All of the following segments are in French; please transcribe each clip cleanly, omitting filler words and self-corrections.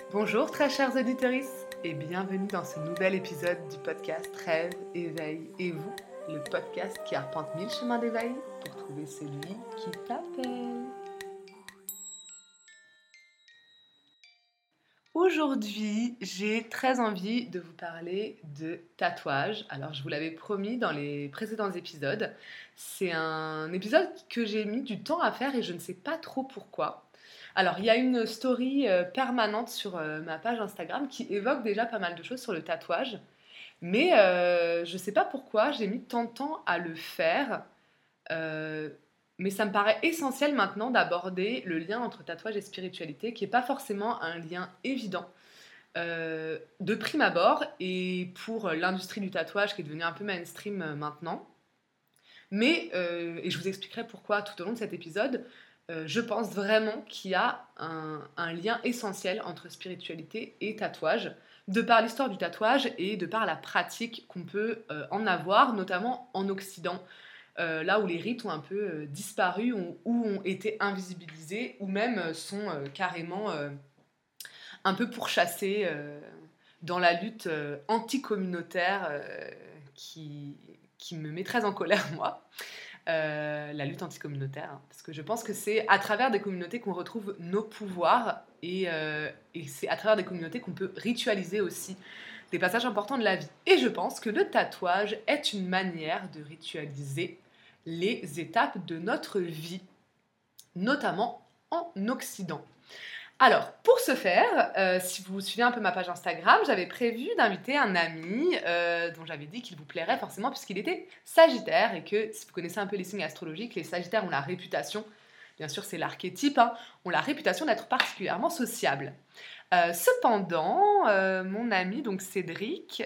Bonjour très chers auditeurs et bienvenue dans ce nouvel épisode du podcast Rêve, Éveil et vous, le podcast qui arpente 1000 chemins d'éveil pour trouver celui qui t'appelle. Aujourd'hui, j'ai très envie de vous parler de tatouage. Alors, je vous l'avais promis dans les précédents épisodes. C'est un épisode que j'ai mis du temps à faire et je ne sais pas trop pourquoi. Alors, il y a une story permanente sur ma page Instagram qui évoque déjà pas mal de choses sur le tatouage. Mais je ne sais pas pourquoi j'ai mis tant de temps à le faire. Euh, mais ça me paraît essentiel maintenant d'aborder le lien entre tatouage et spiritualité, qui n'est pas forcément un lien évident de prime abord, et pour l'industrie du tatouage qui est devenue un peu mainstream maintenant. Mais, et je vous expliquerai pourquoi tout au long de cet épisode, je pense vraiment qu'il y a un lien essentiel entre spiritualité et tatouage, de par l'histoire du tatouage et de par la pratique qu'on peut en avoir, notamment en Occident, là où les rites ont un peu disparu ou ont été invisibilisés ou même sont carrément un peu pourchassés dans la lutte anticommunautaire qui me met très en colère, moi. La lutte anticommunautaire, hein, parce que je pense que c'est à travers des communautés qu'on retrouve nos pouvoirs et c'est à travers des communautés qu'on peut ritualiser aussi des passages importants de la vie. Et je pense que le tatouage est une manière de ritualiser les étapes de notre vie, notamment en Occident. Alors, pour ce faire, si vous suivez un peu ma page Instagram, j'avais prévu d'inviter un ami dont j'avais dit qu'il vous plairait forcément puisqu'il était Sagittaire et que, si vous connaissez un peu les signes astrologiques, les Sagittaires ont la réputation, bien sûr c'est l'archétype, hein, ont la réputation d'être particulièrement sociables. Cependant, mon ami, donc Cédric,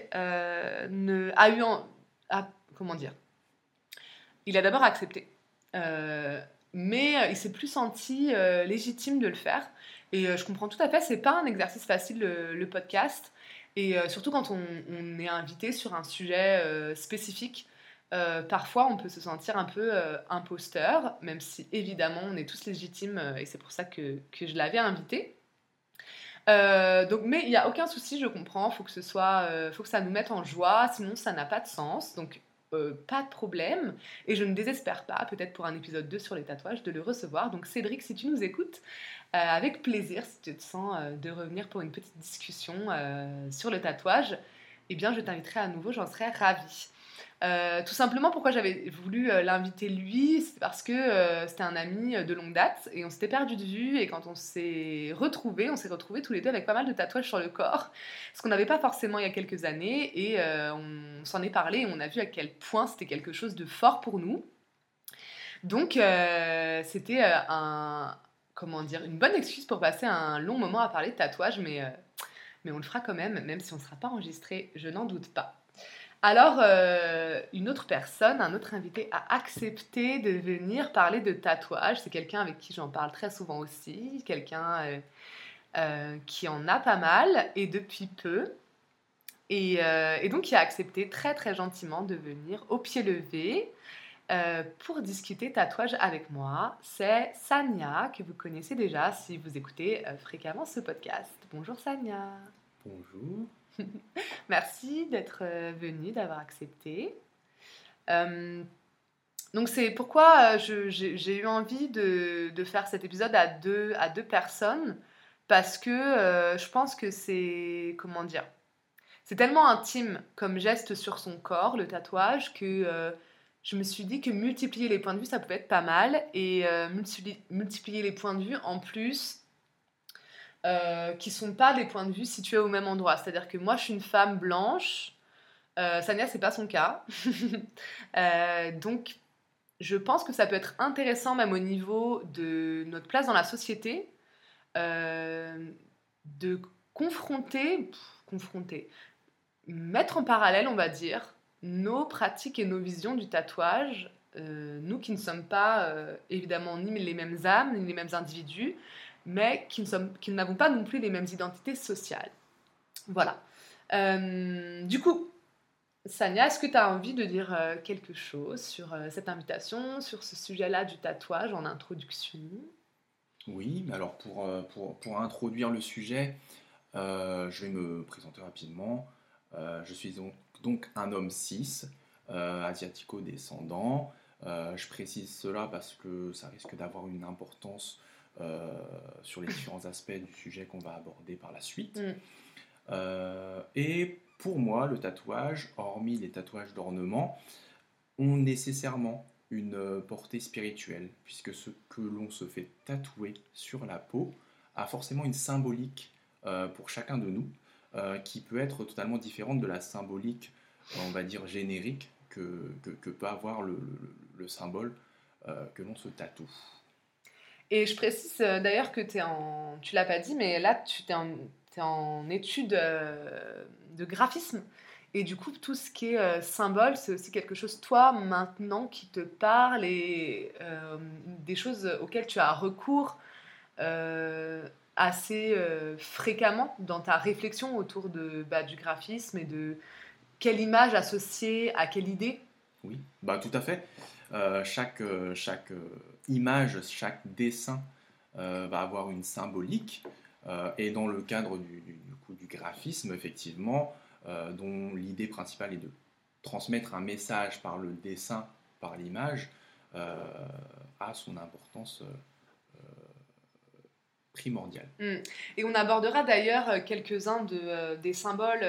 comment dire, il a d'abord accepté, mais il s'est plus senti légitime de le faire. Et je comprends tout à fait, c'est pas un exercice facile le podcast. Et surtout quand on est invité sur un sujet spécifique, parfois on peut se sentir un peu imposteur, même si évidemment on est tous légitimes et c'est pour ça que je l'avais invité. Donc, mais il n'y a aucun souci, je comprends, faut que ça nous mette en joie, sinon ça n'a pas de sens. Donc pas de problème, et je ne désespère pas, peut-être pour un épisode 2 sur les tatouages, de le recevoir. Donc Cédric, si tu nous écoutes, avec plaisir, si tu te sens de revenir pour une petite discussion sur le tatouage, eh bien je t'inviterai à nouveau, j'en serais ravie. Tout simplement, pourquoi j'avais voulu l'inviter lui, c'est parce que c'était un ami de longue date et on s'était perdu de vue, et quand on s'est retrouvés tous les deux avec pas mal de tatouages sur le corps, ce qu'on n'avait pas forcément il y a quelques années, et on s'en est parlé et on a vu à quel point c'était quelque chose de fort pour nous. Donc c'était une bonne excuse pour passer un long moment à parler de tatouage, mais on le fera quand même si on ne sera pas enregistré, je n'en doute pas. Alors, une autre personne, un autre invité a accepté de venir parler de tatouage. C'est quelqu'un avec qui j'en parle très souvent aussi, quelqu'un qui en a pas mal et depuis peu. Et donc, il a accepté très très gentiment de venir au pied levé pour discuter tatouage avec moi. C'est Sania, que vous connaissez déjà si vous écoutez fréquemment ce podcast. Bonjour Sania. Bonjour. Merci d'être venue, d'avoir accepté. Donc c'est pourquoi j'ai eu envie de faire cet épisode à deux personnes, parce que je pense que c'est, comment dire, c'est tellement intime comme geste sur son corps, le tatouage, que je me suis dit que multiplier les points de vue, ça pouvait être pas mal, et multiplier les points de vue en plus qui sont pas des points de vue situés au même endroit. C'est-à-dire que moi, je suis une femme blanche. Sania, c'est pas son cas. Donc, je pense que ça peut être intéressant, même au niveau de notre place dans la société, de confronter, mettre en parallèle, on va dire, nos pratiques et nos visions du tatouage. Nous qui ne sommes pas, évidemment, ni les mêmes âmes, ni les mêmes individus, mais qui n'avons pas non plus les mêmes identités sociales. Voilà. Du coup, Sania, est-ce que tu as envie de dire quelque chose sur cette invitation, sur ce sujet-là du tatouage en introduction ? Oui, alors pour introduire le sujet, Je vais me présenter rapidement. Je suis donc un homme cis, asiatico-descendant. Je précise cela parce que ça risque d'avoir une importance sur les différents aspects du sujet qu'on va aborder par la suite. Et pour moi, le tatouage, hormis les tatouages d'ornement, ont nécessairement une portée spirituelle, puisque ce que l'on se fait tatouer sur la peau a forcément une symbolique pour chacun de nous, qui peut être totalement différente de la symbolique, on va dire, générique que peut avoir le symbole que l'on se tatoue. Et je précise d'ailleurs que tu l'as pas dit, mais là, t'es en études de graphisme. Et du coup, tout ce qui est symbole, c'est aussi quelque chose, toi, maintenant, qui te parle et des choses auxquelles tu as recours assez fréquemment dans ta réflexion autour du graphisme et de quelle image associée à quelle idée. Oui, tout à fait. Chaque image, chaque dessin va avoir une symbolique. Et dans le cadre du graphisme, effectivement, dont l'idée principale est de transmettre un message par le dessin, par l'image, a son importance primordiale. Et on abordera d'ailleurs quelques-uns des symboles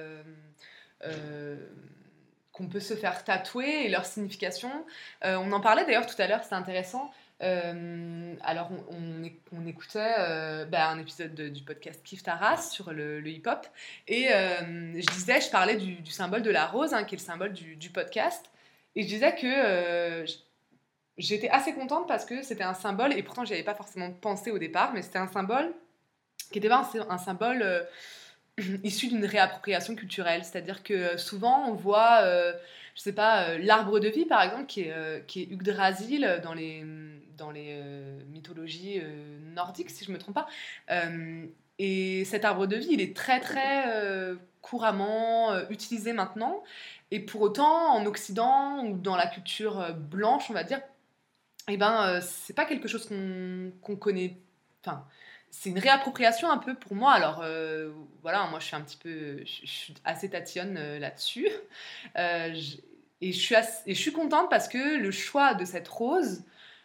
qu'on peut se faire tatouer et leur signification. On en parlait d'ailleurs tout à l'heure, c'était intéressant. Alors on écoutait un épisode du podcast Kif Taras sur le hip-hop et je parlais du symbole de la rose, qui est le symbole du podcast, et je disais que j'étais assez contente parce que c'était un symbole, et pourtant j'y avais pas forcément pensé au départ, mais c'était un symbole qui était pas un symbole issu d'une réappropriation culturelle. C'est-à-dire que souvent on voit, je sais pas, l'arbre de vie par exemple, qui est Yggdrasil dans les mythologies nordiques, si je me trompe pas. Et cet arbre de vie, il est très très couramment utilisé maintenant. Et pour autant, en Occident ou dans la culture blanche, on va dire, c'est pas quelque chose qu'on connaît. Enfin, c'est une réappropriation un peu pour moi. Alors voilà, moi je suis assez tatillonne là-dessus. Et je suis contente parce que le choix de cette rose,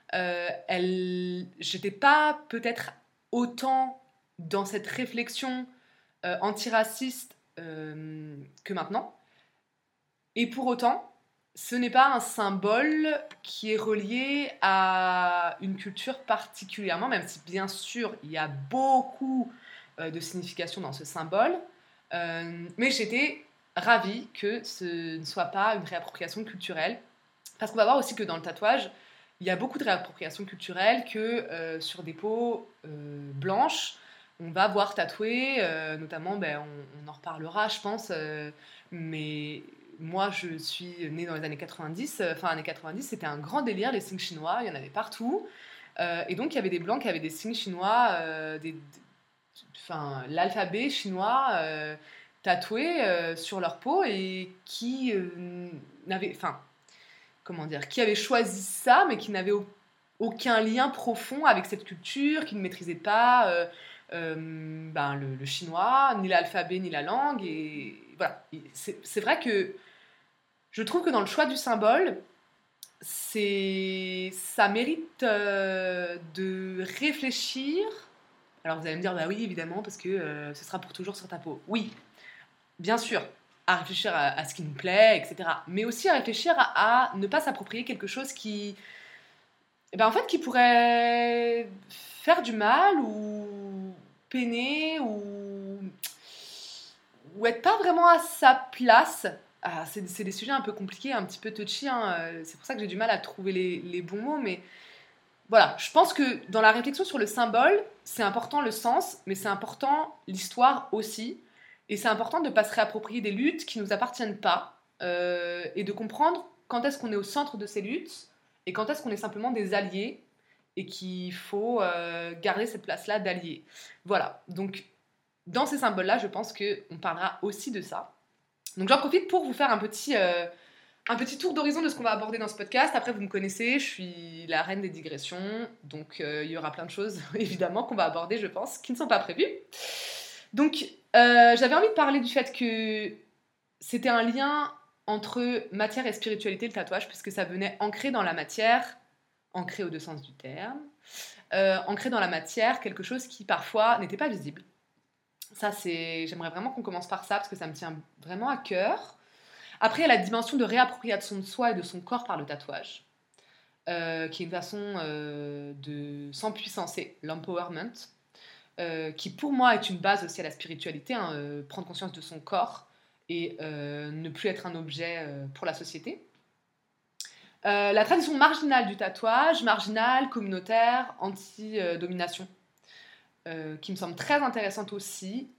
j'étais pas peut-être autant dans cette réflexion antiraciste que maintenant. Et pour autant, ce n'est pas un symbole qui est relié à une culture particulièrement, même si bien sûr il y a beaucoup de signification dans ce symbole. Mais j'étais ravie que ce ne soit pas une réappropriation culturelle. Parce qu'on va voir aussi que dans le tatouage, il y a beaucoup de réappropriation culturelle que sur des peaux blanches, on va voir tatouer, notamment, on en reparlera, je pense, mais moi, je suis née dans les années 90. Fin années 90, c'était un grand délire, les signes chinois, il y en avait partout. Et donc, il y avait des blancs qui avaient des signes chinois, l'alphabet chinois tatoué sur leur peau et qui n'avaient... qui avaient choisi ça, mais qui n'avaient aucun lien profond avec cette culture, qui ne maîtrisaient pas le chinois, ni l'alphabet, ni la langue. Et voilà, c'est vrai que je trouve que dans le choix du symbole, ça mérite de réfléchir. Alors vous allez me dire, bah oui, évidemment, parce que ce sera pour toujours sur ta peau. Oui, bien sûr, à réfléchir à ce qui nous plaît, etc. Mais aussi à réfléchir à ne pas s'approprier quelque chose qui qui pourrait faire du mal ou peiner ou être pas vraiment à sa place. C'est des sujets un peu compliqués, un petit peu touchy, c'est pour ça que j'ai du mal à trouver les bons mots, mais voilà, je pense que dans la réflexion sur le symbole, c'est important le sens, mais c'est important l'histoire aussi, et c'est important de ne pas se réapproprier des luttes qui ne nous appartiennent pas, et de comprendre quand est-ce qu'on est au centre de ces luttes, et quand est-ce qu'on est simplement des alliés, et qu'il faut garder cette place-là d'alliés. Voilà, donc dans ces symboles-là, je pense qu'on parlera aussi de ça. Donc j'en profite pour vous faire un petit tour d'horizon de ce qu'on va aborder dans ce podcast. Après, vous me connaissez, je suis la reine des digressions, donc il y aura plein de choses, évidemment, qu'on va aborder, je pense, qui ne sont pas prévues. Donc, j'avais envie de parler du fait que c'était un lien entre matière et spiritualité, le tatouage, puisque ça venait ancrer dans la matière, ancrer aux deux sens du terme, ancrer dans la matière quelque chose qui parfois n'était pas visible. Ça, j'aimerais vraiment qu'on commence par ça, parce que ça me tient vraiment à cœur. Après, il y a la dimension de réappropriation de soi et de son corps par le tatouage, qui est une façon de s'empuissancer, l'empowerment, qui pour moi est une base aussi à la spiritualité, hein, prendre conscience de son corps et ne plus être un objet pour la société. La tradition marginale du tatouage, marginale, communautaire, anti-domination, qui me semble très intéressante aussi.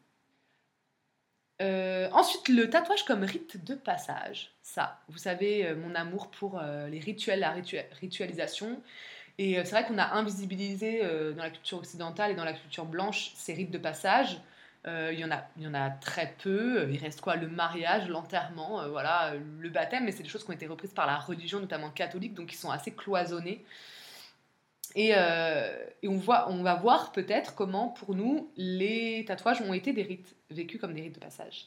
Ensuite, le tatouage comme rite de passage. Ça, vous savez, mon amour pour les rituels, la ritualisation. Et c'est vrai qu'on a invisibilisé dans la culture occidentale et dans la culture blanche ces rites de passage. Il y en a très peu. Il reste quoi? Le mariage, l'enterrement, voilà, le baptême, mais c'est des choses qui ont été reprises par la religion, notamment catholique, donc qui sont assez cloisonnées. Et on va voir peut-être comment, pour nous, les tatouages ont été des rites, vécus comme des rites de passage.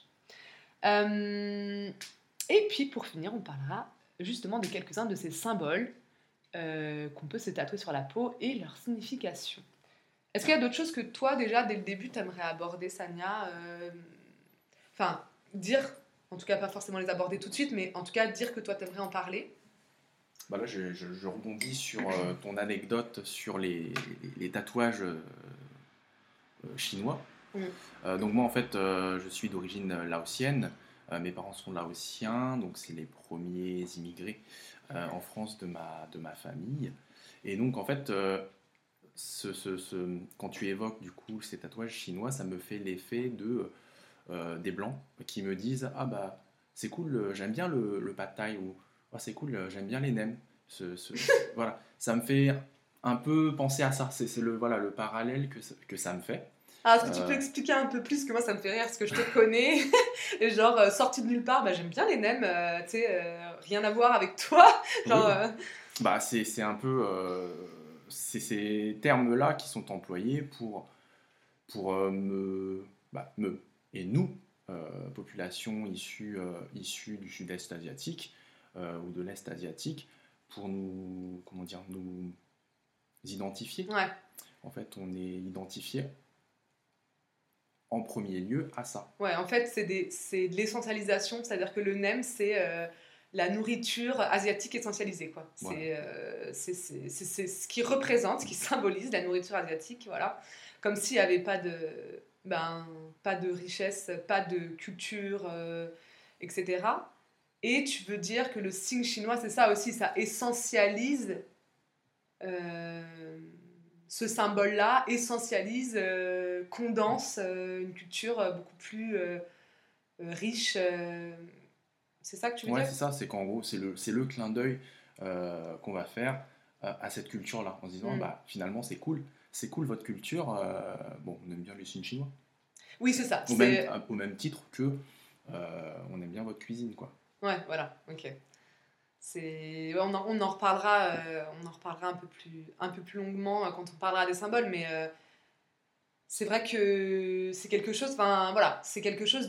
Et puis, pour finir, on parlera justement de quelques-uns de ces symboles qu'on peut se tatouer sur la peau et leur signification. Est-ce qu'il y a d'autres choses que toi, déjà, dès le début, tu aimerais aborder, Sania? Enfin, dire, en tout cas pas forcément les aborder tout de suite, mais en tout cas dire que toi, tu aimerais en parler. Bah là, je rebondis sur ton anecdote sur les tatouages chinois. Donc moi, en fait, je suis d'origine laotienne. Mes parents sont laotiens, donc c'est les premiers immigrés en France de ma famille. Et donc, en fait, quand tu évoques du coup ces tatouages chinois, ça me fait l'effet des Blancs qui me disent « Ah bah, c'est cool, j'aime bien le pad thai » ou « Ah, c'est cool, j'aime bien les nems ». Voilà, ça me fait un peu penser à ça. C'est le parallèle que ça me fait. Ah, est-ce que tu peux expliquer un peu plus? Que moi, ça me fait rire, parce que je te connais. Et genre, sorti de nulle part, bah, j'aime bien les nems, tu sais, rien à voir avec toi. Genre, Bah, c'est un peu... c'est ces termes-là qui sont employés pour me et nous, population issue du sud-est asiatique ou de l'est asiatique, pour nous, comment dire, nous identifier. Ouais. En fait, on est identifié en premier lieu à ça. Ouais, en fait, c'est de l'essentialisation, c'est-à-dire que le nem, c'est la nourriture asiatique essentialisée, quoi. Voilà. C'est ce qui représente, ce qui symbolise la nourriture asiatique, voilà. Comme s'il n'y avait pas de richesse, pas de culture, etc. Et tu veux dire que le signe chinois, c'est ça aussi, ça essentialise ce symbole-là, essentialise, condense une culture beaucoup plus riche. C'est ça que tu veux dire? Ouais, c'est ça, c'est qu'en gros, c'est le clin d'œil qu'on va faire à cette culture-là, en se disant, bah, finalement, c'est cool votre culture, bon, on aime bien le signe chinois. Oui, c'est ça. Au même titre que on aime bien votre cuisine, quoi. Ouais, voilà, ok. On en reparlera, un peu plus longuement quand on parlera des symboles, mais c'est vrai que c'est quelque chose, enfin voilà, c'est quelque chose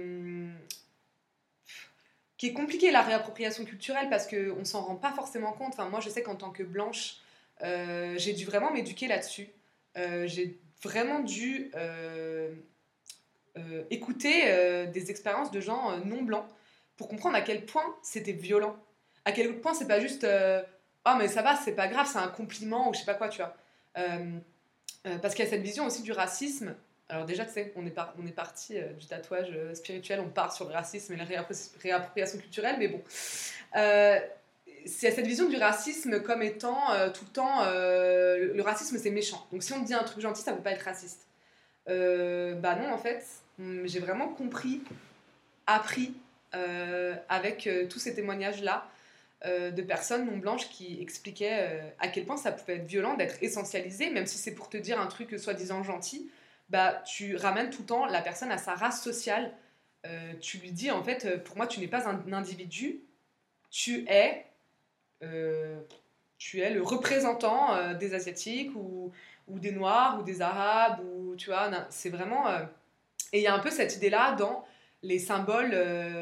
qui est compliqué, la réappropriation culturelle, parce qu'on s'en rend pas forcément compte. Enfin, moi, je sais qu'en tant que blanche, j'ai dû vraiment m'éduquer là-dessus. J'ai vraiment dû écouter des expériences de gens non blancs pour comprendre à quel point c'était violent. À quel point c'est pas juste oh mais ça va, c'est pas grave, c'est un compliment ou je sais pas quoi, tu vois. Parce qu'il y a cette vision aussi du racisme. Alors déjà, tu sais, on est parti du tatouage spirituel, on part sur le racisme et la réappropriation culturelle, mais bon. C'est cette vision du racisme comme étant tout le temps le racisme c'est méchant. Donc si on te dit un truc gentil, ça veut pas être raciste. Bah non, en fait, j'ai vraiment appris avec tous ces témoignages-là de personnes non blanches qui expliquaient à quel point ça pouvait être violent d'être essentialisé, même si c'est pour te dire un truc soi-disant gentil, bah tu ramènes tout le temps la personne à sa race sociale. Tu lui dis, en fait, pour moi, tu n'es pas un individu, tu es le représentant des Asiatiques ou des Noirs ou des Arabes, ou tu vois, c'est vraiment Et il y a un peu cette idée-là dans les symboles,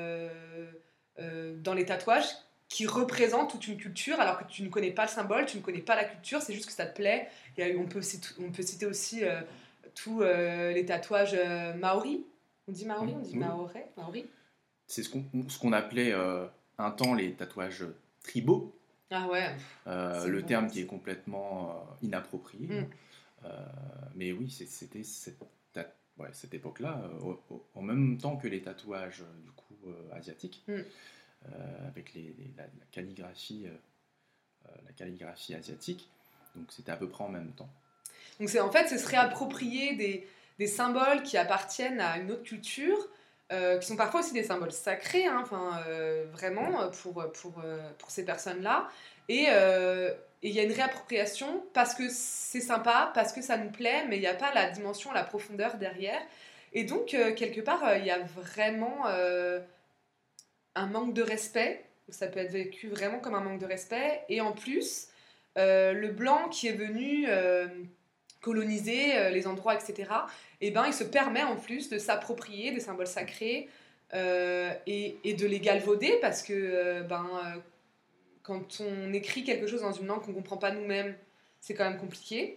dans les tatouages, qui représentent toute une culture, alors que tu ne connais pas le symbole, tu ne connais pas la culture, c'est juste que ça te plaît. On peut citer aussi tous les tatouages maoris. On dit maori, on dit Oui. maori. C'est ce qu'on appelait un temps les tatouages tribaux. Ah ouais. Le terme qui est complètement inapproprié. Mm. Mais oui, c'était cette époque-là, en même temps que les tatouages du coup asiatiques, avec la calligraphie asiatique. Donc c'était à peu près en même temps. Donc en fait, c'est se réapproprier des symboles qui appartiennent à une autre culture, qui sont parfois aussi des symboles sacrés, hein, vraiment, pour ces personnes-là. Et il y a une réappropriation parce que c'est sympa, parce que ça nous plaît, mais il n'y a pas la dimension, la profondeur derrière. Et donc, quelque part, il y a vraiment un manque de respect. Ça peut être vécu vraiment comme un manque de respect. Et en plus, le blanc qui est venu coloniser les endroits, etc., et ben, il se permet en plus de s'approprier des symboles sacrés et de les galvauder parce que quand on écrit quelque chose dans une langue qu'on ne comprend pas nous-mêmes, c'est quand même compliqué.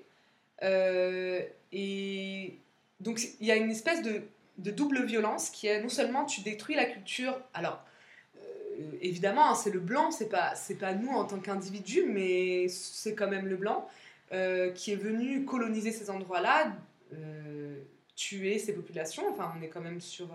Et donc il y a une espèce de double violence qui est non seulement tu détruis la culture, alors évidemment hein, c'est le blanc, c'est pas nous en tant qu'individus, mais c'est quand même le blanc qui est venu coloniser ces endroits-là, tuer ces populations, enfin on est quand même sur...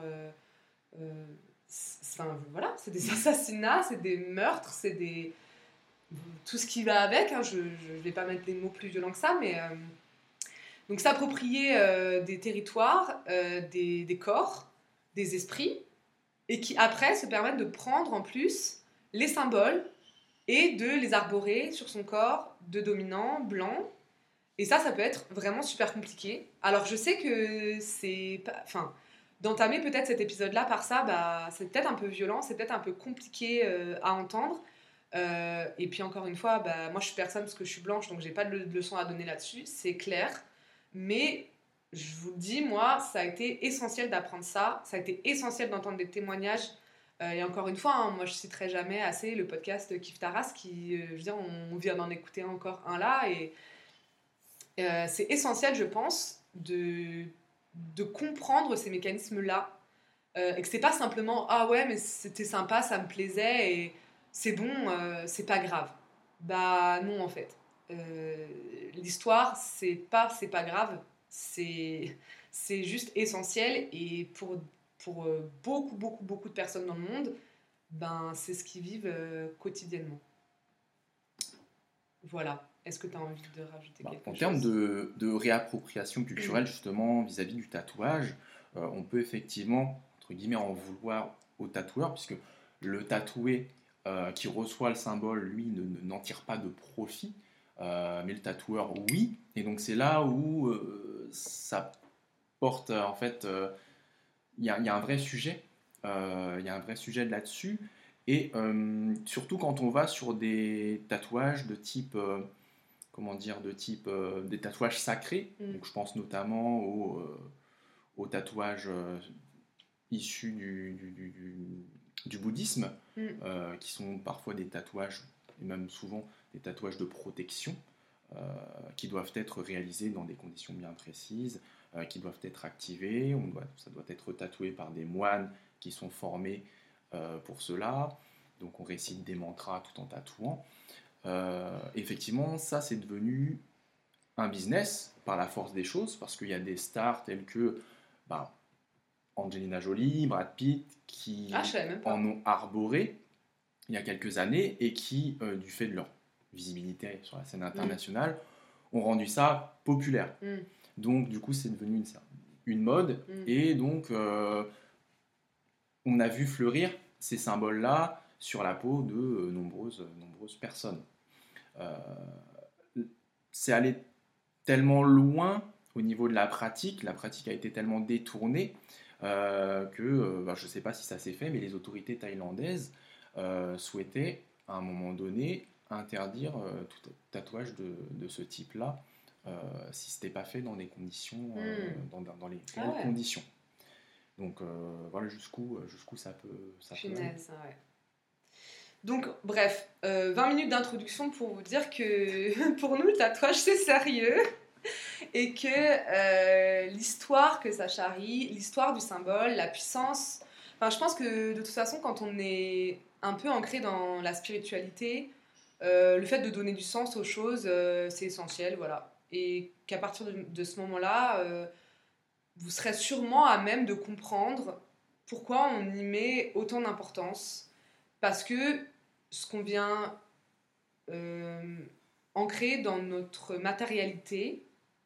voilà, c'est des assassinats, c'est des meurtres, c'est des... tout ce qui va avec, hein, je vais pas mettre des mots plus violents que ça, mais... donc s'approprier des territoires, des corps, des esprits, et qui après se permettent de prendre en plus les symboles et de les arborer sur son corps de dominant blanc. Et ça peut être vraiment super compliqué. Alors je sais que c'est... Enfin, d'entamer peut-être cet épisode-là par ça, c'est peut-être un peu violent, c'est peut-être un peu compliqué à entendre. Et puis encore une fois, moi je suis personne parce que je suis blanche, donc j'ai pas de leçon à donner là-dessus, c'est clair. Mais je vous le dis, moi, ça a été essentiel d'apprendre ça, ça a été essentiel d'entendre des témoignages. Et encore une fois, hein, moi je citerai jamais assez le podcast Kif Taras, qui, je veux dire, on vient d'en écouter encore un là, et c'est essentiel, je pense, de comprendre ces mécanismes-là. Et que c'est pas simplement ah ouais, mais c'était sympa, ça me plaisait, et c'est bon, c'est pas grave. Bah non, en fait. L'histoire, c'est pas grave, c'est juste essentiel, et pour beaucoup de personnes dans le monde, c'est ce qu'ils vivent quotidiennement. Voilà. Est-ce que tu as envie de rajouter quelque chose ? En termes de réappropriation culturelle, justement, vis-à-vis du tatouage, on peut effectivement, entre guillemets, en vouloir au tatoueur, puisque le tatoué qui reçoit le symbole, lui, n'en tire pas de profit, mais le tatoueur, oui. Et donc, c'est là où ça porte, en fait, il y a un vrai sujet. Il y a un vrai sujet là-dessus. Et surtout quand on va sur des tatouages de type... des tatouages sacrés. Donc, je pense notamment aux tatouages issus du bouddhisme, qui sont parfois des tatouages, et même souvent des tatouages de protection, qui doivent être réalisés dans des conditions bien précises, qui doivent être activés. Ça doit être tatoué par des moines qui sont formés pour cela. Donc on récite des mantras tout en tatouant. Effectivement, ça c'est devenu un business par la force des choses, parce qu'il y a des stars telles que Angelina Jolie, Brad Pitt, qui en ont arboré il y a quelques années et qui, du fait de leur visibilité sur la scène internationale, ont rendu ça populaire. Donc du coup c'est devenu une mode, et donc on a vu fleurir ces symboles-là sur la peau de nombreuses personnes. C'est allé tellement loin au niveau de la pratique a été tellement détournée que, je ne sais pas si ça s'est fait, mais les autorités thaïlandaises souhaitaient à un moment donné interdire tout tatouage de ce type-là si ce n'était pas fait dans des conditions, dans les conditions. Donc voilà jusqu'où ça peut aller. Punaise, ouais. Donc, bref, 20 minutes d'introduction pour vous dire que pour nous, le tatouage, c'est sérieux et que l'histoire que ça charrie, l'histoire du symbole, la puissance. Enfin, je pense que de toute façon, quand on est un peu ancré dans la spiritualité, le fait de donner du sens aux choses, c'est essentiel, voilà. Et qu'à partir de ce moment-là, vous serez sûrement à même de comprendre pourquoi on y met autant d'importance. Parce que ce qu'on vient ancrer dans notre matérialité,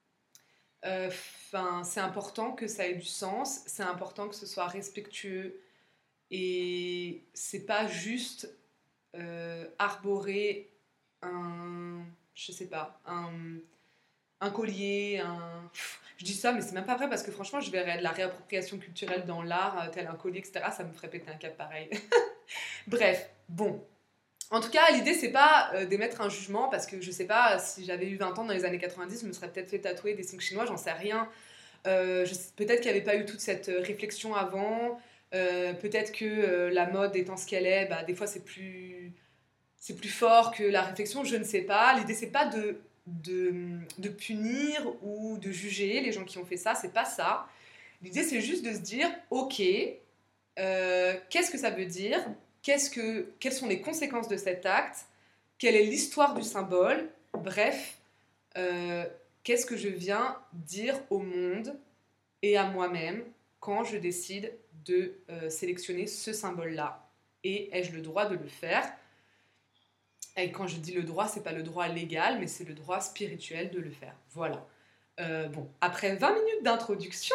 c'est important que ça ait du sens, c'est important que ce soit respectueux, et c'est pas juste arborer je sais pas, un collier, je dis ça, mais c'est même pas vrai parce que franchement, je verrais de la réappropriation culturelle dans l'art, tel un collier, etc. Ça me ferait péter un câble pareil. Bref, bon. En tout cas, l'idée, c'est pas d'émettre un jugement parce que je sais pas, si j'avais eu 20 ans dans les années 90, je me serais peut-être fait tatouer des signes chinois, j'en sais rien. Peut-être qu'il n'y avait pas eu toute cette réflexion avant. Peut-être que la mode étant ce qu'elle est, bah, des fois c'est plus fort que la réflexion, je ne sais pas. L'idée, c'est pas de punir ou de juger les gens qui ont fait ça, c'est pas ça. L'idée, c'est juste de se dire, ok, qu'est-ce que ça veut dire, quelles sont les conséquences de cet acte, quelle est l'histoire du symbole, bref, qu'est-ce que je viens dire au monde et à moi-même quand je décide de sélectionner ce symbole-là. Et ai-je le droit de le faire? Et quand je dis le droit, c'est pas le droit légal, mais c'est le droit spirituel de le faire. Voilà. Bon, après 20 minutes d'introduction,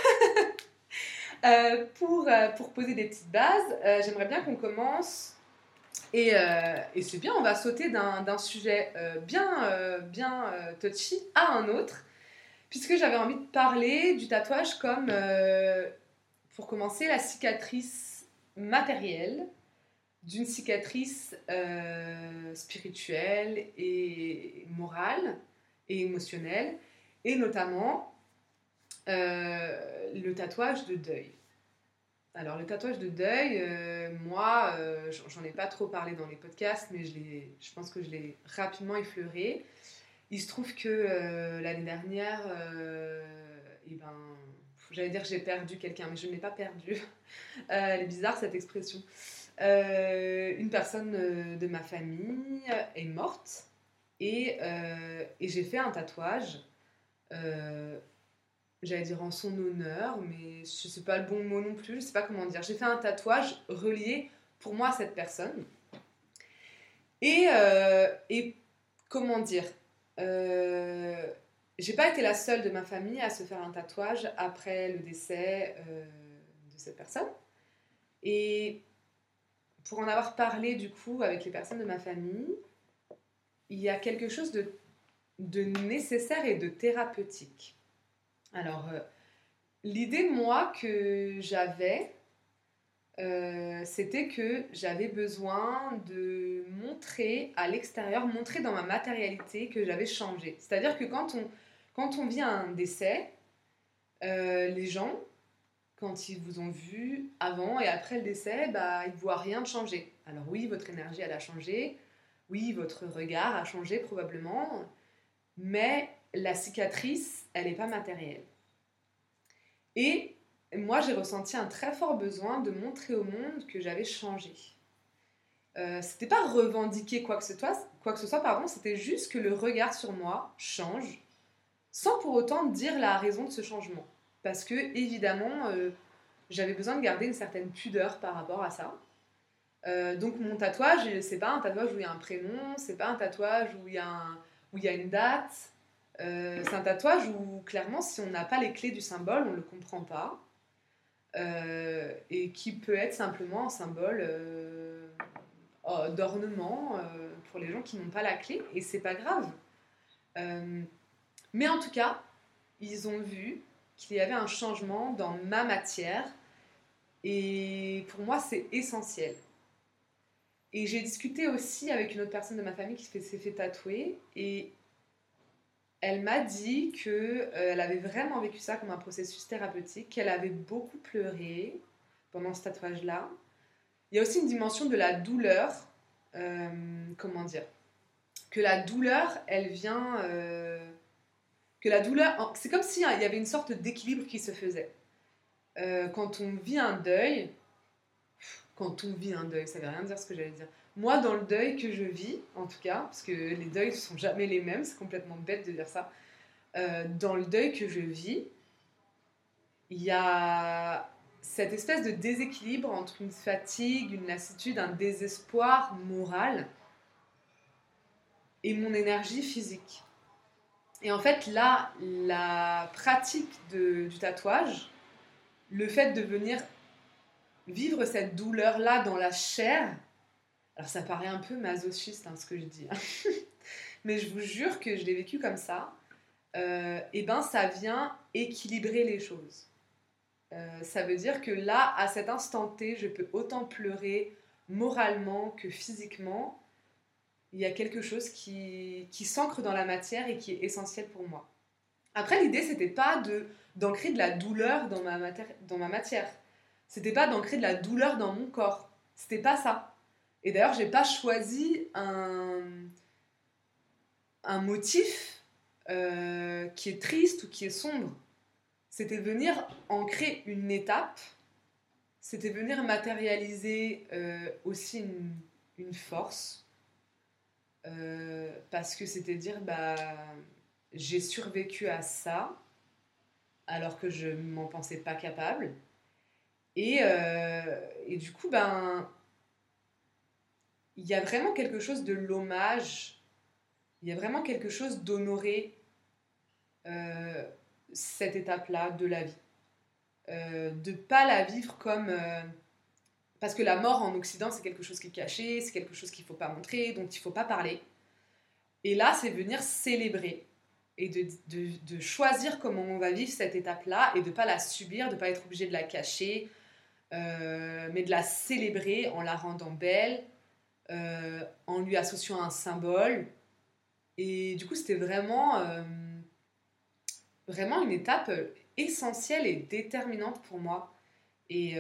pour poser des petites bases, j'aimerais bien qu'on commence. Et c'est bien, on va sauter d'un sujet bien touchy à un autre, puisque j'avais envie de parler du tatouage comme, pour commencer, la cicatrice matérielle d'une cicatrice spirituelle et morale et émotionnelle, et notamment le tatouage de deuil. Alors le tatouage de deuil, moi, j'en ai pas trop parlé dans les podcasts, mais je pense que je l'ai rapidement effleuré. Il se trouve que l'année dernière, j'allais dire que j'ai perdu quelqu'un, mais je ne l'ai pas perdu. Elle est bizarre cette expression. Une personne de ma famille est morte et j'ai fait un tatouage, j'allais dire en son honneur, mais je sais pas le bon mot non plus, je sais pas comment dire. J'ai fait un tatouage relié pour moi à cette personne. Et comment dire, j'ai pas été la seule de ma famille à se faire un tatouage après le décès de cette personne. Et pour en avoir parlé du coup avec les personnes de ma famille, il y a quelque chose de nécessaire et de thérapeutique. Alors, l'idée, moi, que j'avais, c'était que j'avais besoin de montrer à l'extérieur, montrer dans ma matérialité que j'avais changé. C'est-à-dire que quand on vit un décès, les gens, quand ils vous ont vu avant et après le décès, bah, ils ne voient rien de changer. Alors oui, votre énergie, elle a changé. Oui, votre regard a changé probablement. Mais la cicatrice, elle n'est pas matérielle. Et moi, j'ai ressenti un très fort besoin de montrer au monde que j'avais changé. C'était pas revendiquer quoi que ce soit, pardon, c'était juste que le regard sur moi change, sans pour autant dire la raison de ce changement. Parce que, évidemment, j'avais besoin de garder une certaine pudeur par rapport à ça. Donc mon tatouage, c'est pas un tatouage où il y a un prénom, c'est pas un tatouage où il y a une date. C'est un tatouage où, clairement, si on n'a pas les clés du symbole, on ne le comprend pas. Et qui peut être simplement un symbole d'ornement pour les gens qui n'ont pas la clé. Et c'est pas grave. Mais en tout cas, ils ont vu qu'il y avait un changement dans ma matière. Et pour moi, c'est essentiel. Et j'ai discuté aussi avec une autre personne de ma famille qui s'est fait tatouer. Et Elle m'a dit que elle avait vraiment vécu ça comme un processus thérapeutique, qu'elle avait beaucoup pleuré pendant ce tatouage-là. Il y a aussi une dimension de la douleur. Comment dire? Que la douleur, elle vient. Que la douleur. C'est comme s'il y avait une sorte d'équilibre qui se faisait. Quand on vit un deuil. Quand on vit un deuil, ça ne veut rien dire ce que j'allais dire. Moi, dans le deuil que je vis, en tout cas, parce que les deuils ne sont jamais les mêmes, c'est complètement bête de dire ça. Dans le deuil que je vis, il y a cette espèce de déséquilibre entre une fatigue, une lassitude, un désespoir moral et mon énergie physique. Et en fait, là, la pratique du tatouage, le fait de venir vivre cette douleur-là dans la chair, alors ça paraît un peu masochiste ce que je dis, hein. Mais je vous jure que je l'ai vécu comme ça, et ben ça vient équilibrer les choses. Ça veut dire que là, à cet instant T, je peux autant pleurer moralement que physiquement. Il y a quelque chose qui s'ancre dans la matière et qui est essentiel pour moi. Après, l'idée, c'était pas d'ancrer de la douleur dans ma matière. C'était pas d'ancrer de la douleur dans mon corps. C'était pas ça. Et d'ailleurs, j'ai pas choisi un motif qui est triste ou qui est sombre. C'était venir ancrer une étape. C'était venir matérialiser aussi une force. Parce que c'était dire, j'ai survécu à ça, alors que je ne m'en pensais pas capable. Et du coup, il y a vraiment quelque chose de l'hommage, il y a vraiment quelque chose d'honorer cette étape-là de la vie. De ne pas la vivre comme... parce que la mort en Occident, c'est quelque chose qui est caché, c'est quelque chose qu'il ne faut pas montrer, dont il ne faut pas parler. Et là, c'est venir célébrer et de choisir comment on va vivre cette étape-là et de ne pas la subir, de ne pas être obligé de la cacher, mais de la célébrer en la rendant belle, en lui associant un symbole. Et du coup, c'était vraiment, vraiment une étape essentielle et déterminante pour moi. Et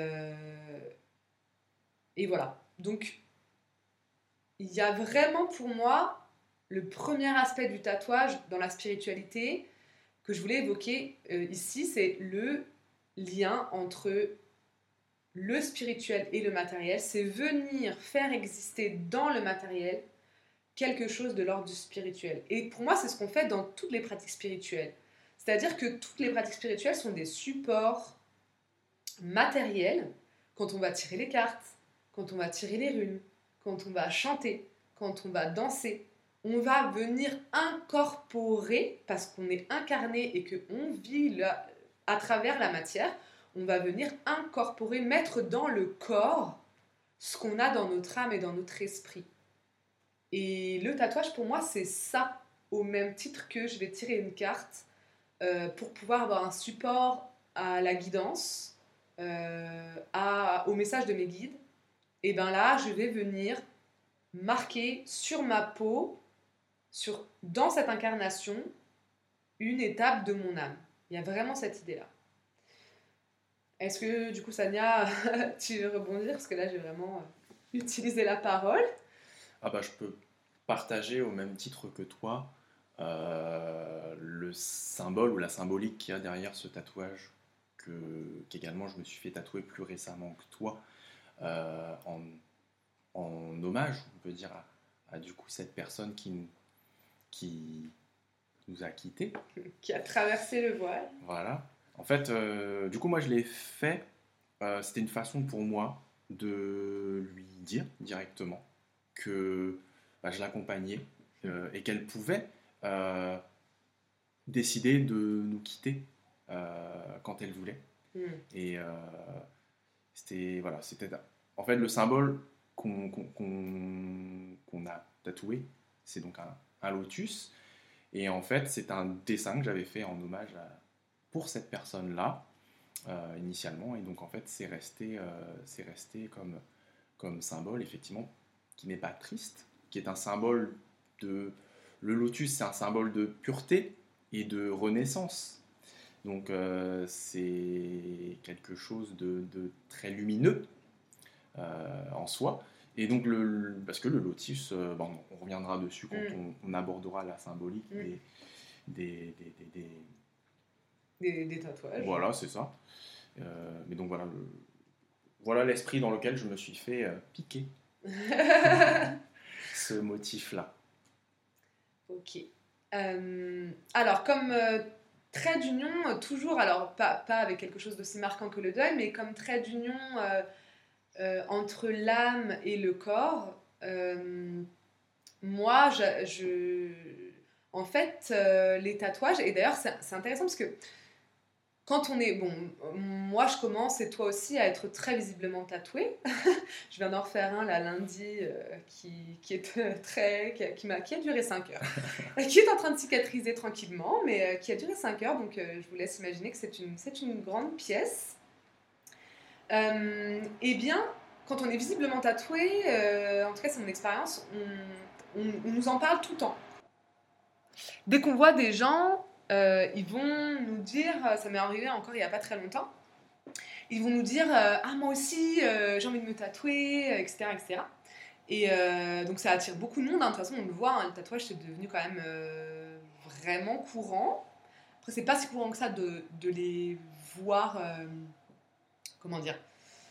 voilà. Donc, il y a vraiment pour moi le premier aspect du tatouage dans la spiritualité que je voulais évoquer ici, c'est le lien entre le spirituel et le matériel. C'est venir faire exister dans le matériel quelque chose de l'ordre du spirituel. Et pour moi, c'est ce qu'on fait dans toutes les pratiques spirituelles. C'est-à-dire que toutes les pratiques spirituelles sont des supports matériels quand on va tirer les cartes, quand on va tirer les runes, quand on va chanter, quand on va danser. On va venir incorporer, parce qu'on est incarné et qu'on vit à travers la matière, on va venir incorporer, mettre dans le corps ce qu'on a dans notre âme et dans notre esprit. Et le tatouage, pour moi, c'est ça, au même titre que je vais tirer une carte pour pouvoir avoir un support à la guidance, au message de mes guides. Et bien là, je vais venir marquer sur ma peau, dans cette incarnation, une étape de mon âme. Il y a vraiment cette idée-là. Est-ce que, du coup, Sania, tu veux rebondir? Parce que là, j'ai vraiment utilisé la parole. Je peux partager au même titre que toi le symbole ou la symbolique qu'il y a derrière ce tatouage qu'également je me suis fait tatouer plus récemment que toi en hommage, on peut dire, à du coup cette personne qui nous a quittés. Qui a traversé le voile. Voilà. En fait, du coup, moi, je l'ai fait. C'était une façon pour moi de lui dire directement que je l'accompagnais et qu'elle pouvait décider de nous quitter quand elle voulait. Et c'était en fait le symbole qu'on a tatoué, c'est donc un lotus. Et en fait, c'est un dessin que j'avais fait en hommage pour cette personne-là, initialement. Et donc, en fait, c'est resté comme symbole, effectivement, qui n'est pas triste, qui est un symbole de... Le lotus, c'est un symbole de pureté, et de renaissance. Donc c'est quelque chose de très lumineux en soi. Et donc, parce que le lotus, bon, on reviendra dessus quand on abordera la symbolique des tatouages. Voilà, c'est ça. Mais donc voilà, voilà l'esprit dans lequel je me suis fait piquer ce motif-là. Ok. Alors, comme trait d'union, toujours, alors pas avec quelque chose d'aussi marquant que le deuil, mais comme trait d'union entre l'âme et le corps, moi, en fait, les tatouages, et d'ailleurs, c'est intéressant parce que quand on est, bon, moi je commence et toi aussi à être très visiblement tatoué. Je viens d'en refaire un là lundi qui a duré 5 heures. Qui est en train de cicatriser tranquillement, mais qui a duré 5 heures, donc je vous laisse imaginer que c'est une grande pièce. Eh bien, quand on est visiblement tatoué, en tout cas c'est mon expérience, on nous en parle tout le temps. Dès qu'on voit des gens, ils vont nous dire, ça m'est arrivé encore il n'y a pas très longtemps, ils vont nous dire ah moi aussi j'ai envie de me tatouer, etc. etc. Et donc ça attire beaucoup de monde, hein. De toute façon on le voit, hein, le tatouage c'est devenu quand même vraiment courant. Après c'est pas si courant que ça de les voir, comment dire,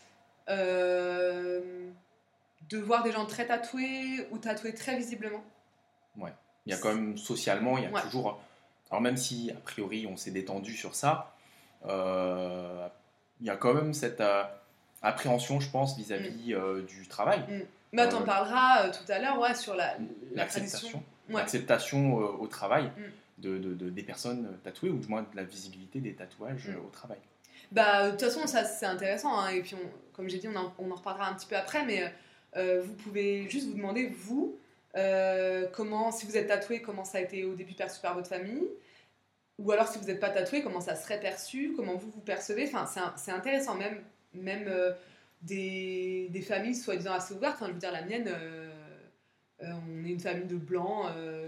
de voir des gens très tatoués ou tatoués très visiblement. Ouais. Il y a quand même, socialement, il y a toujours... Alors même si, a priori, on s'est détendu sur ça, il y a quand même cette appréhension, je pense, vis-à-vis du travail. Mais t'en parleras tout à l'heure, sur l'acceptation. L'acceptation au travail des personnes tatouées, ou du moins de la visibilité des tatouages au travail. De toute façon, ça c'est intéressant, hein, et puis comme j'ai dit, on en reparlera un petit peu après, mais vous pouvez juste vous demander, vous, si vous êtes tatoué, comment ça a été au début perçu par votre famille, ou alors si vous n'êtes pas tatoué, comment ça serait perçu, comment vous percevez. Enfin, c'est intéressant, même des familles soi-disant assez ouvertes. Enfin, je veux dire, la mienne, on est une famille de blancs,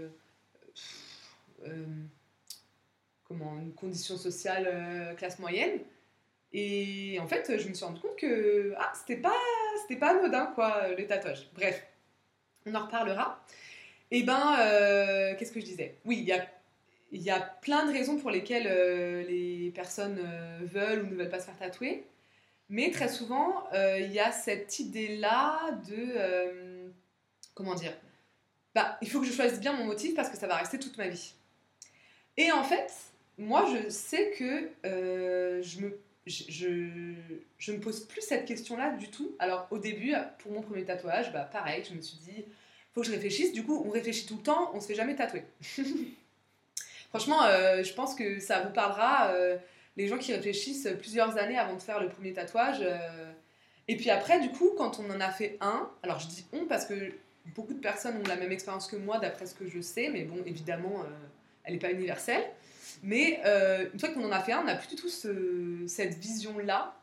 une condition sociale classe moyenne. Et en fait, je me suis rendu compte que c'était pas anodin, quoi, les tatouages. Bref, on en reparlera. Et qu'est-ce que je disais ? Oui, il y a plein de raisons pour lesquelles les personnes veulent ou ne veulent pas se faire tatouer. Mais très souvent, il y a cette idée-là de... comment dire ? Il faut que je choisisse bien mon motif parce que ça va rester toute ma vie. Et en fait, moi, je sais que je me pose plus cette question-là du tout. Alors, au début, pour mon premier tatouage, pareil, je me suis dit, faut que je réfléchisse. Du coup, on réfléchit tout le temps, on se fait jamais tatouer. Franchement, je pense que ça vous parlera, les gens qui réfléchissent plusieurs années avant de faire le premier tatouage. Et puis après, du coup, quand on en a fait un, alors je dis on parce que beaucoup de personnes ont la même expérience que moi, d'après ce que je sais, mais bon, évidemment, elle n'est pas universelle. Mais une fois qu'on en a fait un, on n'a plus du tout cette vision-là.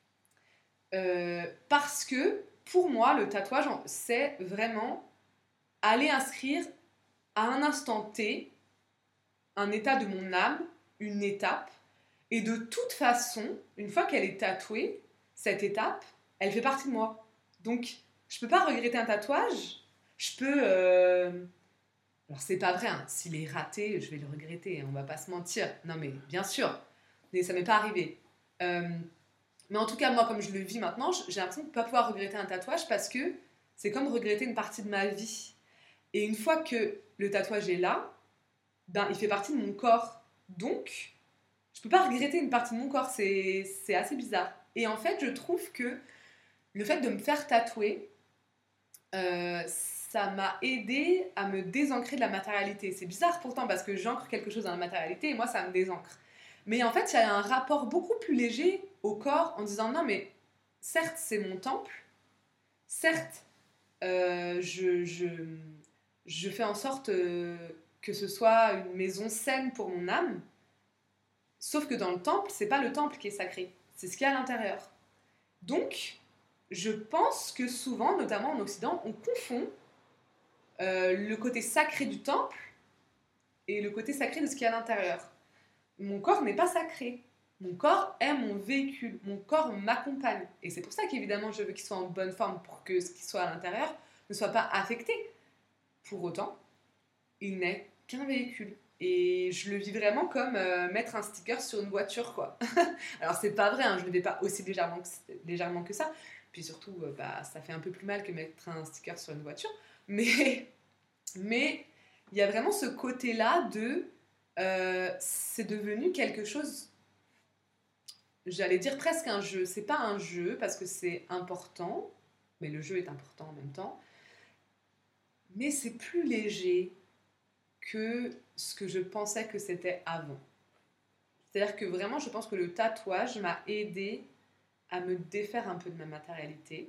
Parce que, pour moi, le tatouage, c'est vraiment aller inscrire à un instant T un état de mon âme, une étape. Et de toute façon, une fois qu'elle est tatouée, cette étape, elle fait partie de moi. Donc, je peux pas regretter un tatouage. Je peux... Alors, c'est pas vrai, hein. S'il est raté, je vais le regretter. On va pas se mentir. Non, mais bien sûr. Mais ça m'est pas arrivé. Mais en tout cas, moi, comme je le vis maintenant, j'ai l'impression de ne pas pouvoir regretter un tatouage parce que c'est comme regretter une partie de ma vie. Et une fois que le tatouage est là, il fait partie de mon corps. Donc, je peux pas regretter une partie de mon corps. C'est assez bizarre. Et en fait, je trouve que le fait de me faire tatouer, ça m'a aidé à me désancrer de la matérialité. C'est bizarre pourtant parce que j'ancre quelque chose dans la matérialité et moi, ça me désancre. Mais en fait, il y a un rapport beaucoup plus léger au corps en disant non, mais certes, c'est mon temple. Certes, je fais en sorte que ce soit une maison saine pour mon âme. Sauf que dans le temple, c'est pas le temple qui est sacré. C'est ce qu'il y a à l'intérieur. Donc, je pense que souvent, notamment en Occident, on confond le côté sacré du temple et le côté sacré de ce qu'il y a à l'intérieur. Mon corps n'est pas sacré. Mon corps est mon véhicule. Mon corps m'accompagne. Et c'est pour ça qu'évidemment, je veux qu'il soit en bonne forme pour que ce qui soit à l'intérieur ne soit pas affecté. Pour autant, il n'est qu'un véhicule. Et je le vis vraiment comme mettre un sticker sur une voiture, quoi. Alors, c'est pas vrai, hein, je ne le vais pas aussi légèrement que ça. Puis surtout, ça fait un peu plus mal que mettre un sticker sur une voiture. Mais il y a vraiment ce côté-là de... c'est devenu quelque chose... J'allais dire presque un jeu. C'est pas un jeu parce que c'est important, mais le jeu est important en même temps. Mais c'est plus léger que ce que je pensais que c'était avant. C'est-à-dire que vraiment, je pense que le tatouage m'a aidé à me défaire un peu de ma matérialité.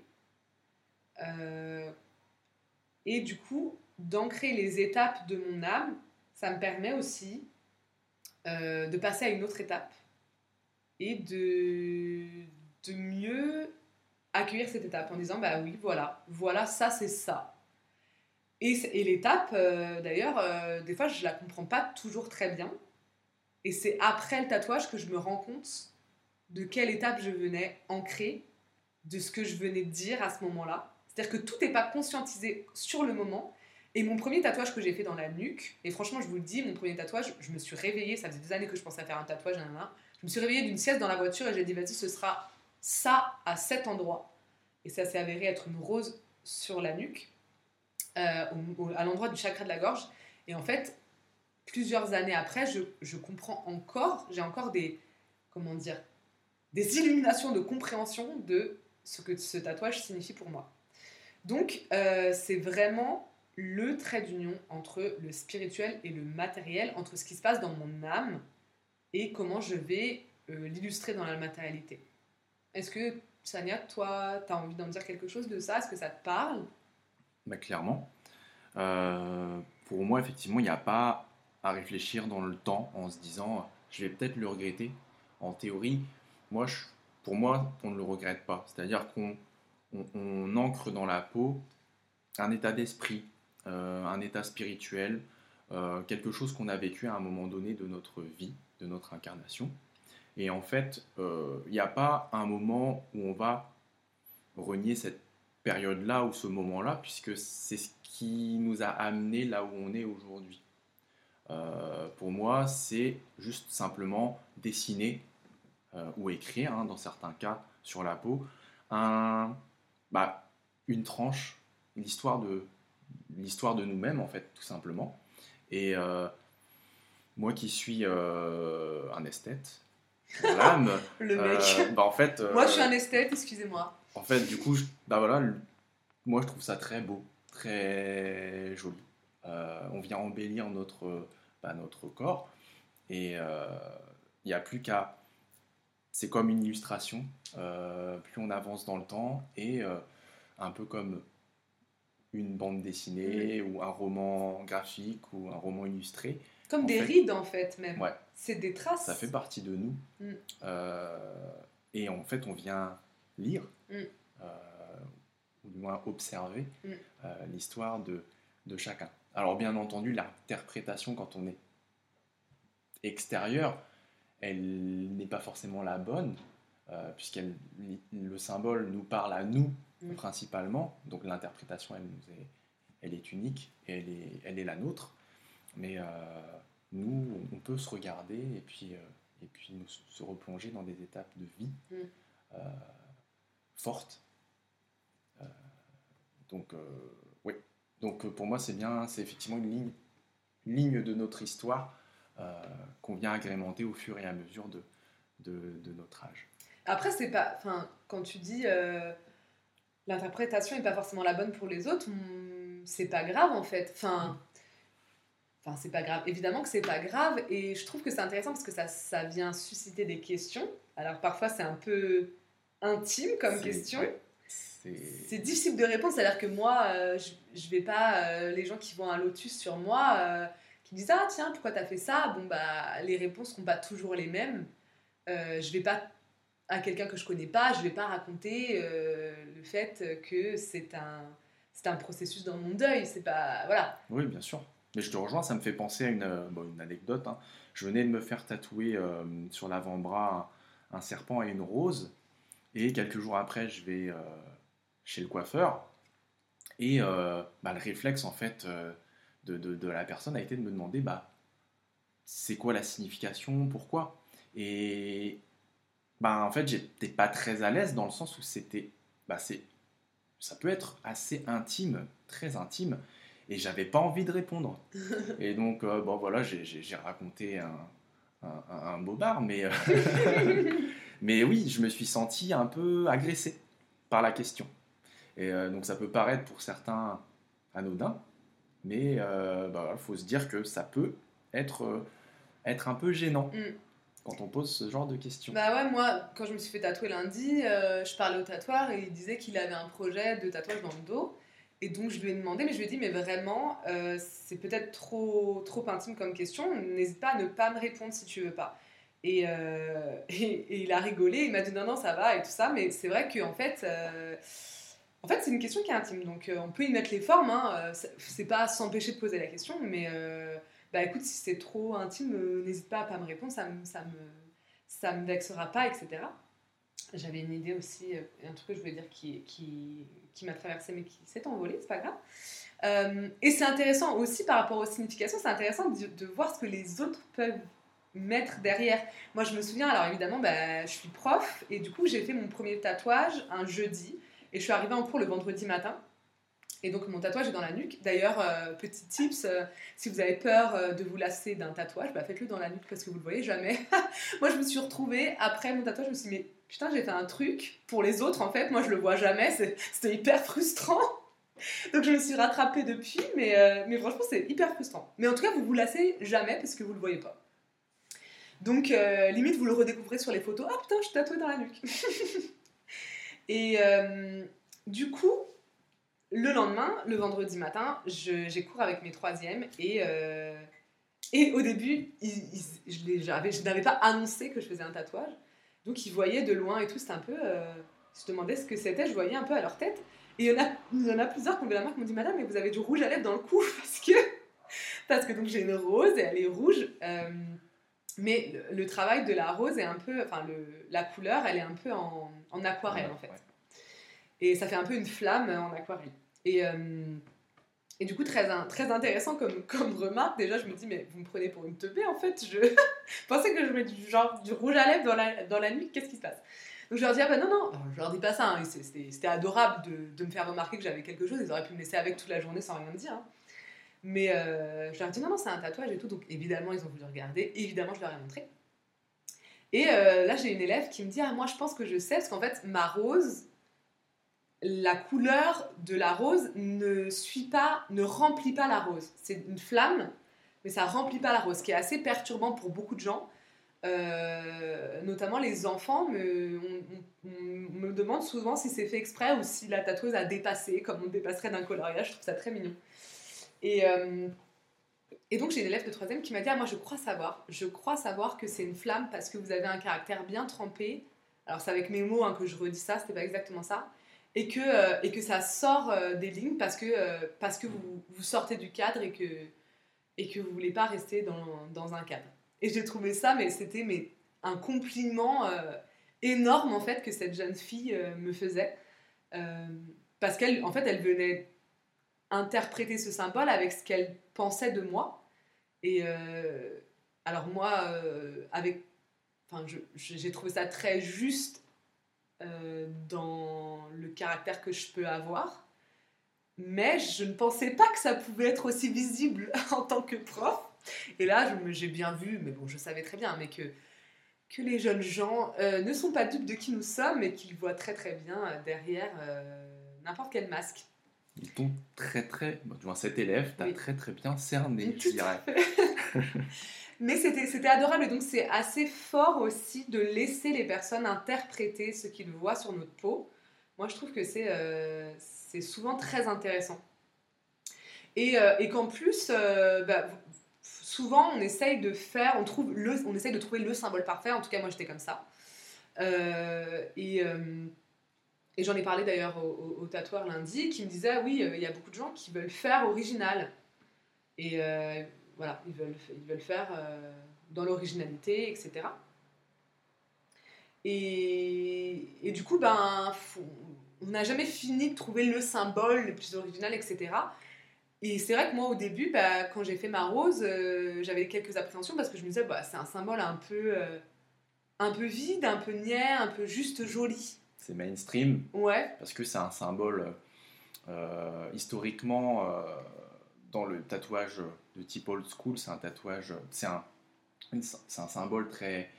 Et du coup, d'ancrer les étapes de mon âme, ça me permet aussi de passer à une autre étape et de mieux accueillir cette étape en disant, bah oui, voilà, ça c'est ça. Et l'étape, d'ailleurs, des fois, je la comprends pas toujours très bien. Et c'est après le tatouage que je me rends compte de quelle étape je venais ancrer, de ce que je venais dire à ce moment-là. C'est-à-dire que tout n'est pas conscientisé sur le moment. Et mon premier tatouage que j'ai fait dans la nuque, et franchement, je vous le dis, mon premier tatouage, je me suis réveillée, ça faisait des années que je pensais à faire un tatouage, je me suis réveillée d'une sieste dans la voiture et j'ai dit, vas-y, ce sera ça à cet endroit. Et ça s'est avéré être une rose sur la nuque. À l'endroit du chakra de la gorge. Et en fait, plusieurs années après, je comprends encore, j'ai encore des illuminations de compréhension de ce que ce tatouage signifie pour moi. Donc, c'est vraiment le trait d'union entre le spirituel et le matériel, entre ce qui se passe dans mon âme et comment je vais l'illustrer dans la matérialité. Est-ce que, Sania, toi, tu as envie d'en dire quelque chose de ça? Est-ce que ça te parle? Clairement. Pour moi, effectivement, il n'y a pas à réfléchir dans le temps en se disant je vais peut-être le regretter. En théorie, pour moi, on ne le regrette pas. C'est-à-dire qu'on ancre dans la peau un état d'esprit, un état spirituel, quelque chose qu'on a vécu à un moment donné de notre vie, de notre incarnation. Et en fait, il n'y a pas un moment où on va renier cette période-là ou ce moment-là, puisque c'est ce qui nous a amené là où on est aujourd'hui. Pour moi, c'est juste simplement dessiner ou écrire, dans certains cas, sur la peau, une tranche, l'histoire de nous-mêmes, en fait, tout simplement. Et moi qui suis un esthète, l'âme, Le mec. en fait... Moi, je suis un esthète, excusez-moi. En fait, du coup, moi je trouve ça très beau, très joli. On vient embellir notre corps et il n'y a plus qu'à... C'est comme une illustration, plus on avance dans le temps et un peu comme une bande dessinée ou un roman graphique ou un roman illustré. Comme des rides en fait même. Ouais. C'est des traces. Ça fait partie de nous. Et en fait, on vient lire, ou du moins observer l'histoire de chacun. Alors bien entendu, l'interprétation quand on est extérieur, elle n'est pas forcément la bonne, le symbole nous parle à nous principalement, donc l'interprétation elle est unique et elle est la nôtre, mais nous on peut se regarder et puis se replonger dans des étapes de vie fortes. Donc oui, donc pour moi c'est effectivement une ligne de notre histoire qu'on vient agrémenter au fur et à mesure de notre âge. Après, c'est pas, quand tu dis l'interprétation n'est pas forcément la bonne pour les autres, c'est pas grave en fait. C'est pas grave. Évidemment que c'est pas grave, et je trouve que c'est intéressant parce que ça vient susciter des questions. Alors parfois c'est un peu intime comme question. Ouais, c'est difficile de répondre, c'est-à-dire que moi, je vais pas, les gens qui vont à Lotus sur moi, qui disent ah tiens pourquoi t'as fait ça, les réponses seront pas toujours les mêmes. Je vais pas à quelqu'un que je connais pas, je vais pas raconter le fait que c'est un processus dans mon deuil, c'est pas voilà. Oui, bien sûr. Mais je te rejoins, ça me fait penser à une anecdote, hein. Je venais de me faire tatouer sur l'avant-bras un serpent et une rose. Et quelques jours après, je vais chez le coiffeur. Et le réflexe, en fait, de la personne a été de me demander, c'est quoi la signification, pourquoi? Et en fait, j'étais pas très à l'aise dans le sens où ça peut être assez intime, très intime, et j'avais pas envie de répondre. Et donc, voilà, j'ai raconté un bobard, mais oui, je me suis senti un peu agressé par la question. Et donc, ça peut paraître pour certains anodin, mais il faut se dire que ça peut être un peu gênant quand on pose ce genre de questions. Bah ouais, moi, quand je me suis fait tatouer lundi, je parlais au tatoueur et il disait qu'il avait un projet de tatouage dans le dos. Et donc je lui ai demandé, mais je lui ai dit, mais vraiment, c'est peut-être trop intime comme question, n'hésite pas à ne pas me répondre si tu veux pas. Et il a rigolé, il m'a dit non, non, ça va et tout ça, mais c'est vrai qu'en fait, c'est une question qui est intime, donc on peut y mettre les formes, hein, c'est pas s'empêcher de poser la question, mais écoute, si c'est trop intime, n'hésite pas à pas me répondre, ça me vexera pas, etc. J'avais une idée aussi, un truc que je voulais dire qui m'a traversé mais qui s'est envolé, c'est pas grave. Et c'est intéressant aussi par rapport aux significations, c'est intéressant de voir ce que les autres peuvent mettre derrière. Moi je me souviens, alors évidemment, je suis prof et du coup j'ai fait mon premier tatouage un jeudi et je suis arrivée en cours le vendredi matin. Et donc mon tatouage est dans la nuque. D'ailleurs, petit tips, si vous avez peur de vous lasser d'un tatouage, faites-le dans la nuque parce que vous le voyez jamais. Moi je me suis retrouvée, après mon tatouage, je me suis dit mais putain j'ai fait un truc pour les autres en fait, moi je le vois jamais, c'était hyper frustrant. Donc je me suis rattrapée depuis, mais franchement c'est hyper frustrant. Mais en tout cas vous vous lassez jamais parce que vous le voyez pas. Donc limite vous le redécouvrez sur les photos, ah putain je suis tatouée dans la nuque. Et du coup, le lendemain, le vendredi matin, j'ai cours avec mes troisièmes et au début, je n'avais pas annoncé que je faisais un tatouage. Donc ils voyaient de loin et tout, c'était un peu... je demandais ce que c'était, je voyais un peu à leur tête. Et il y en a plusieurs qui ont levé la main qui m'ont dit « Madame, mais vous avez du rouge à lèvres dans le cou ?» parce que donc j'ai une rose et elle est rouge. Mais le travail de la rose est un peu... Enfin, la couleur, elle est un peu en aquarelle en fait. Ouais. Et ça fait un peu une flamme en aquarelle. Et du coup, très intéressant comme remarque. Déjà, je me dis, mais vous me prenez pour une teubée, en fait. Je pensais que je mets du rouge à lèvres dans la nuit. Qu'est-ce qui se passe? Donc, je leur dis, ah non. Alors, je leur dis pas ça. Hein. C'était adorable de me faire remarquer que j'avais quelque chose. Ils auraient pu me laisser avec toute la journée sans rien me dire. Hein. Mais je leur dis, non, c'est un tatouage et tout. Donc, évidemment, ils ont voulu regarder. Évidemment, je leur ai montré. Et là, j'ai une élève qui me dit, ah, moi, je pense que je sais. Parce qu'en fait, ma rose... La couleur de la rose ne remplit pas la rose. C'est une flamme, mais ça remplit pas la rose, ce qui est assez perturbant pour beaucoup de gens. Notamment les enfants me demandent souvent si c'est fait exprès ou si la tatoueuse a dépassé, comme on dépasserait d'un coloriage. Je trouve ça très mignon. Et donc j'ai une élève de 3e qui m'a dit, ah, moi je crois savoir que c'est une flamme parce que vous avez un caractère bien trempé. Alors c'est avec mes mots hein, que je redis ça, c'était pas exactement ça. Et que ça sort des lignes parce que vous sortez du cadre et que vous voulez pas rester dans un cadre. Et j'ai trouvé ça, mais c'était un compliment énorme en fait que cette jeune fille me faisait. Parce qu'elle en fait, elle venait interpréter ce symbole avec ce qu'elle pensait de moi. Et alors moi, j'ai trouvé ça très juste dans le caractère que je peux avoir, mais je ne pensais pas que ça pouvait être aussi visible en tant que prof. Et là, j'ai bien vu, mais bon, je savais très bien, mais que les jeunes gens ne sont pas dupes de qui nous sommes et qu'ils voient très très bien derrière n'importe quel masque. Ils t'ont cet élève, t'as très très bien cerné, je dirais. Mais c'était adorable et donc c'est assez fort aussi de laisser les personnes interpréter ce qu'ils voient sur notre peau. Moi je trouve que c'est souvent très intéressant. Et qu'en plus, souvent on essaye de trouver le symbole parfait, en tout cas moi j'étais comme ça. Et j'en ai parlé d'ailleurs au tatoueur lundi qui me disait oui, il y a beaucoup de gens qui veulent faire original. Et voilà, ils veulent faire dans l'originalité, etc. Et du coup, on n'a jamais fini de trouver le symbole le plus original, etc. Et c'est vrai que moi, au début, quand j'ai fait ma rose, j'avais quelques appréhensions parce que je me disais, c'est un symbole un peu vide, un peu niais, un peu juste joli. C'est mainstream, Ouais. parce que c'est un symbole historiquement dans le tatouage de type old school, c'est un tatouage, c'est un symbole très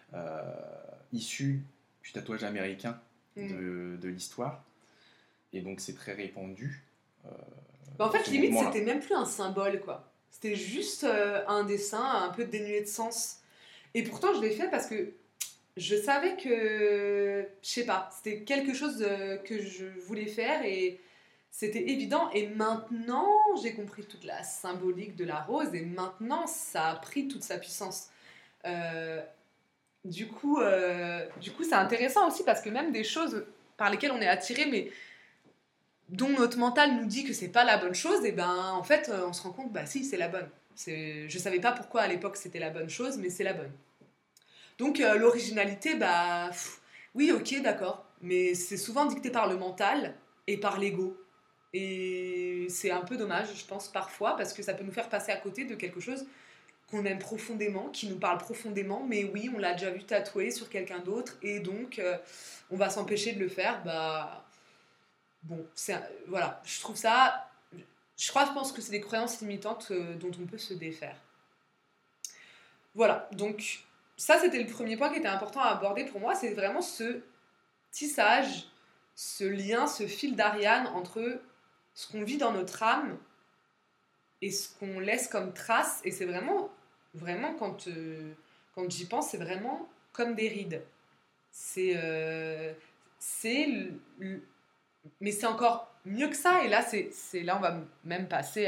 issu du tatouage américain de l'histoire, et donc c'est très répandu. En fait, limite, c'était même plus un symbole, quoi. C'était juste un dessin un peu dénué de sens. Et pourtant, je l'ai fait parce que je savais que, je sais pas, c'était quelque chose que je voulais faire et c'était évident. Et maintenant, j'ai compris toute la symbolique de la rose et maintenant, ça a pris toute sa puissance. Du coup, c'est intéressant aussi parce que même des choses par lesquelles on est attiré, mais dont notre mental nous dit que c'est pas la bonne chose, et en fait, on se rend compte, si, c'est la bonne. Je savais pas pourquoi à l'époque c'était la bonne chose, mais c'est la bonne. Donc l'originalité, oui, ok, d'accord, mais c'est souvent dicté par le mental et par l'ego. Et c'est un peu dommage, je pense, parfois, parce que ça peut nous faire passer à côté de quelque chose qu'on aime profondément, qui nous parle profondément, mais oui, on l'a déjà vu tatoué sur quelqu'un d'autre, et donc on va s'empêcher de le faire. Bon, voilà, je trouve ça... Je pense que c'est des croyances limitantes dont on peut se défaire. Voilà, donc ça c'était le premier point qui était important à aborder pour moi, c'est vraiment ce tissage, ce lien, ce fil d'Ariane entre ce qu'on vit dans notre âme et ce qu'on laisse comme trace, et c'est vraiment, vraiment quand j'y pense, c'est vraiment comme des rides. Mais c'est encore mieux que ça, et là, là on va même passer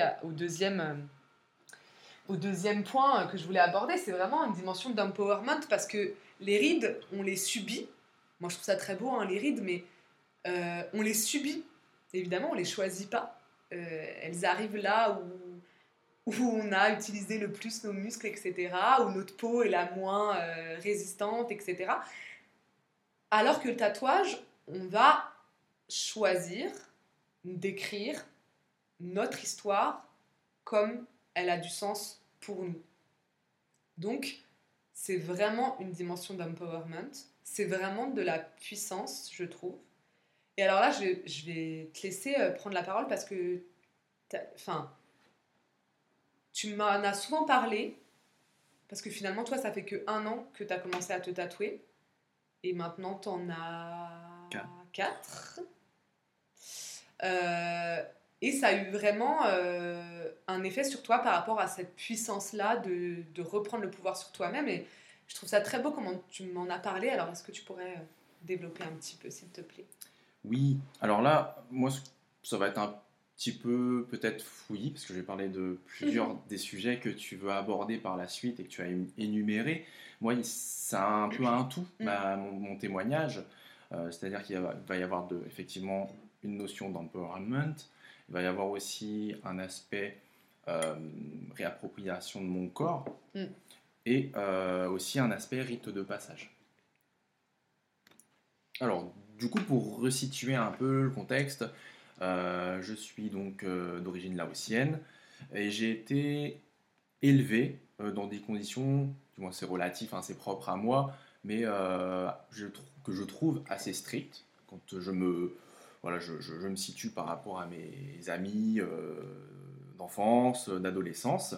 au deuxième point que je voulais aborder, c'est vraiment une dimension d'empowerment, parce que les rides, on les subit. Moi, je trouve ça très beau, hein, les rides, mais on les subit. Évidemment, on les choisit pas. Elles arrivent là où on a utilisé le plus nos muscles, etc., où notre peau est la moins résistante, etc. Alors que le tatouage, on va choisir d'écrire notre histoire comme elle a du sens pour nous. Donc, c'est vraiment une dimension d'empowerment. C'est vraiment de la puissance, je trouve. Et alors là, je vais te laisser prendre la parole parce que tu m'en as souvent parlé, parce que finalement, toi, ça fait que 1 an que tu as commencé à te tatouer. Et maintenant, tu en as 4. Et ça a eu vraiment un effet sur toi par rapport à cette puissance-là de reprendre le pouvoir sur toi-même. Et je trouve ça très beau comment tu m'en as parlé. Alors, est-ce que tu pourrais développer un petit peu, s'il te plaît? Oui, alors là, moi, ça va être un petit peu peut-être fouillis, parce que je vais parler de plusieurs des sujets que tu veux aborder par la suite et que tu as énumérés. Moi, c'est un peu un tout, mon témoignage. C'est-à-dire qu'il va y avoir effectivement une notion d'empowerment. Il va y avoir aussi un aspect réappropriation de mon corps et aussi un aspect rite de passage. Alors, du coup, pour resituer un peu le contexte, je suis donc d'origine laotienne et j'ai été élevé dans des conditions, du moins c'est relatif, hein, c'est propre à moi, mais que je trouve assez strictes quand je me situe par rapport à mes amis d'enfance, d'adolescence.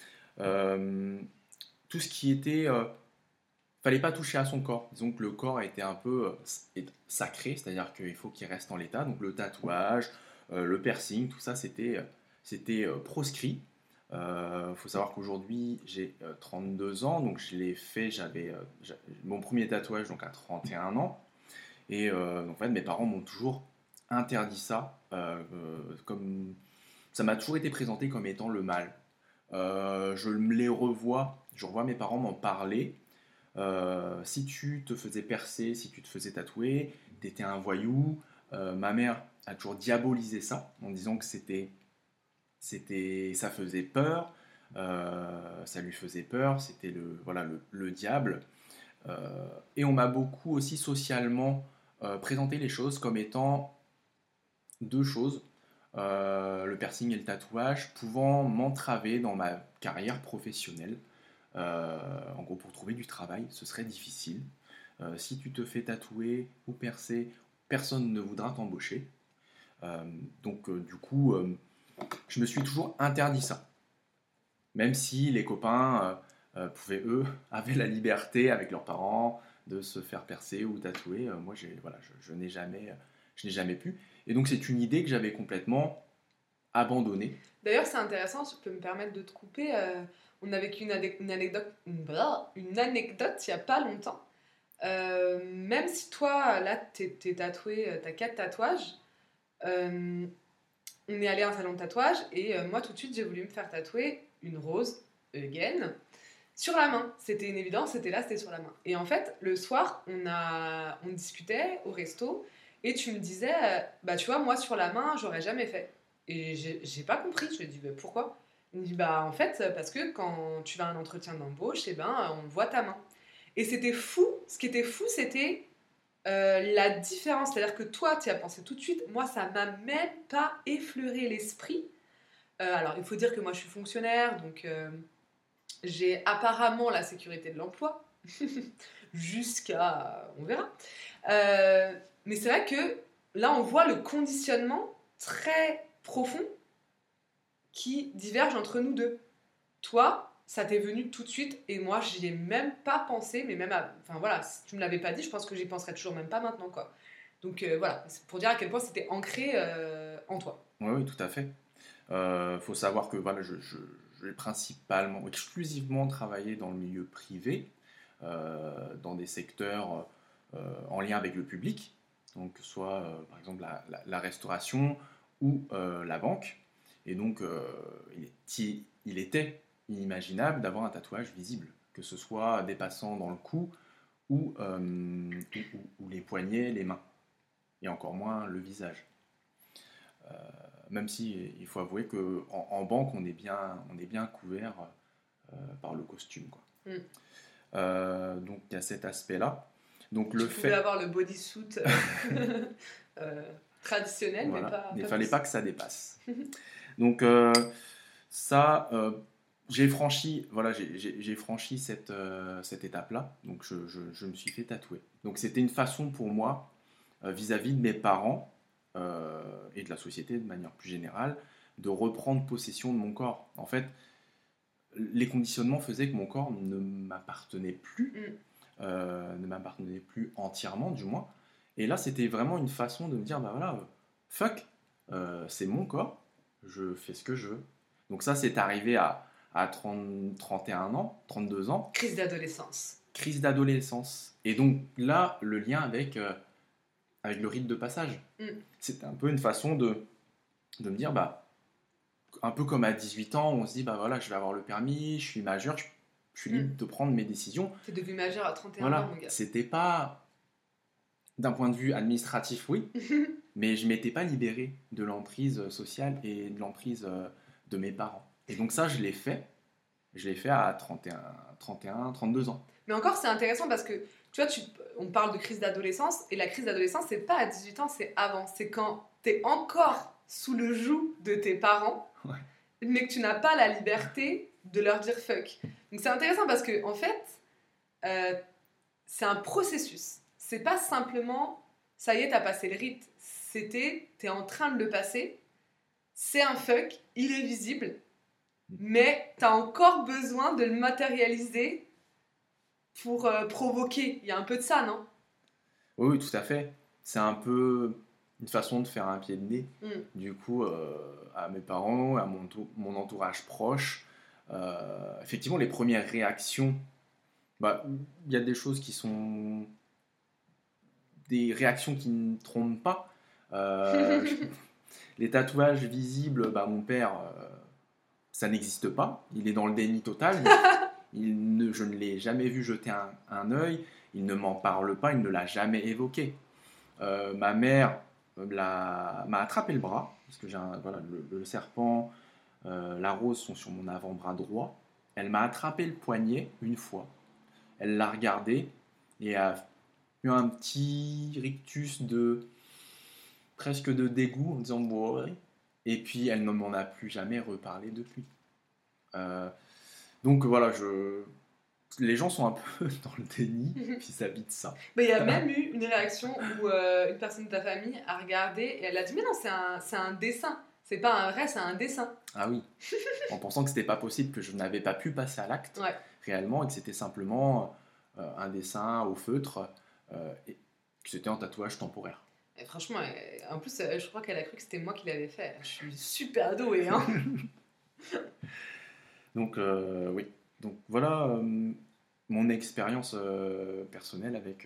Tout ce qui était fallait pas toucher à son corps. Disons que le corps était un peu sacré, c'est-à-dire qu'il faut qu'il reste en l'état. Donc le tatouage, le piercing, tout ça, c'était proscrit. Faut savoir qu'aujourd'hui, j'ai 32 ans, donc je l'ai fait, j'avais mon premier tatouage donc à 31 ans. Et en fait, mes parents m'ont toujours interdit ça, comme ça m'a toujours été présenté comme étant le mal. Je revois mes parents m'en parler. Si tu te faisais percer, si tu te faisais tatouer, t'étais un voyou. Ma mère a toujours diabolisé ça en disant que c'était ça faisait peur, ça lui faisait peur, c'était le diable. Et on m'a beaucoup aussi socialement présenté les choses comme étant deux choses, le piercing et le tatouage, pouvant m'entraver dans ma carrière professionnelle. En gros, pour trouver du travail, ce serait difficile. Si tu te fais tatouer ou percer, personne ne voudra t'embaucher. Du coup, je me suis toujours interdit ça. Même si les copains avaient la liberté avec leurs parents de se faire percer ou tatouer. Moi, je n'ai jamais pu. Et donc, c'est une idée que j'avais complètement abandonnée. D'ailleurs, c'est intéressant, je peux me permettre de te couper. On a vécu une anecdote il n'y a pas longtemps. Même si toi, là, t'es tatoué, t'as 4 tatouages, on est allé à un salon de tatouage et moi, tout de suite, j'ai voulu me faire tatouer une rose, again, sur la main. C'était une évidence, c'était sur la main. Et en fait, le soir, on discutait au resto et tu me disais, bah tu vois, moi, sur la main, j'aurais jamais fait. Et j'ai pas compris, je lui ai dit, bah, pourquoi? Il me dit, bah en fait, parce que quand tu vas à un entretien d'embauche, eh ben, on voit ta main. Et c'était fou, ce qui était fou, c'était la différence. C'est-à-dire que toi, tu y as pensé tout de suite, moi, ça m'a même pas effleuré l'esprit. Alors, il faut dire que moi, je suis fonctionnaire, donc j'ai apparemment la sécurité de l'emploi, jusqu'à... on verra. Mais c'est vrai que là, on voit le conditionnement très profond qui diverge entre nous deux. Toi, ça t'est venu tout de suite et moi, j'y ai même pas pensé, mais enfin voilà, si tu me l'avais pas dit, je pense que j'y penserais toujours même pas maintenant, quoi. Donc voilà, c'est pour dire à quel point c'était ancré en toi. Oui, tout à fait. Faut savoir que voilà, j'ai principalement, exclusivement travaillé dans le milieu privé, dans des secteurs en lien avec le public, donc soit par exemple la restauration ou la banque. Et donc, il était inimaginable d'avoir un tatouage visible, que ce soit dépassant dans le cou ou les poignets, les mains, et encore moins le visage. Même si il faut avouer qu'en banque, on est bien couvert par le costume, quoi. Donc il y a cet aspect-là. Donc tu pouvais avoir le bodysuit traditionnel, voilà. mais pas. Il ne fallait pas que ça dépasse. Donc ça, j'ai franchi cette étape-là. Donc je me suis fait tatouer. Donc c'était une façon pour moi, vis-à-vis de mes parents et de la société de manière plus générale, de reprendre possession de mon corps. En fait, les conditionnements faisaient que mon corps ne m'appartenait plus, ne m'appartenait plus entièrement, du moins. Et là, c'était vraiment une façon de me dire, bah voilà, fuck, c'est mon corps, je fais ce que je veux. Donc ça, c'est arrivé à 31 ans, 32 ans. Crise d'adolescence. Crise d'adolescence. Et donc là, le lien avec le rite de passage. C'était un peu une façon de me dire, bah, un peu comme à 18 ans, on se dit, bah voilà, je vais avoir le permis, je suis majeur, je suis libre de prendre mes décisions. T'es devenu majeur à 31 voilà. ans, mon gars. C'était pas, d'un point de vue administratif, oui, mais je m'étais pas libéré de l'emprise sociale et de l'emprise de mes parents. Et donc ça, je l'ai fait à 31, 32 ans. Mais encore, c'est intéressant parce que, tu vois, on parle de crise d'adolescence, et la crise d'adolescence, c'est pas à 18 ans, c'est avant. C'est quand t'es encore sous le joug de tes parents, ouais, mais que tu n'as pas la liberté de leur dire fuck. Donc c'est intéressant parce que, en fait, c'est un processus. C'est pas simplement, ça y est, t'as passé le rite. T'es en train de le passer, c'est un fuck, il est visible, mais t'as encore besoin de le matérialiser pour provoquer. Il y a un peu de ça, non? Oui, tout à fait. C'est un peu une façon de faire un pied de nez, du coup, à mes parents, à mon entourage proche. Effectivement, les premières réactions, bah, il y a des choses qui sont des réactions qui ne trompent pas. Les tatouages visibles, bah, mon père, ça n'existe pas. Il est dans le déni total. Je ne l'ai jamais vu jeter un œil. Il ne m'en parle pas. Il ne l'a jamais évoqué. Ma mère m'a attrapé le bras parce que j'ai le serpent la rose sont sur mon avant-bras droit. Elle m'a attrapé le poignet une fois. Elle l'a regardé et a eu un petit rictus presque de dégoût en disant bon, ouais. Et puis elle ne m'en a plus jamais reparlé depuis. Donc voilà, les gens sont un peu dans le déni vis-à-vis de ça. Mais il y a même eu une réaction où une personne de ta famille a regardé et elle a dit mais non, c'est un dessin. C'est pas un vrai, c'est un dessin. Ah oui, en pensant que c'était pas possible, que je n'avais pas pu passer à l'acte réellement et que c'était simplement un dessin au feutre et que c'était un tatouage temporaire. Et franchement, en plus, je crois qu'elle a cru que c'était moi qui l'avais fait. Je suis super douée, hein. Donc oui, donc voilà mon expérience personnelle avec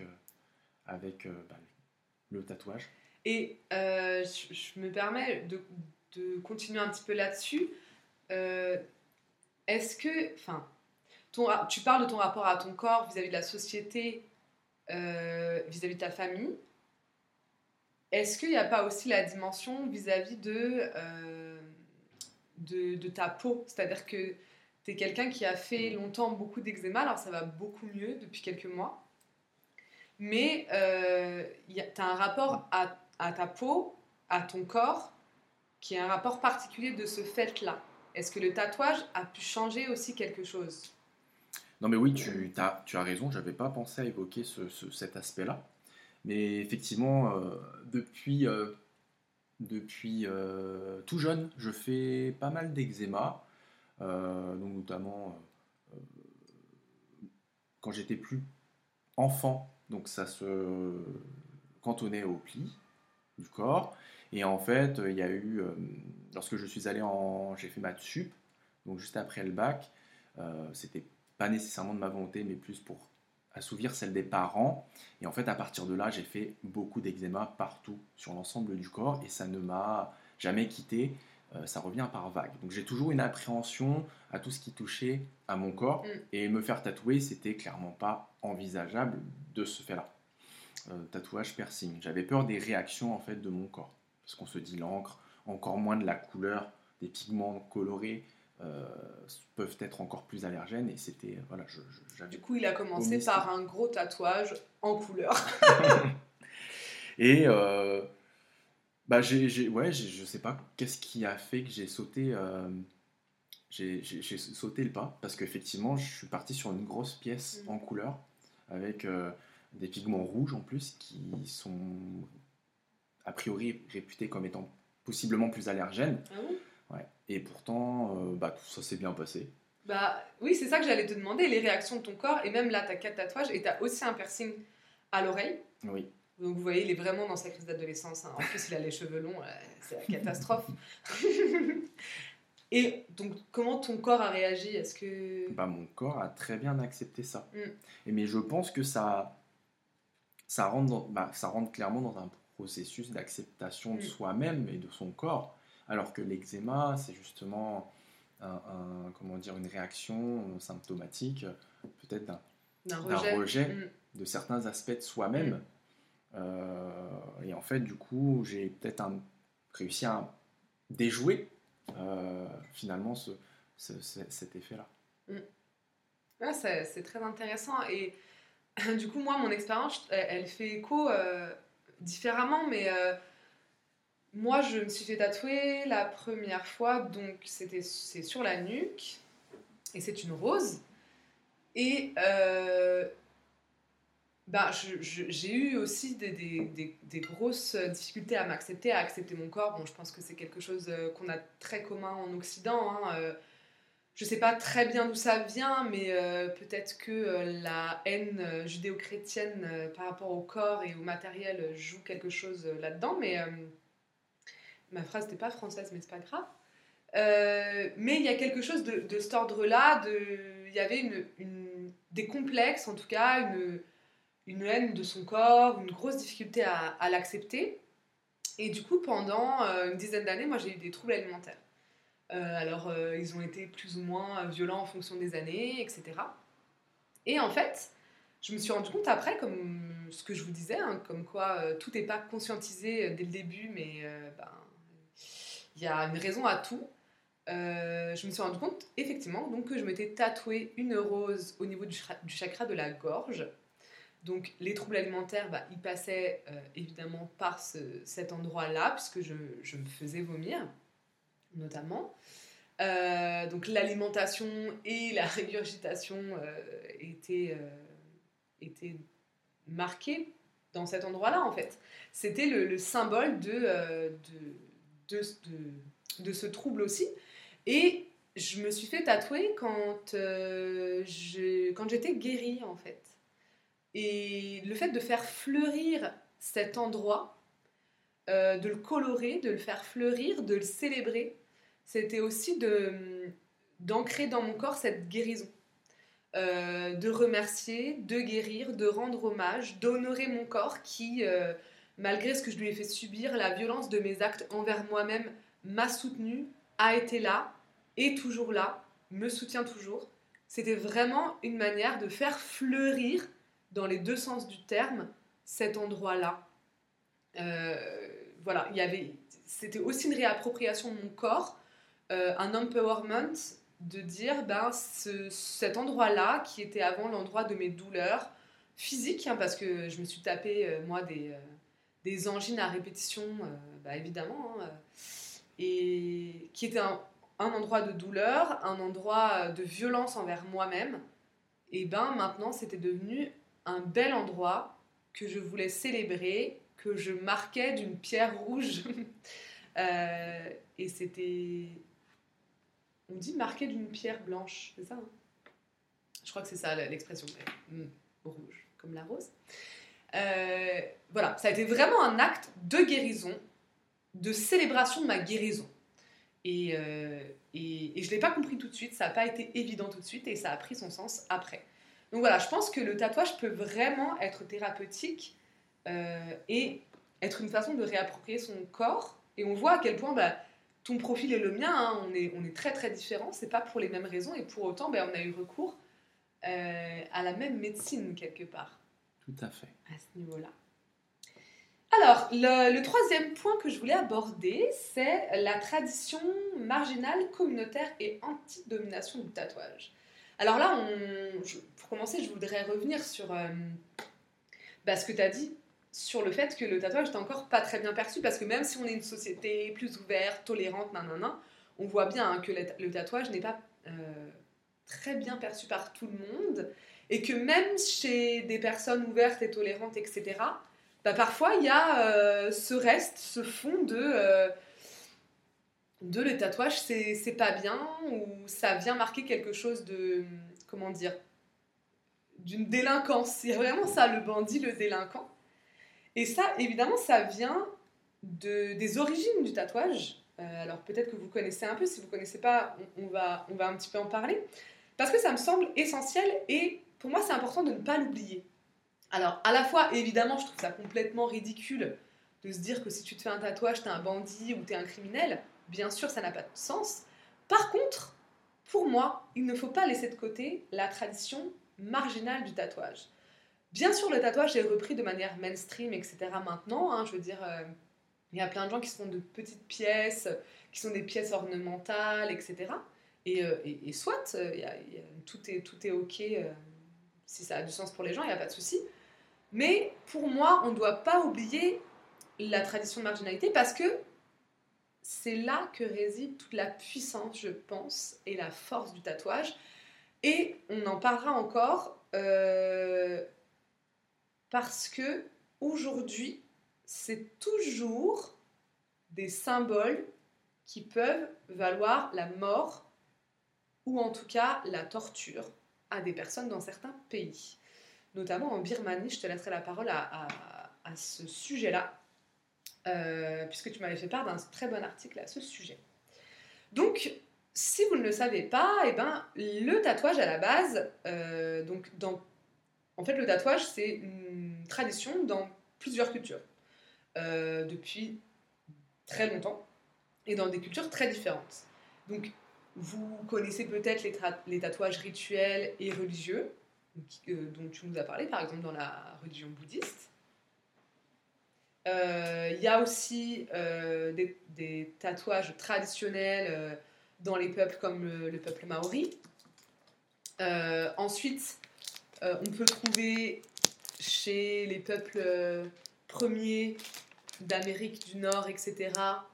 le tatouage. Et je me permets de continuer un petit peu là-dessus. Est-ce que, enfin, tu parles de ton rapport à ton corps vis-à-vis de la société, vis-à-vis de ta famille. Est-ce qu'il n'y a pas aussi la dimension vis-à-vis de ta peau? C'est-à-dire que tu es quelqu'un qui a fait longtemps beaucoup d'eczéma, alors ça va beaucoup mieux depuis quelques mois. Mais tu as un rapport à ta peau, à ton corps, qui est un rapport particulier de ce fait-là. Est-ce que le tatouage a pu changer aussi quelque chose? Non mais oui, tu as raison, je n'avais pas pensé à évoquer cet aspect-là. Mais effectivement, depuis tout jeune, je fais pas mal d'eczéma, donc notamment quand j'étais plus enfant, donc ça se cantonnait aux plis du corps. Et en fait, il y a eu, lorsque je suis allé j'ai fait maths sup, donc juste après le bac, c'était pas nécessairement de ma volonté, mais plus pour assouvir celle des parents. Et en fait, à partir de là, j'ai fait beaucoup d'eczéma partout, sur l'ensemble du corps, et ça ne m'a jamais quitté. Ça revient par vague. Donc j'ai toujours une appréhension à tout ce qui touchait à mon corps, et me faire tatouer, c'était clairement pas envisageable de ce fait-là. Tatouage, piercing. J'avais peur des réactions en fait de mon corps, parce qu'on se dit l'encre, encore moins de la couleur, des pigments colorés peuvent être encore plus allergènes, et c'était voilà, j'avais. Du coup, il a commencé par un gros tatouage en couleur. Et je sais pas qu'est-ce qui a fait que j'ai sauté le pas, parce qu'effectivement je suis parti sur une grosse pièce en couleur avec des pigments rouges en plus qui sont a priori réputés comme étant possiblement plus allergènes. Ah bon? Ouais. Et pourtant tout ça s'est bien passé. Bah oui, c'est ça que j'allais te demander, les réactions de ton corps. Et même là, t'as 4 tatouages et t'as aussi un piercing à l'oreille. Oui. Donc vous voyez, il est vraiment dans sa crise d'adolescence, hein. En plus, il a les cheveux longs, c'est la catastrophe. Et donc, comment ton corps a réagi? Est-ce que... Mon corps a très bien accepté ça. Mais je pense que ça rentre clairement dans un processus d'acceptation de soi-même et de son corps, alors que l'eczéma, c'est justement une réaction symptomatique, peut-être d'un rejet de certains aspects de soi-même. Et en fait, du coup, j'ai peut-être réussi à déjouer finalement cet effet-là. Ouais, c'est très intéressant. Et du coup, moi, mon expérience, elle fait écho différemment, mais moi, je me suis fait tatouer la première fois, donc c'est sur la nuque, et c'est une rose. Et j'ai eu aussi des grosses difficultés à m'accepter, à accepter mon corps. Bon, je pense que c'est quelque chose qu'on a très commun en Occident, hein. Je sais pas très bien d'où ça vient, mais peut-être que la haine judéo-chrétienne par rapport au corps et au matériel joue quelque chose là-dedans. Mais ma phrase n'était pas française, mais c'est pas grave. Mais il y a quelque chose de cet ordre-là. Il y avait des complexes, en tout cas, une haine de son corps, une grosse difficulté à l'accepter. Et du coup, pendant une dizaine d'années, moi, j'ai eu des troubles alimentaires. Alors, ils ont été plus ou moins violents en fonction des années, etc. Et en fait, je me suis rendu compte après, comme ce que je vous disais, hein, comme quoi tout n'est pas conscientisé dès le début, mais il y a une raison à tout. je me suis rendu compte effectivement donc, que je m'étais tatoué une rose au niveau du chakra de la gorge. Donc les troubles alimentaires, ils passaient évidemment par cet endroit-là, puisque je me faisais vomir, notamment. Donc l'alimentation et la régurgitation étaient marquées dans cet endroit-là, en fait. C'était le symbole de ce trouble aussi. Et je me suis fait tatouer quand j'étais guérie, en fait. Et le fait de faire fleurir cet endroit, de le colorer, de le faire fleurir, de le célébrer, c'était aussi d'ancrer dans mon corps cette guérison. De remercier, de guérir, de rendre hommage, d'honorer mon corps qui, malgré ce que je lui ai fait subir, la violence de mes actes envers moi-même m'a soutenu, a été là, est toujours là, me soutient toujours. C'était vraiment une manière de faire fleurir, dans les deux sens du terme, cet endroit-là. Voilà, c'était aussi une réappropriation de mon corps, un empowerment, de dire cet endroit-là qui était avant l'endroit de mes douleurs physiques, hein, parce que je me suis tapé moi des angines à répétition, évidemment, hein, et qui était un endroit de douleur, un endroit de violence envers moi-même. Et maintenant c'était devenu un bel endroit que je voulais célébrer, que je marquais d'une pierre rouge. Et c'était... On dit marqué d'une pierre blanche, c'est ça, hein? Je crois que c'est ça l'expression, rouge, comme la rose. Voilà, ça a été vraiment un acte de guérison, de célébration de ma guérison. Et je ne l'ai pas compris tout de suite, ça n'a pas été évident tout de suite, et ça a pris son sens après. Donc voilà, je pense que le tatouage peut vraiment être thérapeutique et être une façon de réapproprier son corps. Et on voit à quel point ton profil et le mien, hein, on est très très différents, c'est pas pour les mêmes raisons, et pour autant, on a eu recours à la même médecine quelque part. Tout à fait. À ce niveau-là. Alors, le troisième point que je voulais aborder, c'est la tradition marginale, communautaire et anti-domination du tatouage. Alors là, pour commencer, je voudrais revenir sur ce que tu as dit, sur le fait que le tatouage n'est encore pas très bien perçu, parce que même si on est une société plus ouverte, tolérante, on voit bien, hein, que le tatouage n'est pas très bien perçu par tout le monde, et que même chez des personnes ouvertes et tolérantes, etc., parfois il y a ce fond de le tatouage c'est pas bien, ou ça vient marquer quelque chose de, comment dire, d'une délinquance. C'est vraiment ça, le bandit, le délinquant. Et ça, évidemment, ça vient des origines du tatouage. Alors peut-être que vous connaissez un peu, si vous ne connaissez pas, on va un petit peu en parler, parce que ça me semble essentiel, et pour moi c'est important de ne pas l'oublier. Alors à la fois, évidemment, je trouve ça complètement ridicule de se dire que si tu te fais un tatouage, t'es un bandit ou t'es un criminel. Bien sûr, ça n'a pas de sens. Par contre, pour moi, il ne faut pas laisser de côté la tradition marginale du tatouage. Bien sûr, le tatouage est repris de manière mainstream, etc. maintenant, hein, je veux dire, il y a plein de gens qui se font de petites pièces, qui sont des pièces ornementales, etc. Et soit, tout est ok, si ça a du sens pour les gens, il n'y a pas de souci. Mais pour moi, on ne doit pas oublier la tradition de marginalité, parce que c'est là que réside toute la puissance, je pense, et la force du tatouage. Et on en parlera encore parce que aujourd'hui, c'est toujours des symboles qui peuvent valoir la mort, ou en tout cas la torture, à des personnes dans certains pays. Notamment en Birmanie, je te laisserai la parole à ce sujet-là, puisque tu m'avais fait part d'un très bon article à ce sujet. Donc, si vous ne le savez pas, le tatouage à la base, en fait, le tatouage, c'est une tradition dans plusieurs cultures, depuis très longtemps, et dans des cultures très différentes. Donc, vous connaissez peut-être les tatouages rituels et religieux, dont tu nous as parlé, par exemple dans la religion bouddhiste. Il y a aussi des tatouages traditionnels dans les peuples comme le peuple maori. Ensuite, on peut trouver chez les peuples premiers d'Amérique du Nord, etc.,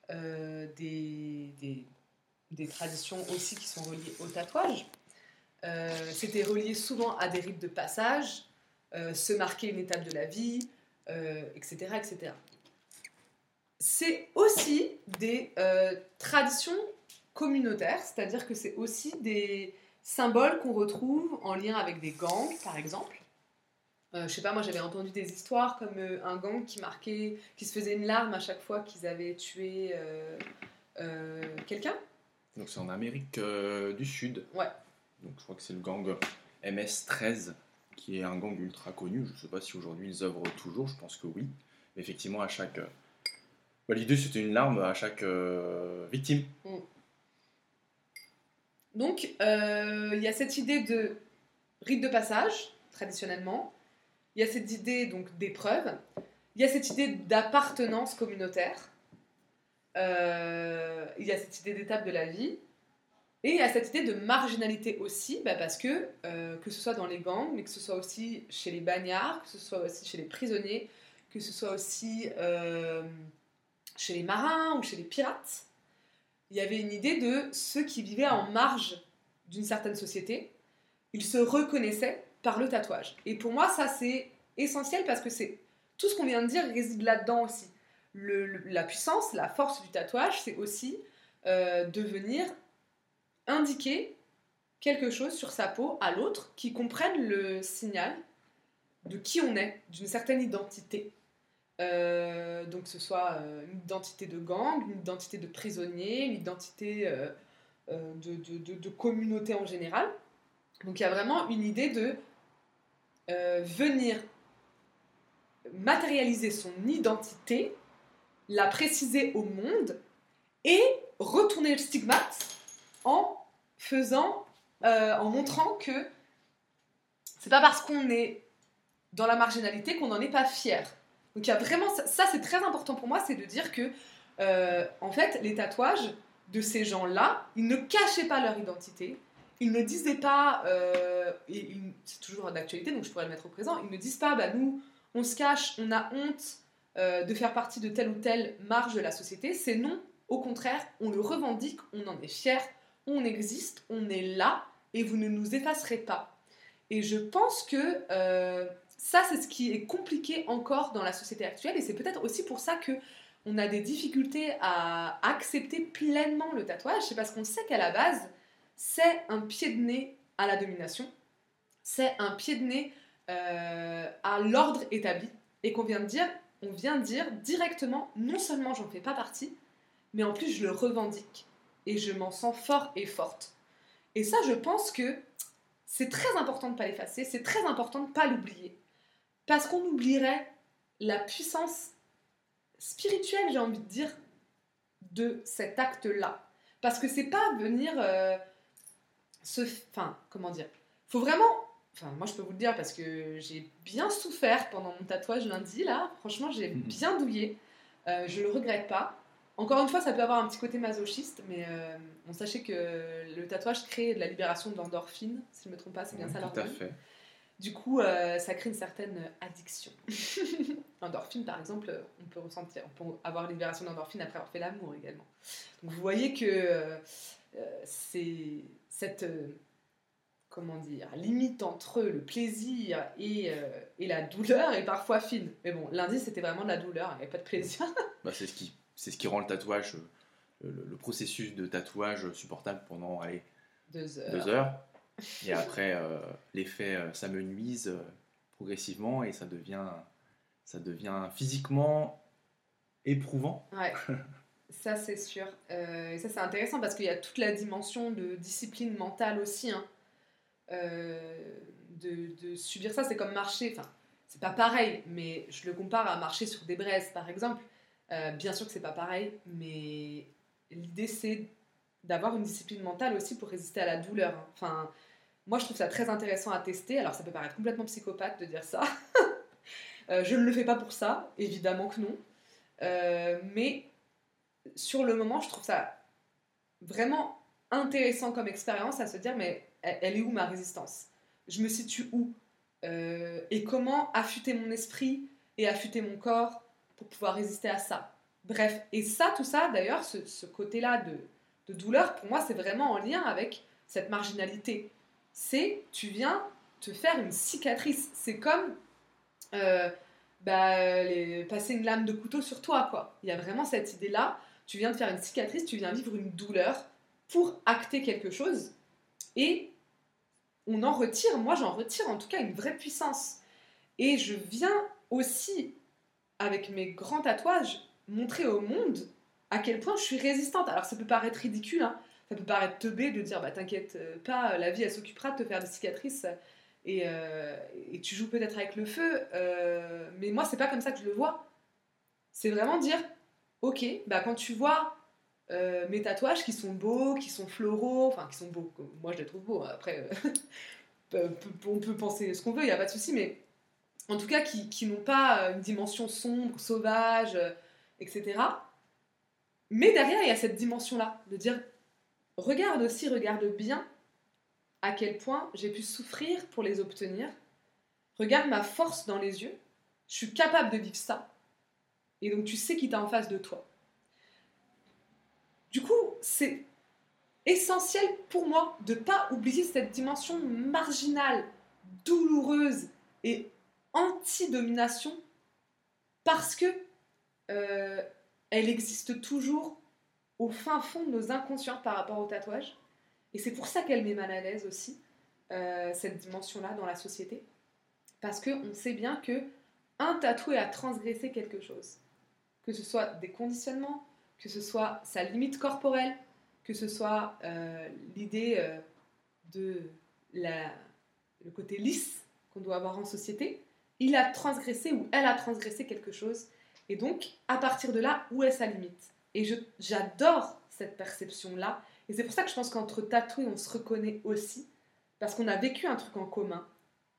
des traditions aussi qui sont reliées au tatouage. C'était relié souvent à des rites de passage, se marquer une étape de la vie, etc., etc. C'est aussi des traditions communautaires, c'est-à-dire que c'est aussi des symboles qu'on retrouve en lien avec des gangs, par exemple. Je sais pas, moi j'avais entendu des histoires comme un gang qui se faisait une larme à chaque fois qu'ils avaient tué quelqu'un. Donc c'est en Amérique du Sud. Ouais. Donc je crois que c'est le gang MS-13, qui est un gang ultra connu. Je ne sais pas si aujourd'hui ils œuvrent toujours, je pense que oui. Mais effectivement, à chaque... l'idée c'était une larme à chaque victime. Donc il y a cette idée de rite de passage, traditionnellement. Il y a cette idée donc d'épreuve. Il y a cette idée d'appartenance communautaire. Il y a cette idée d'étape de la vie. Et il y a cette idée de marginalité aussi, parce que ce soit dans les gangs, mais que ce soit aussi chez les bagnards, que ce soit aussi chez les prisonniers, que ce soit aussi chez les marins ou chez les pirates, il y avait une idée de ceux qui vivaient en marge d'une certaine société. Ils se reconnaissaient par le tatouage. Et pour moi, ça c'est essentiel parce que c'est tout ce qu'on vient de dire réside là-dedans aussi. La puissance, la force du tatouage, c'est aussi de venir indiquer quelque chose sur sa peau à l'autre qui comprenne le signal de qui on est, d'une certaine identité. Donc que ce soit une identité de gang, une identité de prisonnier, une identité de communauté en général. Donc il y a vraiment une idée de venir matérialiser son identité, la préciser au monde et retourner le stigmate en montrant que c'est pas parce qu'on est dans la marginalité qu'on n'en est pas fier. Donc il y a vraiment ça c'est très important pour moi, c'est de dire que en fait les tatouages de ces gens-là, ils ne cachaient pas leur identité, ils ne disaient pas c'est toujours d'actualité donc je pourrais le mettre au présent, ils ne disent pas nous on se cache, on a honte de faire partie de telle ou telle marge de la société. C'est non, au contraire, on le revendique, on en est fier, on existe, on est là et vous ne nous effacerez pas. Et je pense que ça, c'est ce qui est compliqué encore dans la société actuelle et c'est peut-être aussi pour ça qu'on a des difficultés à accepter pleinement le tatouage. C'est parce qu'on sait qu'à la base, c'est un pied de nez à la domination, c'est un pied de nez à l'ordre établi et on vient dire directement, non seulement j'en fais pas partie, mais en plus je le revendique et je m'en sens fort et forte. Et ça, je pense que c'est très important de ne pas l'effacer, c'est très important de ne pas l'oublier. Parce qu'on oublierait la puissance spirituelle, j'ai envie de dire, de cet acte-là. Parce que c'est pas venir comment dire, faut vraiment... moi je peux vous le dire parce que j'ai bien souffert pendant mon tatouage lundi, là. Franchement, j'ai bien douillé. Je le regrette pas. Encore une fois, ça peut avoir un petit côté masochiste, mais sachez que le tatouage crée de la libération d'endorphines, si je ne me trompe pas, c'est bien ça l'hormone. Tout à fait. Du coup, ça crée une certaine addiction. Endorphine, par exemple, on peut avoir une libération d'endorphine après avoir fait l'amour également. Donc vous voyez que c'est cette limite entre le plaisir et la douleur est parfois fine. Mais bon, lundi c'était vraiment de la douleur, il n'y avait pas de plaisir. C'est ce qui rend le tatouage, le processus de tatouage supportable pendant 2 heures. Et après, l'effet s'amenuise progressivement et ça devient physiquement éprouvant. Ouais, ça c'est sûr. Et ça c'est intéressant parce qu'il y a toute la dimension de discipline mentale aussi. De subir ça, c'est comme marcher. Enfin, c'est pas pareil, mais je le compare à marcher sur des braises par exemple. Bien sûr que c'est pas pareil, mais l'idée c'est d'avoir une discipline mentale aussi pour résister à la douleur. Enfin, moi je trouve ça très intéressant à tester. Alors ça peut paraître complètement psychopathe de dire ça. Je ne le fais pas pour ça, évidemment que non. Mais sur le moment, je trouve ça vraiment intéressant comme expérience à se dire, mais elle est où ma résistance? Je me situe où? Et comment affûter mon esprit et affûter mon corps pour pouvoir résister à ça? Bref, et ça, tout ça, d'ailleurs, ce côté-là de douleur, pour moi, c'est vraiment en lien avec cette marginalité. Tu viens te faire une cicatrice. C'est comme passer une lame de couteau sur toi, quoi. Il y a vraiment cette idée-là. Tu viens de faire une cicatrice, tu viens vivre une douleur pour acter quelque chose. Et on en retire, moi j'en retire en tout cas une vraie puissance. Et je viens aussi, avec mes grands tatouages, montrer au monde à quel point je suis résistante. Alors ça peut paraître ridicule, hein. Ça peut paraître teubé de dire, bah t'inquiète pas, la vie elle s'occupera de te faire des cicatrices et tu joues peut-être avec le feu. Mais moi c'est pas comme ça que je le vois. C'est vraiment dire, ok, bah quand tu vois mes tatouages qui sont beaux, qui sont floraux, enfin qui sont beaux, moi je les trouve beaux, après on peut penser ce qu'on veut, il n'y a pas de souci, mais en tout cas qui n'ont pas une dimension sombre, sauvage, etc. Mais derrière, il y a cette dimension-là, de dire, regarde bien à quel point j'ai pu souffrir pour les obtenir, regarde ma force dans les yeux, je suis capable de vivre ça, et donc tu sais qui t'as en face de toi. Du coup, c'est essentiel pour moi de ne pas oublier cette dimension marginale, douloureuse et anti-domination parce que elle existe toujours au fin fond de nos inconscients par rapport au tatouage. Et c'est pour ça qu'elle met mal à l'aise aussi, cette dimension-là dans la société. Parce qu'on sait bien que un tatoué a transgressé quelque chose. Que ce soit des conditionnements, que ce soit sa limite corporelle, que ce soit l'idée de le côté lisse qu'on doit avoir en société, il a transgressé ou elle a transgressé quelque chose. Et donc, à partir de là, où est sa limite? Et j'adore cette perception-là. Et c'est pour ça que je pense qu'entre tatoués, on se reconnaît aussi, parce qu'on a vécu un truc en commun.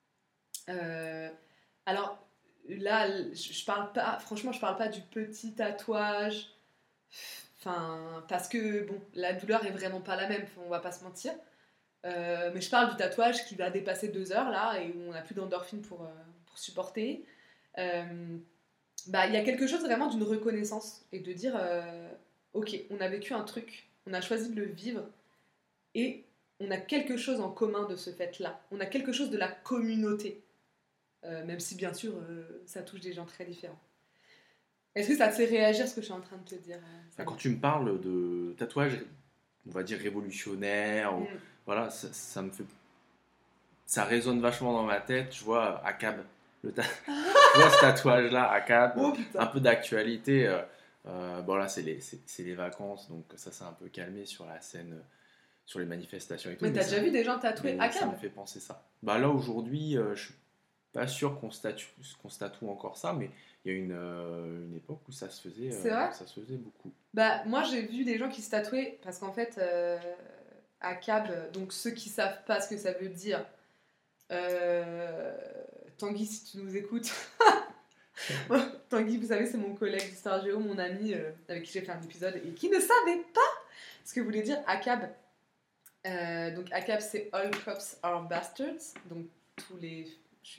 Alors, là, je parle pas, franchement, je parle pas du petit tatouage, enfin, parce que, bon, la douleur est vraiment pas la même, on va pas se mentir. Mais je parle du tatouage qui va dépasser 2 heures, là, et où on n'a plus d'endorphine pour supporter. Il y a quelque chose vraiment d'une reconnaissance, et de dire, ok, on a vécu un truc, on a choisi de le vivre, et on a quelque chose en commun de ce fait-là. On a quelque chose de la communauté. Même si, bien sûr, ça touche des gens très différents. Est-ce que ça te fait réagir ce que je suis en train de te dire? Quand tu me parles de tatouage, on va dire révolutionnaire, voilà, ça me fait... Ça résonne vachement dans ma tête, je vois ACAB. Je vois ce tatouage-là, ACAB, un peu d'actualité. Là, c'est les vacances, donc ça s'est un peu calmé sur la scène, sur les manifestations et tout. Mais t'as déjà vu des gens tatoués ACAB? Ça me fait penser ça. Là, aujourd'hui, je suis pas sûr qu'on se tatoue encore ça, mais il y a une époque où ça se faisait, ça se faisait beaucoup. Moi, j'ai vu des gens qui se tatouaient, parce qu'en fait, ACAB, donc ceux qui savent pas ce que ça veut dire, Tanguy, si tu nous écoutes, Tanguy, vous savez, c'est mon collègue d'Histoire Géo, mon ami avec qui j'ai fait un épisode et qui ne savait pas ce que voulait dire ACAB. Donc ACAB, c'est All Cops Are Bastards, donc tous les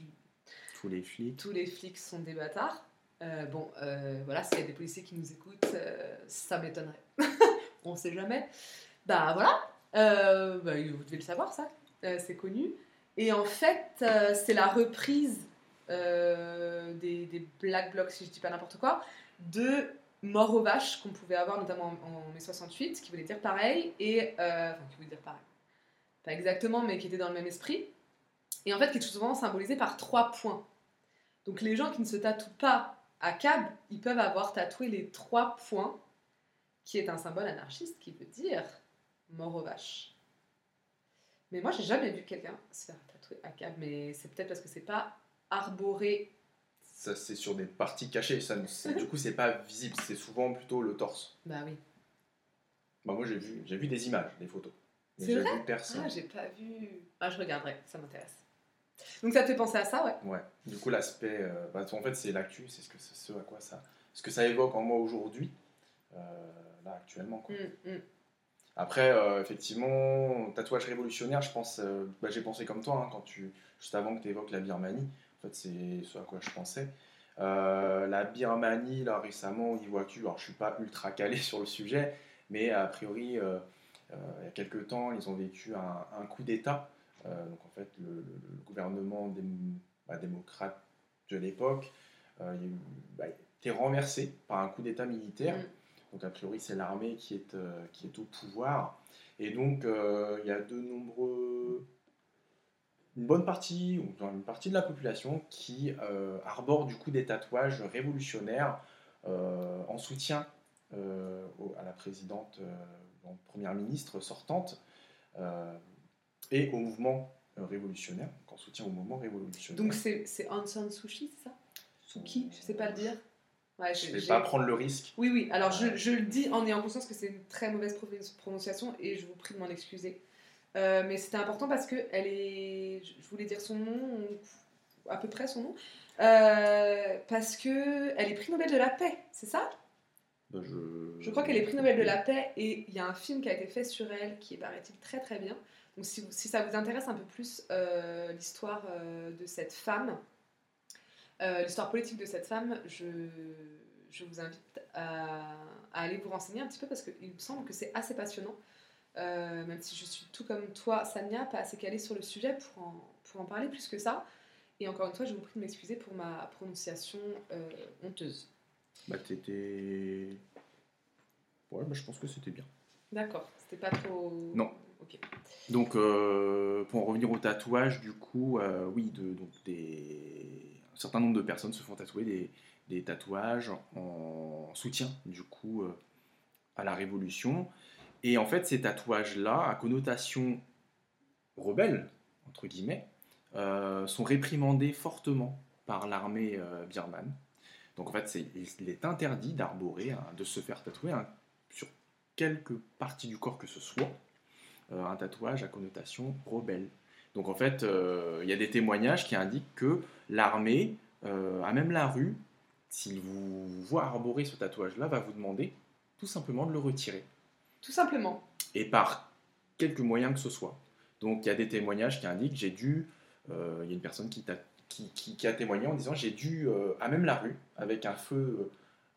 flics sont des bâtards. Voilà, s'il y a des policiers qui nous écoutent, ça m'étonnerait. On sait jamais. Voilà. Vous devez le savoir, ça. C'est connu. Et en fait, c'est la reprise des Black Blocs, si je dis pas n'importe quoi, de Mort aux vaches qu'on pouvait avoir notamment en mai 68, qui voulait dire pareil, et qui voulait dire pareil. Pas exactement, mais qui était dans le même esprit. Et en fait, qui est souvent symbolisé par 3 points. Donc les gens qui ne se tatouent pas ACAB, ils peuvent avoir tatoué les 3 points, qui est un symbole anarchiste qui veut dire mort aux vaches. Mais moi, j'ai jamais vu quelqu'un se faire tatouer ACAB, mais c'est peut-être parce que c'est pas arboré. Ça, c'est sur des parties cachées. Du coup, c'est pas visible. C'est souvent plutôt le torse. Bah oui. Moi, j'ai vu des images, des photos. Mais c'est vrai? Vu personne. Ah, j'ai pas vu. Ah, je regarderai, ça m'intéresse. Donc ça te fait penser à ça, ouais. Ouais. Du coup, l'aspect... en fait, c'est l'actu, c'est ce à quoi ça... Ce que ça évoque en moi aujourd'hui, là, actuellement, quoi. Après, effectivement, tatouage révolutionnaire, je pense, j'ai pensé comme toi, hein, juste avant que tu évoques la Birmanie. En fait, c'est ce à quoi je pensais. La Birmanie, là, récemment, au niveau actuel, alors je suis pas ultra calé sur le sujet, mais a priori, il y a quelques temps, ils ont vécu un coup d'État. Donc, en fait, le gouvernement démocrate de l'époque était renversé par un coup d'État militaire. Donc, a priori, c'est l'armée qui est au pouvoir. Et donc, il y a une bonne partie, ou une partie de la population qui arbore du coup des tatouages révolutionnaires en soutien à la présidente, première ministre sortante, et au mouvement révolutionnaire, donc en soutien au mouvement révolutionnaire. Donc c'est Aung San Suu Kyi, c'est ça? Suki, je sais pas le dire. Ouais, je ne vais pas prendre le risque. Oui, oui, alors je le dis en ayant conscience que c'est une très mauvaise prononciation et je vous prie de m'en excuser. Mais c'était important parce que je voulais dire son nom, à peu près son nom, parce que elle est prix Nobel de la paix, c'est ça? Je crois qu'elle est prix Nobel de la paix et il y a un film qui a été fait sur elle qui est, paraît-il, très très bien. Donc si ça vous intéresse un peu plus l'histoire de cette femme, l'histoire politique de cette femme, je vous invite à aller vous renseigner un petit peu parce qu'il me semble que c'est assez passionnant. Même si je suis tout comme toi, Sania, pas assez calée sur le sujet pour en parler plus que ça. Et encore une fois, je vous prie de m'excuser pour ma prononciation honteuse. T'étais... Ouais, je pense que c'était bien. D'accord, c'était pas trop... Non. Ok. Donc, pour en revenir au tatouage, du coup, oui, un certain nombre de personnes se font tatouer des tatouages en soutien, du coup, à la Révolution. Et en fait, ces tatouages-là, à connotation rebelle, entre guillemets, sont réprimandés fortement par l'armée birmane. Donc en fait, il est interdit d'arborer, de se faire tatouer sur quelque partie du corps que ce soit, un tatouage à connotation rebelle. Donc en fait, il y a des témoignages qui indiquent que l'armée, à même la rue, s'il vous voit arborer ce tatouage-là, va vous demander tout simplement de le retirer. Tout simplement. Et par quelque moyen que ce soit. Donc il y a des témoignages qui indiquent, il y a une personne qui a témoigné en disant j'ai dû, à même la rue, avec un feu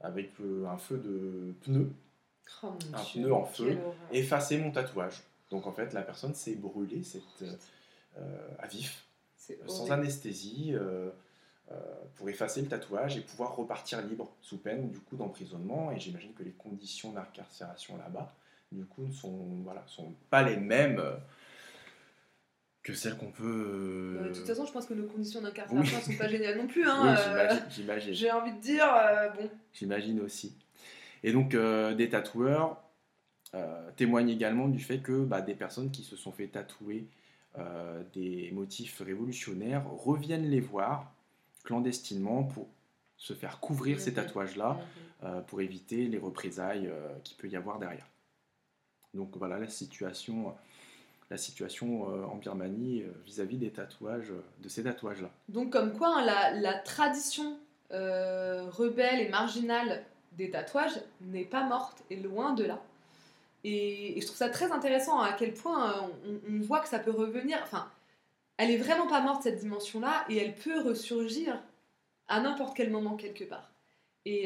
de pneu, pneu en feu, effacer mon tatouage. Donc en fait la personne s'est brûlée à vif, sans anesthésie, pour effacer le tatouage et pouvoir repartir libre, sous peine du coup d'emprisonnement. Et j'imagine que les conditions d'incarcération là-bas, du coup, ne sont pas les mêmes que celles qu'on peut... De toute façon, je pense que nos conditions d'incarcération ne sont pas géniales non plus. Hein, oui, j'imagine. J'ai envie de dire, bon. J'imagine aussi. Et donc, des tatoueurs témoignent également du fait que des personnes qui se sont fait tatouer des motifs révolutionnaires reviennent les voir clandestinement pour se faire couvrir ces tatouages-là, pour éviter les représailles qu'il peut y avoir derrière. Donc voilà la situation en Birmanie vis-à-vis des tatouages, de ces tatouages-là. Donc comme quoi, hein, la tradition rebelle et marginale des tatouages n'est pas morte, et loin de là. Et je trouve ça très intéressant à quel point on voit que ça peut revenir. Enfin, elle est vraiment pas morte cette dimension-là, et elle peut ressurgir à n'importe quel moment quelque part. Et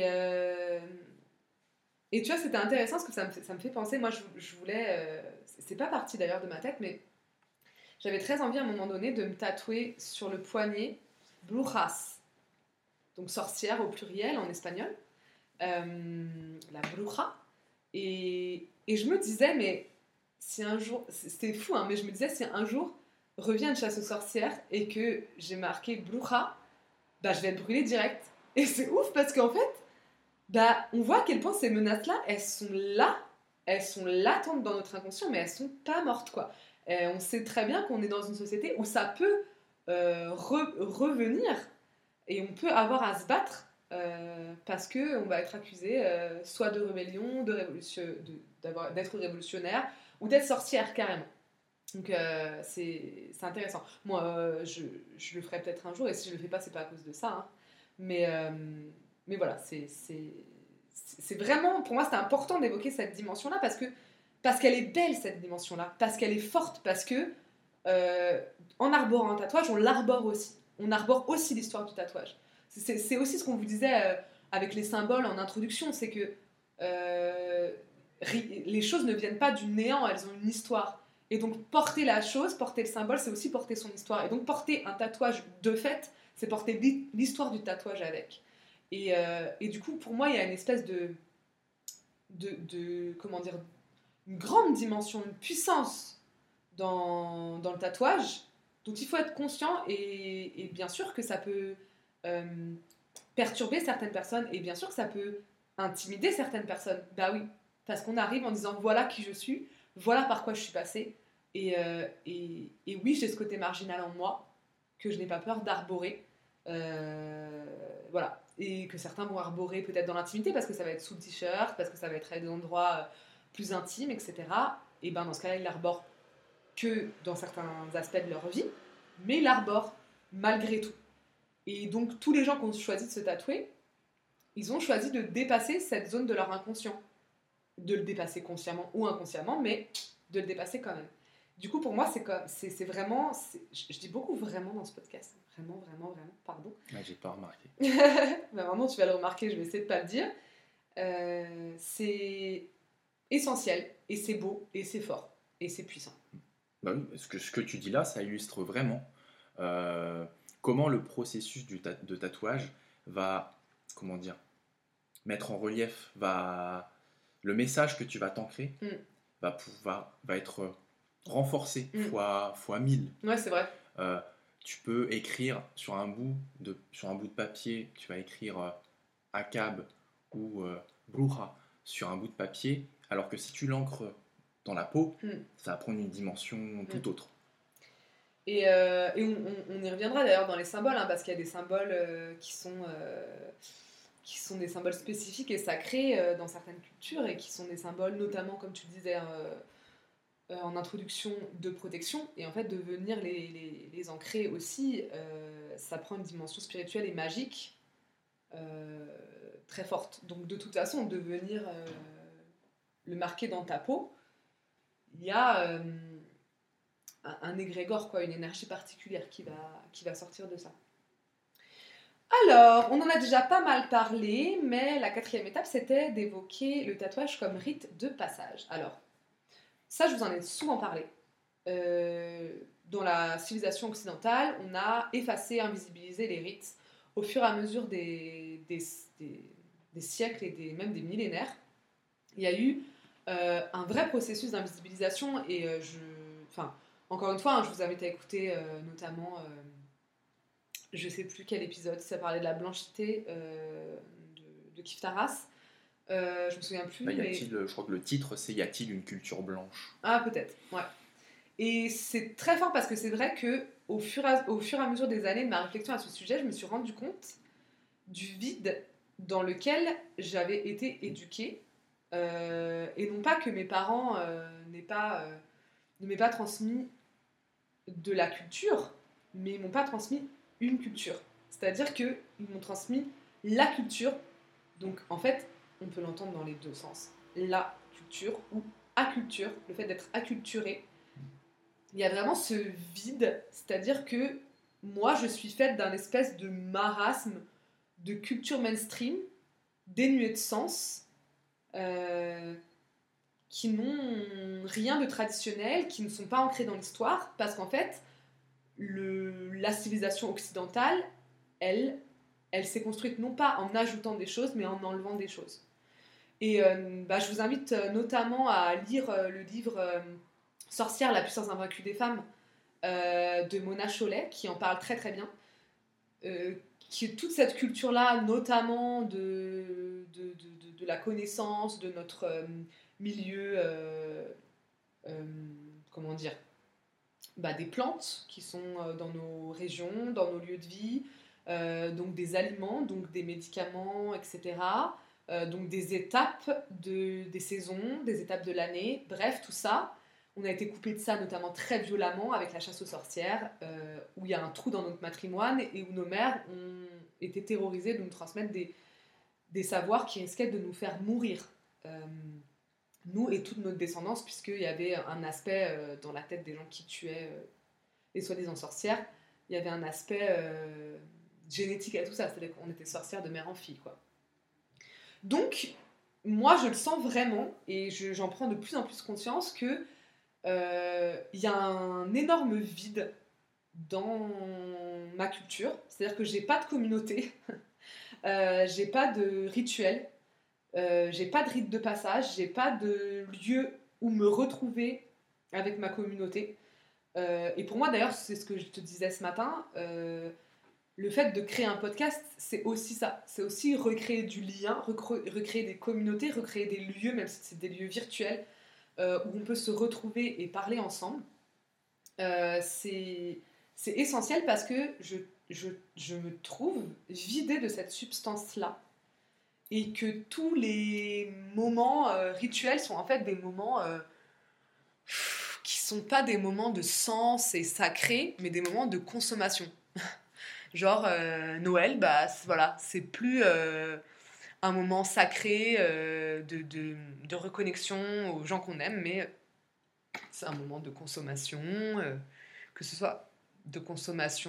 tu vois, c'était intéressant parce que ça me fait penser. Moi, je voulais. C'est pas parti d'ailleurs de ma tête, mais j'avais très envie à un moment donné de me tatouer sur le poignet brujas, donc sorcière au pluriel en espagnol, la bruja. Et je me disais, mais si un jour, c'était fou, hein, mais je me disais, si un jour revient une chasse aux sorcières et que j'ai marqué bruja, je vais être brûlée direct. Et c'est ouf parce qu'en fait, on voit à quel point ces menaces-là, elles sont latentes dans notre inconscient, mais elles sont pas mortes, quoi. On sait très bien qu'on est dans une société où ça peut revenir et on peut avoir à se battre parce qu'on va être accusé soit de rébellion, d'être révolutionnaire ou d'être sorcière carrément. Donc c'est intéressant. Moi, je le ferai peut-être un jour, et si je le fais pas, c'est pas à cause de ça. Hein. Mais voilà, c'est vraiment, pour moi, c'était important d'évoquer cette dimension-là parce parce qu'elle est belle, cette dimension-là, parce qu'elle est forte, parce que en arborant un tatouage, on l'arbore aussi. On arbore aussi l'histoire du tatouage. C'est aussi ce qu'on vous disait avec les symboles en introduction, c'est que les choses ne viennent pas du néant, elles ont une histoire. Et donc porter la chose, porter le symbole, c'est aussi porter son histoire. Et donc porter un tatouage de fait, c'est porter l'histoire du tatouage avec. Et du coup, pour moi, il y a une espèce de comment dire, une grande dimension, une puissance dans le tatouage dont il faut être conscient et bien sûr que ça peut perturber certaines personnes et bien sûr que ça peut intimider certaines personnes. Bah oui, parce qu'on arrive en disant voilà qui je suis, voilà par quoi je suis passée et oui j'ai ce côté marginal en moi que je n'ai pas peur d'arborer. Voilà, et que certains vont arborer peut-être dans l'intimité parce que ça va être sous le t-shirt, parce que ça va être à des endroits plus intimes, etc. Et ben dans ce cas-là, ils l'arborent que dans certains aspects de leur vie, mais ils l'arborent malgré tout. Et donc tous les gens qui ont choisi de se tatouer, ils ont choisi de dépasser cette zone de leur inconscient, de le dépasser consciemment ou inconsciemment, mais de le dépasser quand même. Du coup, pour moi, c'est vraiment... Je dis beaucoup vraiment dans ce podcast. Vraiment, vraiment, vraiment, pardon. Ouais, j'ai pas remarqué. Bah, maintenant, tu vas le remarquer, je vais essayer de pas le dire. C'est essentiel, et c'est beau, et c'est fort, et c'est puissant. Bah oui, ce que tu dis là, ça illustre vraiment comment le processus de tatouage va, comment dire, mettre en relief, le message que tu vas t'ancrer va être renforcé fois 1000. Ouais, c'est vrai. Tu peux écrire sur un bout de papier, tu vas écrire Akab ou Bruja sur un bout de papier, alors que si tu l'encres dans la peau, ça va prendre une dimension tout autre. Et on y reviendra d'ailleurs dans les symboles, hein, parce qu'il y a des symboles qui sont des symboles spécifiques et sacrés dans certaines cultures et qui sont des symboles, notamment, comme tu le disais en introduction, de protection. Et en fait, de venir les ancrer aussi, ça prend une dimension spirituelle et magique très forte. Donc, de toute façon, de venir le marquer dans ta peau, il y a un égrégore, quoi, une énergie particulière qui va sortir de ça. Alors, on en a déjà pas mal parlé, mais la 4e étape, c'était d'évoquer le tatouage comme rite de passage. Alors, ça, je vous en ai souvent parlé. Dans la civilisation occidentale, on a effacé, invisibilisé les rites au fur et à mesure des siècles et même des millénaires. Il y a eu un vrai processus d'invisibilisation et encore une fois, hein, je vous invite à écouter notamment, je sais plus quel épisode, ça parlait de la blanchité de Kif Taras. Je me souviens plus. Je crois que le titre c'est Y a-t-il une culture blanche ? Ah, peut-être, ouais. Et c'est très fort parce que c'est vrai que au fur et à mesure des années de ma réflexion à ce sujet, je me suis rendu compte du vide dans lequel j'avais été éduquée. Et non pas que mes parents ne m'aient pas transmis de la culture, mais ils m'ont pas transmis une culture. C'est-à-dire qu'ils m'ont transmis la culture. Donc en fait, on peut l'entendre dans les deux sens. La culture ou acculture, le fait d'être acculturé. Il y a vraiment ce vide, c'est-à-dire que moi, je suis faite d'un espèce de marasme de culture mainstream, dénuée de sens, qui n'ont rien de traditionnel, qui ne sont pas ancrés dans l'histoire, parce qu'en fait, la civilisation occidentale, elle s'est construite non pas en ajoutant des choses, mais en enlevant des choses. Et je vous invite notamment à lire le livre Sorcière, la puissance invaincue des femmes de Mona Chollet, qui en parle très très bien, qui est toute cette culture-là, notamment de la connaissance de notre milieu, comment dire, des plantes qui sont dans nos régions, dans nos lieux de vie, donc des aliments, donc des médicaments, etc. Donc des étapes des saisons, des étapes de l'année, bref, tout ça. On a été coupé de ça notamment très violemment avec la chasse aux sorcières, où il y a un trou dans notre patrimoine et où nos mères ont été terrorisées de nous transmettre des savoirs qui risquaient de nous faire mourir. nous et toute notre descendance, puisqu'il y avait un aspect dans la tête des gens qui tuaient les soi-disant sorcières, il y avait un aspect génétique à tout ça, c'est-à-dire qu'on était sorcières de mère en fille, quoi. Donc, moi, je le sens vraiment, et j'en prends de plus en plus conscience que y a un énorme vide dans ma culture, c'est-à-dire que j'ai pas de communauté, j'ai pas de rituel, j'ai pas de rite de passage, j'ai pas de lieu où me retrouver avec ma communauté. Et pour moi, d'ailleurs, c'est ce que je te disais ce matin, le fait de créer un podcast, c'est aussi ça. C'est aussi recréer du lien, recréer des communautés, recréer des lieux, même si c'est des lieux virtuels, où on peut se retrouver et parler ensemble. C'est essentiel parce que je me trouve vidée de cette substance-là. Et que tous les moments rituels sont en fait des moments qui sont pas des moments de sens et sacrés, mais des moments de consommation. Genre Noël, bah voilà, c'est plus un moment sacré de reconnexion aux gens qu'on aime, mais c'est un moment de consommation, que ce soit de consommation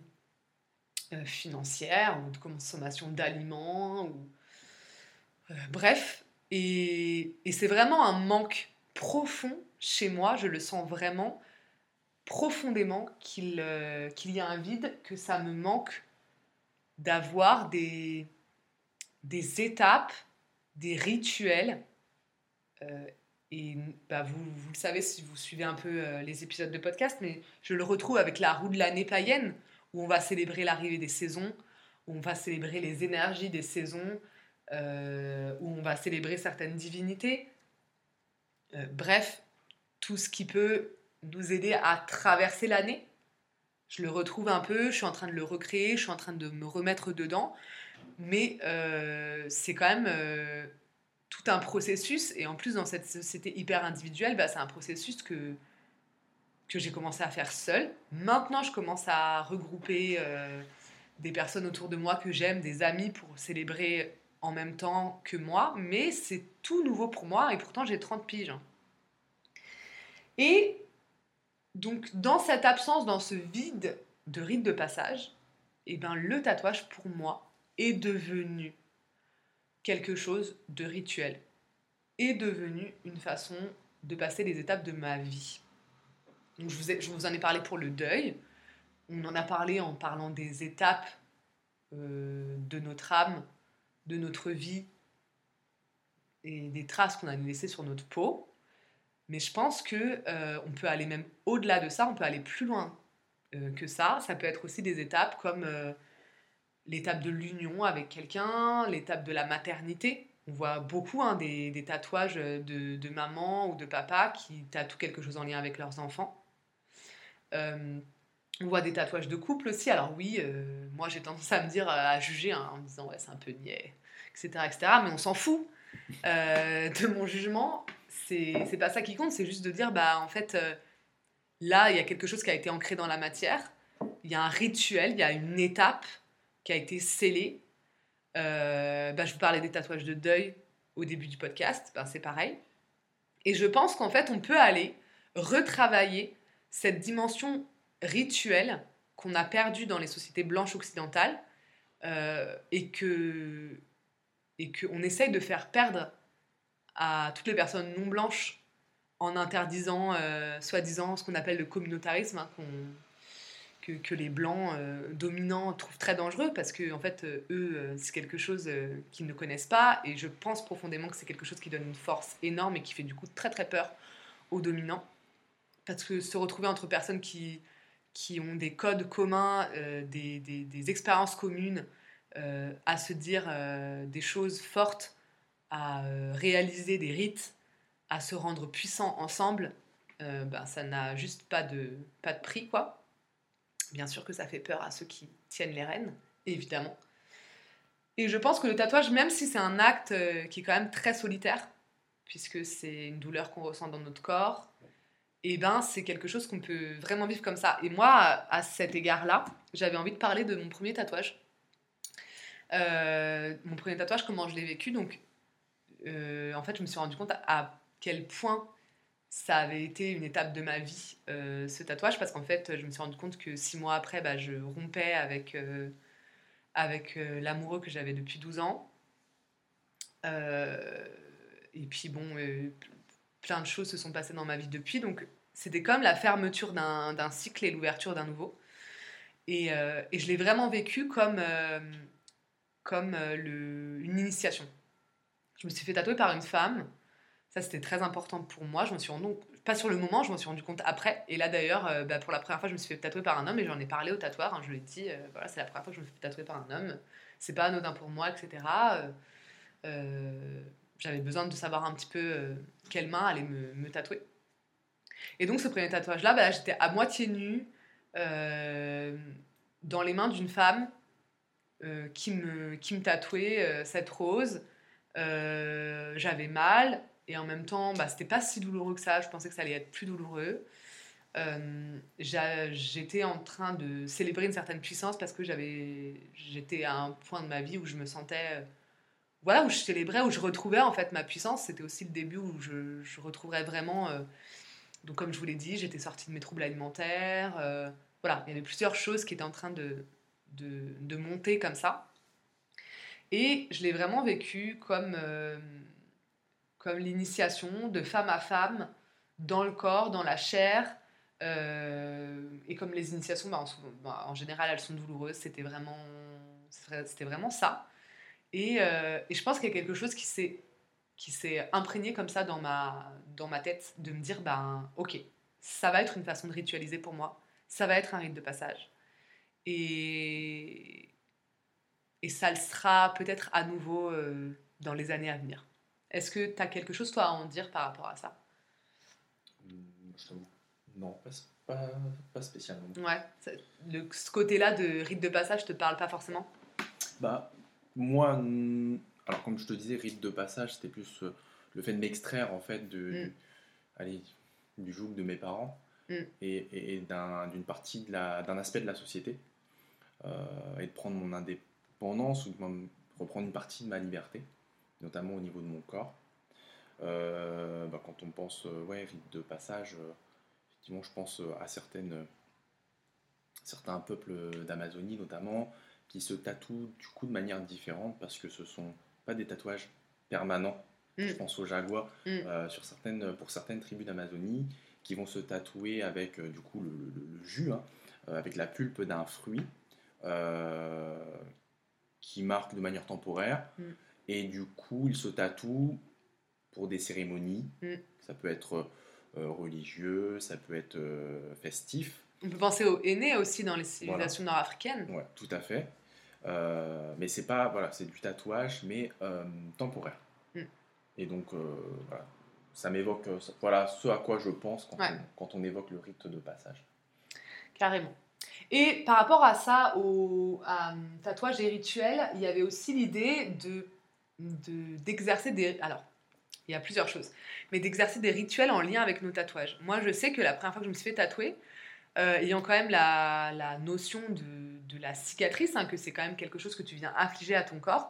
financière ou de consommation d'aliments ou bref, et c'est vraiment un manque profond chez moi, je le sens vraiment profondément qu'il y a un vide, que ça me manque d'avoir des étapes, des rituels. Et bah, vous le savez si vous suivez un peu les épisodes de podcast, mais je le retrouve avec la roue de l'année païenne, où on va célébrer l'arrivée des saisons, où on va célébrer les énergies des saisons, où on va célébrer certaines divinités. Bref, tout ce qui peut nous aider à traverser l'année. Je le retrouve un peu, je suis en train de le recréer, je suis en train de me remettre dedans, mais c'est quand même tout un processus, et en plus dans cette société hyper individuelle, bah, c'est un processus que j'ai commencé à faire seule. Maintenant, je commence à regrouper des personnes autour de moi que j'aime, des amis pour célébrer en même temps que moi, mais c'est tout nouveau pour moi, et pourtant j'ai 30 piges. Hein. Et donc, dans cette absence, dans ce vide de rite de passage, eh ben, le tatouage, pour moi, est devenu quelque chose de rituel, est devenu une façon de passer les étapes de ma vie. Donc, je vous en ai parlé pour le deuil, on en a parlé en parlant des étapes de notre âme, de notre vie, et des traces qu'on a laissées sur notre peau. Mais je pense que on peut aller même au-delà de ça, on peut aller plus loin que ça. Ça peut être aussi des étapes comme l'étape de l'union avec quelqu'un, l'étape de la maternité. On voit beaucoup des tatouages de maman ou de papa qui tatouent quelque chose en lien avec leurs enfants. On voit des tatouages de couple aussi. Alors oui, moi j'ai tendance à me dire, à juger en me disant ouais c'est un peu niais, etc., etc. Mais on s'en fout de mon jugement. C'est pas ça qui compte, c'est juste de dire bah en fait là il y a quelque chose qui a été ancré dans la matière, il y a un rituel, il y a une étape qui a été scellée. Bah, je vous parlais des tatouages de deuil au début du podcast, bah, c'est pareil. Et je pense qu'en fait on peut aller retravailler cette dimension rituelle qu'on a perdue dans les sociétés blanches occidentales et qu'on essaye de faire perdre à toutes les personnes non blanches en interdisant soi-disant ce qu'on appelle le communautarisme, hein, que les blancs dominants trouvent très dangereux parce que en fait eux c'est quelque chose qu'ils ne connaissent pas, et je pense profondément que c'est quelque chose qui donne une force énorme et qui fait du coup très très peur aux dominants, parce que se retrouver entre personnes qui ont des codes communs, des expériences communes, à se dire des choses fortes, à réaliser des rites, à se rendre puissants ensemble, ben, ça n'a juste pas de prix, quoi. Bien sûr que ça fait peur à ceux qui tiennent les rênes, évidemment. Et je pense que le tatouage, même si c'est un acte qui est quand même très solitaire, puisque c'est une douleur qu'on ressent dans notre corps, et ben c'est quelque chose qu'on peut vraiment vivre comme ça. Et moi, à cet égard-là, j'avais envie de parler de mon premier tatouage. Mon premier tatouage, comment je l'ai vécu. Donc, en fait, je me suis rendu compte quel point ça avait été une étape de ma vie, ce tatouage, parce qu'en fait, je me suis rendu compte que 6 mois après, je rompais avec l'amoureux que j'avais depuis 12 ans. Et puis bon, plein de choses se sont passées dans ma vie depuis, donc c'était comme la fermeture d'un cycle et l'ouverture d'un nouveau. Et je l'ai vraiment vécu comme une initiation. Je me suis fait tatouer par une femme. Ça, c'était très important pour moi. Je me suis rendu, pas sur le moment, je m'en suis rendu compte après. Et là, d'ailleurs, pour la première fois, je me suis fait tatouer par un homme et j'en ai parlé au tatoueur. Je lui ai dit, voilà, c'est la première fois que je me fais tatouer par un homme. C'est pas anodin pour moi, etc. J'avais besoin de savoir un petit peu quelle main allait me tatouer. Et donc, ce premier tatouage-là, j'étais à moitié nue dans les mains d'une femme qui me tatouait cette rose. J'avais mal et en même temps c'était pas si douloureux que ça, je pensais que ça allait être plus douloureux. J'étais en train de célébrer une certaine puissance parce que j'étais à un point de ma vie où je me sentais où je célébrais, où je retrouvais en fait ma puissance. C'était aussi le début où je retrouverais vraiment donc comme je vous l'ai dit, j'étais sortie de mes troubles alimentaires, voilà, il y avait plusieurs choses qui étaient en train de monter comme ça. Et je l'ai vraiment vécu comme l'initiation de femme à femme, dans le corps, dans la chair. Et comme les initiations, en général, elles sont douloureuses. C'était vraiment ça. Et je pense qu'il y a quelque chose qui s'est imprégné comme ça dans ma tête, de me dire, ok, ça va être une façon de ritualiser pour moi. Ça va être un rite de passage. Et ça le sera peut-être à nouveau dans les années à venir. Est-ce que tu as quelque chose, toi, à en dire par rapport à ça ? Je t'avoue, non, pas spécialement. Ouais, ce côté-là de rite de passage te parle pas forcément ? Moi, alors comme je te disais, rite de passage, c'était plus le fait de m'extraire en fait du joug de mes parents et d'une partie d'un aspect de la société et de prendre mon indépendance ou de reprendre une partie de ma liberté, notamment au niveau de mon corps. Quand on pense rite de passage, effectivement, je pense à certains peuples d'Amazonie notamment qui se tatouent du coup de manière différente parce que ce sont pas des tatouages permanents. Je pense aux jaguars pour certaines tribus d'Amazonie qui vont se tatouer avec du coup le jus, avec la pulpe d'un fruit qui marque de manière temporaire. Et du coup, ils se tatouent pour des cérémonies. Ça peut être religieux, ça peut être festif. On peut penser au henné aussi dans les civilisations nord-africaines. Ouais, tout à fait. Mais c'est pas, c'est du tatouage, mais temporaire. Et donc, ça m'évoque, ce à quoi je pense quand on évoque le rite de passage. Carrément. Et par rapport à ça, à tatouage et rituel, il y avait aussi l'idée d'exercer des... Alors, il y a plusieurs choses, mais d'exercer des rituels en lien avec nos tatouages. Moi, je sais que la première fois que je me suis fait tatouer, ayant quand même la notion de la cicatrice, que c'est quand même quelque chose que tu viens infliger à ton corps,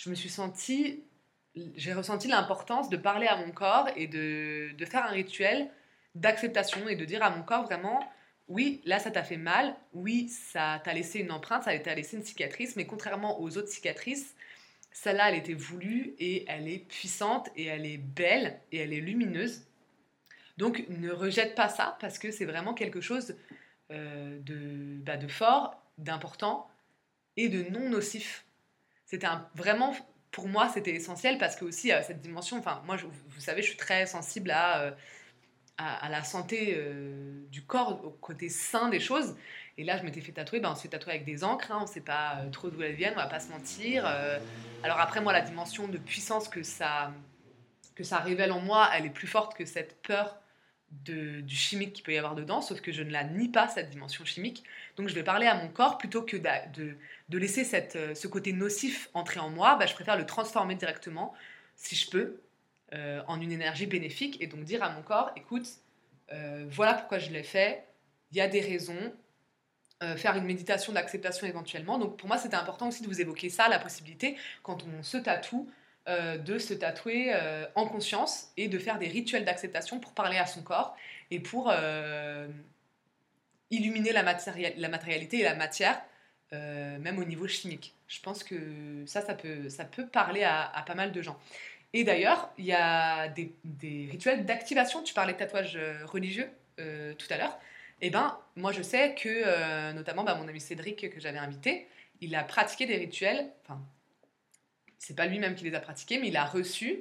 j'ai ressenti l'importance de parler à mon corps et de faire un rituel d'acceptation et de dire à mon corps vraiment, oui, là ça t'a fait mal, oui, ça t'a laissé une empreinte, ça t'a laissé une cicatrice, mais contrairement aux autres cicatrices, celle-là, elle était voulue et elle est puissante et elle est belle et elle est lumineuse. Donc ne rejette pas ça parce que c'est vraiment quelque chose de fort, d'important et de non nocif. C'était vraiment, pour moi, c'était essentiel parce que aussi cette dimension, moi, vous savez, je suis très sensible à la santé du corps, au côté sain des choses. Et là, je m'étais fait tatouer, on se fait tatouer avec des encres, on ne sait pas trop d'où elles viennent, on ne va pas se mentir. Alors après, moi, la dimension de puissance que ça révèle en moi, elle est plus forte que cette peur du chimique qu'il peut y avoir dedans, sauf que je ne la nie pas, cette dimension chimique. Donc je vais parler à mon corps plutôt que de laisser ce côté nocif entrer en moi. Je préfère le transformer directement, si je peux, en une énergie bénéfique, et donc dire à mon corps, écoute, voilà pourquoi je l'ai fait, il y a des raisons, faire une méditation d'acceptation éventuellement. Donc pour moi, c'était important aussi de vous évoquer ça, la possibilité, quand on se tatoue, de se tatouer en conscience et de faire des rituels d'acceptation pour parler à son corps et pour illuminer la matérialité et la matière, même au niveau chimique. Je pense que ça peut parler à pas mal de gens. Et d'ailleurs, il y a des rituels d'activation. Tu parlais de tatouages religieux tout à l'heure. Et ben, moi, je sais que, notamment, mon ami Cédric, que j'avais invité, il a pratiqué des rituels. Enfin, c'est pas lui-même qui les a pratiqués, mais il a reçu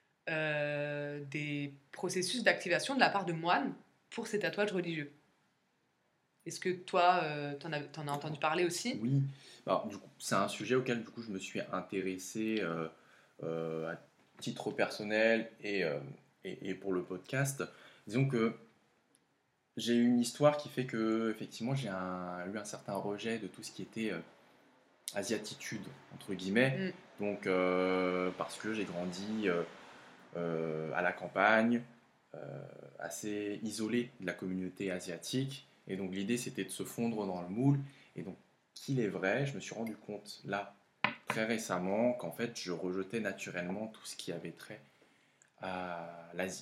des processus d'activation de la part de moines pour ses tatouages religieux. Est-ce que toi, t'en as entendu parler aussi? Oui, alors, du coup, c'est un sujet auquel du coup, je me suis intéressé à titre personnel et pour le podcast. Disons que j'ai eu une histoire qui fait que effectivement j'ai eu un certain rejet de tout ce qui était asiatitude entre guillemets. Mm. Donc parce que j'ai grandi à la campagne, assez isolé de la communauté asiatique. Et donc l'idée c'était de se fondre dans le moule. Et donc qu'il est vrai, je me suis rendu compte là très récemment qu'en fait je rejetais naturellement tout ce qui avait trait à l'Asie.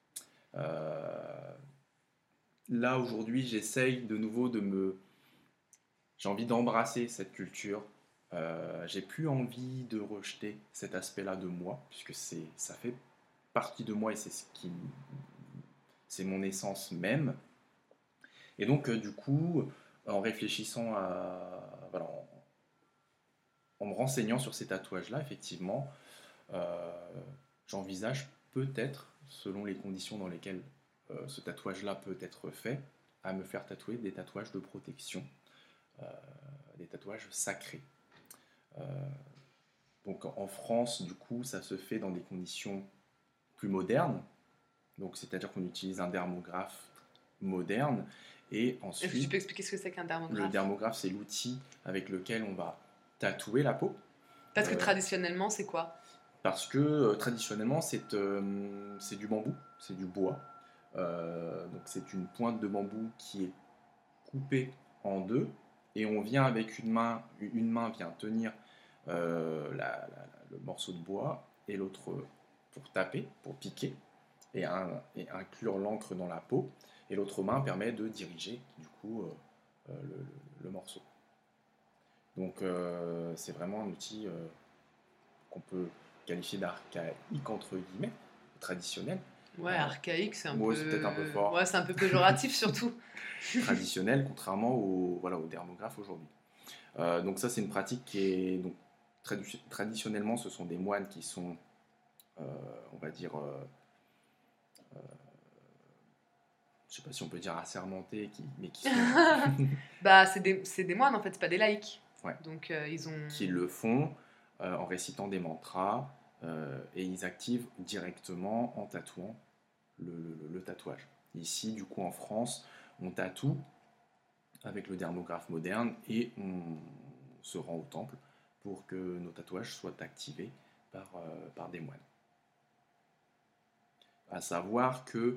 Là aujourd'hui j'essaye de nouveau j'ai envie d'embrasser cette culture. J'ai plus envie de rejeter cet aspect-là de moi, puisque ça fait partie de moi et c'est mon essence même. Et donc, du coup, en réfléchissant voilà, en me renseignant sur ces tatouages-là, effectivement, j'envisage peut-être, selon les conditions dans lesquelles ce tatouage-là peut être fait, à me faire tatouer des tatouages de protection, euh, des tatouages sacrés. Euh, donc en France, du coup, ça se fait dans des conditions plus modernes. Donc c'est-à-dire qu'on utilise un dermographe moderne. Et Est-ce que tu ensuite, peux expliquer ce que c'est qu'un le dermographe? dermographe, c'est l'outil avec lequel on va tatouer la peau. Parce que traditionnellement, c'est quoi? Parce que traditionnellement, c'est du bambou, c'est du bois. Donc c'est une pointe de bambou qui est coupée en deux. Et on vient avec une main vient tenir le morceau de bois et l'autre pour taper, pour piquer et inclure l'encre dans la peau. Et l'autre main permet de diriger du coup le morceau. Donc c'est vraiment un outil qu'on peut qualifier d'archaïque entre guillemets, traditionnel. Ouais, archaïque, c'est un Moi, c'est peut-être un peu peu... fort. Ouais, c'est un peu péjoratif surtout. Traditionnel, contrairement au dermographe aujourd'hui. Donc ça, c'est une pratique qui est... Donc, traditionnellement, ce sont des moines qui sont, on va dire, je sais pas si on peut dire assermentés, mais qui sont... C'est des moines en fait, c'est pas des laïcs. Ouais. Donc ils ont... Qui le font en récitant des mantras et ils activent directement en tatouant le tatouage. Ici, du coup, en France, on tatoue avec le dermographe moderne et on se rend au temple pour que nos tatouages soient activés par des moines. À savoir que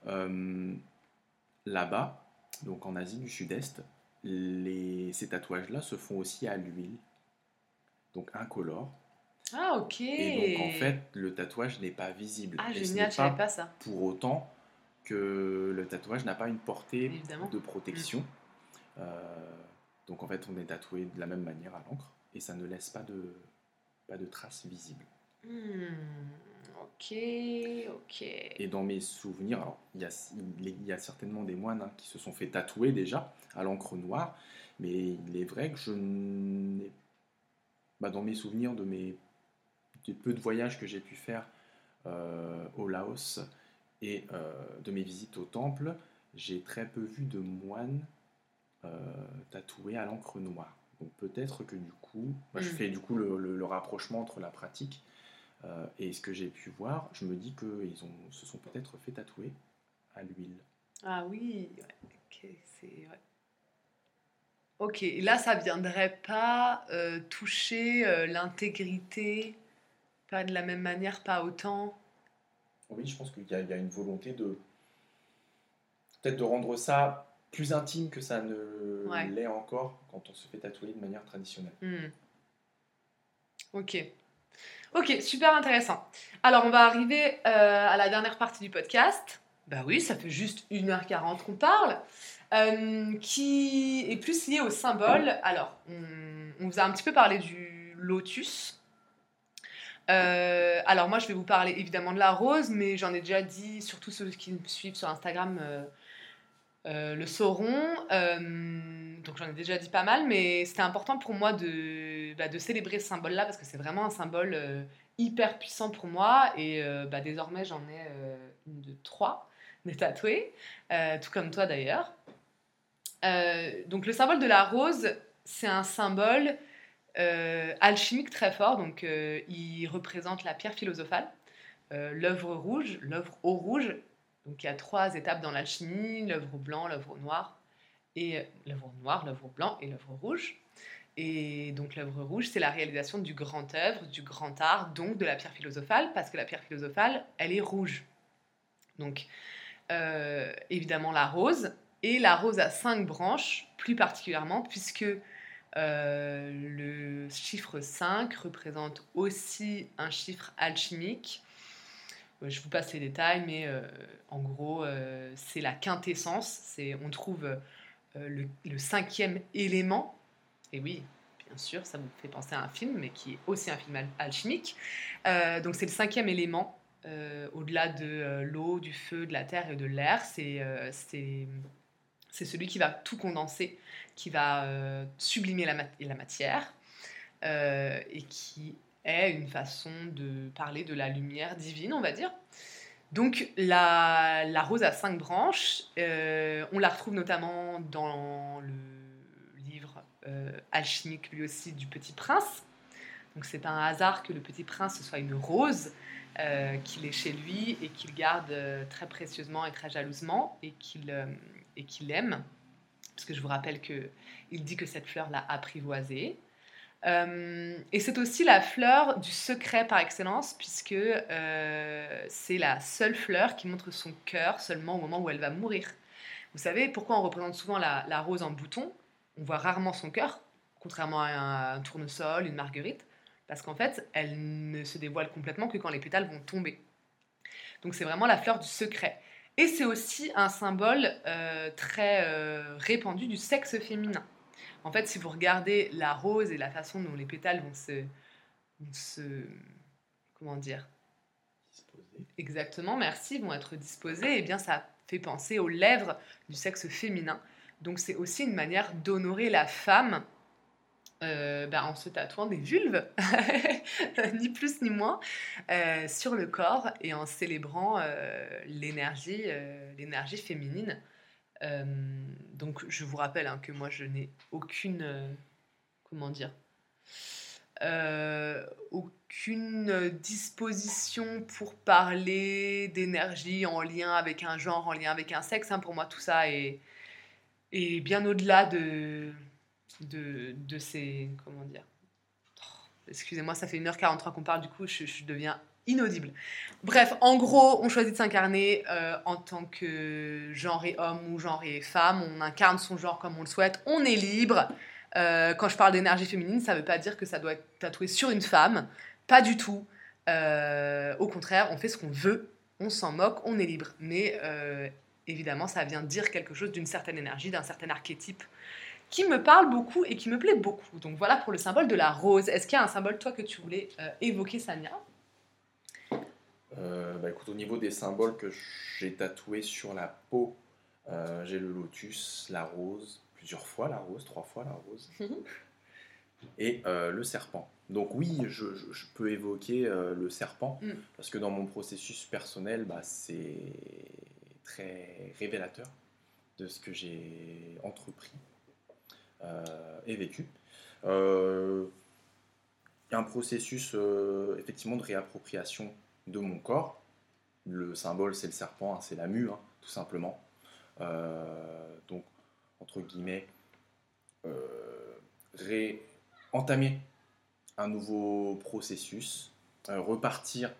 là-bas, donc en Asie du Sud-Est, ces tatouages-là se font aussi à l'huile, donc incolore. Ah, ok. Et donc en fait, le tatouage n'est pas visible. Ah, Et ce génial, n'est je savais pas ça. pour autant que le tatouage n'a pas une portée Évidemment. de protection. Donc en fait, on est tatoué de la même manière à l'encre et ça ne laisse pas de traces visibles. Ok, ok. Et dans mes souvenirs, alors il y a certainement des moines qui se sont fait tatouer déjà à l'encre noire, mais il est vrai que je n'ai dans mes souvenirs des peu de voyages que j'ai pu faire au Laos et de mes visites au temple, j'ai très peu vu de moines tatoués à l'encre noire. Donc peut-être que du coup, je fais du coup le rapprochement entre la pratique et ce que j'ai pu voir, je me dis qu'ils se sont peut-être fait tatouer à l'huile. Ah oui, ouais. Ok, c'est... Ouais. Ok, là, ça viendrait pas toucher l'intégrité, pas de la même manière, pas autant. Oui, je pense qu'il y a une volonté de peut-être de rendre ça plus intime que ça ne Ouais. l'est encore quand on se fait tatouer de manière traditionnelle. Ok. Ok, super intéressant. Alors, on va arriver à la dernière partie du podcast. Bah oui, ça fait juste 1h40 qu'on parle. Qui est plus lié au symbole. Alors, on vous a un petit peu parlé du lotus. Alors moi, je vais vous parler évidemment de la rose, mais j'en ai déjà dit, surtout ceux qui me suivent sur Instagram le sauront. Donc j'en ai déjà dit pas mal, mais c'était important pour moi de célébrer ce symbole-là, parce que c'est vraiment un symbole hyper puissant pour moi, et désormais j'en ai une de trois des tatoués, tout comme toi d'ailleurs. Donc le symbole de la rose, c'est un symbole alchimique très fort, donc il représente la pierre philosophale, l'œuvre au rouge. Donc il y a 3 étapes dans l'alchimie: l'œuvre blanc, l'œuvre noir, et l'œuvre blanc et l'œuvre rouge. Et donc l'œuvre rouge, c'est la réalisation du grand œuvre, du grand art, donc de la pierre philosophale, parce que la pierre philosophale, elle est rouge. Donc évidemment la rose, et la rose a 5 branches, plus particulièrement, puisque le chiffre 5 représente aussi un chiffre alchimique. Je vous passe les détails, mais en gros, c'est la quintessence. On trouve le 5e élément. Et oui, bien sûr, ça vous fait penser à un film, mais qui est aussi un film alchimique. Donc c'est le 5e élément, au-delà de l'eau, du feu, de la terre et de l'air. C'est celui qui va tout condenser, qui va sublimer la matière, et qui est une façon de parler de la lumière divine, on va dire. Donc la rose a 5 branches, on la retrouve notamment dans le livre alchimique lui aussi du Petit Prince. Donc c'est un hasard que le Petit Prince ce soit une rose qu'il ait chez lui et qu'il garde très précieusement et très jalousement, et qu'il aime, parce que je vous rappelle qu'il dit que cette fleur l'a apprivoisée. Et c'est aussi la fleur du secret par excellence, puisque c'est la seule fleur qui montre son cœur seulement au moment où elle va mourir. Vous savez pourquoi on représente souvent la rose en bouton? On voit rarement son cœur, contrairement à un tournesol, une marguerite, parce qu'en fait, elle ne se dévoile complètement que quand les pétales vont tomber. Donc c'est vraiment la fleur du secret. Et c'est aussi un symbole très répandu du sexe féminin. En fait, si vous regardez la rose et la façon dont les pétales vont se comment dire, Disposé. exactement, merci, vont être disposés, eh bien ça fait penser aux lèvres du sexe féminin. Donc c'est aussi une manière d'honorer la femme en se tatouant des vulves, ni plus ni moins, sur le corps, et en célébrant l'énergie féminine. Donc je vous rappelle que moi je n'ai aucune, comment dire, aucune disposition pour parler d'énergie en lien avec un genre, en lien avec un sexe. Pour moi, tout ça est bien au-delà de ces... Comment dire? Excusez-moi, ça fait 1h43 qu'on parle, du coup, je deviens inaudible. Bref, en gros, on choisit de s'incarner en tant que genre et homme ou genre et femme. On incarne son genre comme on le souhaite. On est libre. Quand je parle d'énergie féminine, ça ne veut pas dire que ça doit être tatoué sur une femme. Pas du tout. Au contraire, on fait ce qu'on veut. On s'en moque. On est libre. Mais évidemment, ça vient dire quelque chose d'une certaine énergie, d'un certain archétype qui me parle beaucoup et qui me plaît beaucoup. Donc voilà pour le symbole de la rose. Est-ce qu'il y a un symbole, toi, que tu voulais évoquer, Sania? Écoute, au niveau des symboles que j'ai tatoués sur la peau, j'ai le lotus, la rose, plusieurs fois la rose, 3 fois la rose, et le serpent. Donc oui, je peux évoquer le serpent, parce que dans mon processus personnel, c'est très révélateur de ce que j'ai entrepris et vécu. Il y a un processus effectivement de réappropriation de mon corps. Le symbole, c'est le serpent, c'est la mue, tout simplement. Donc, entre guillemets, entamer un nouveau processus, repartir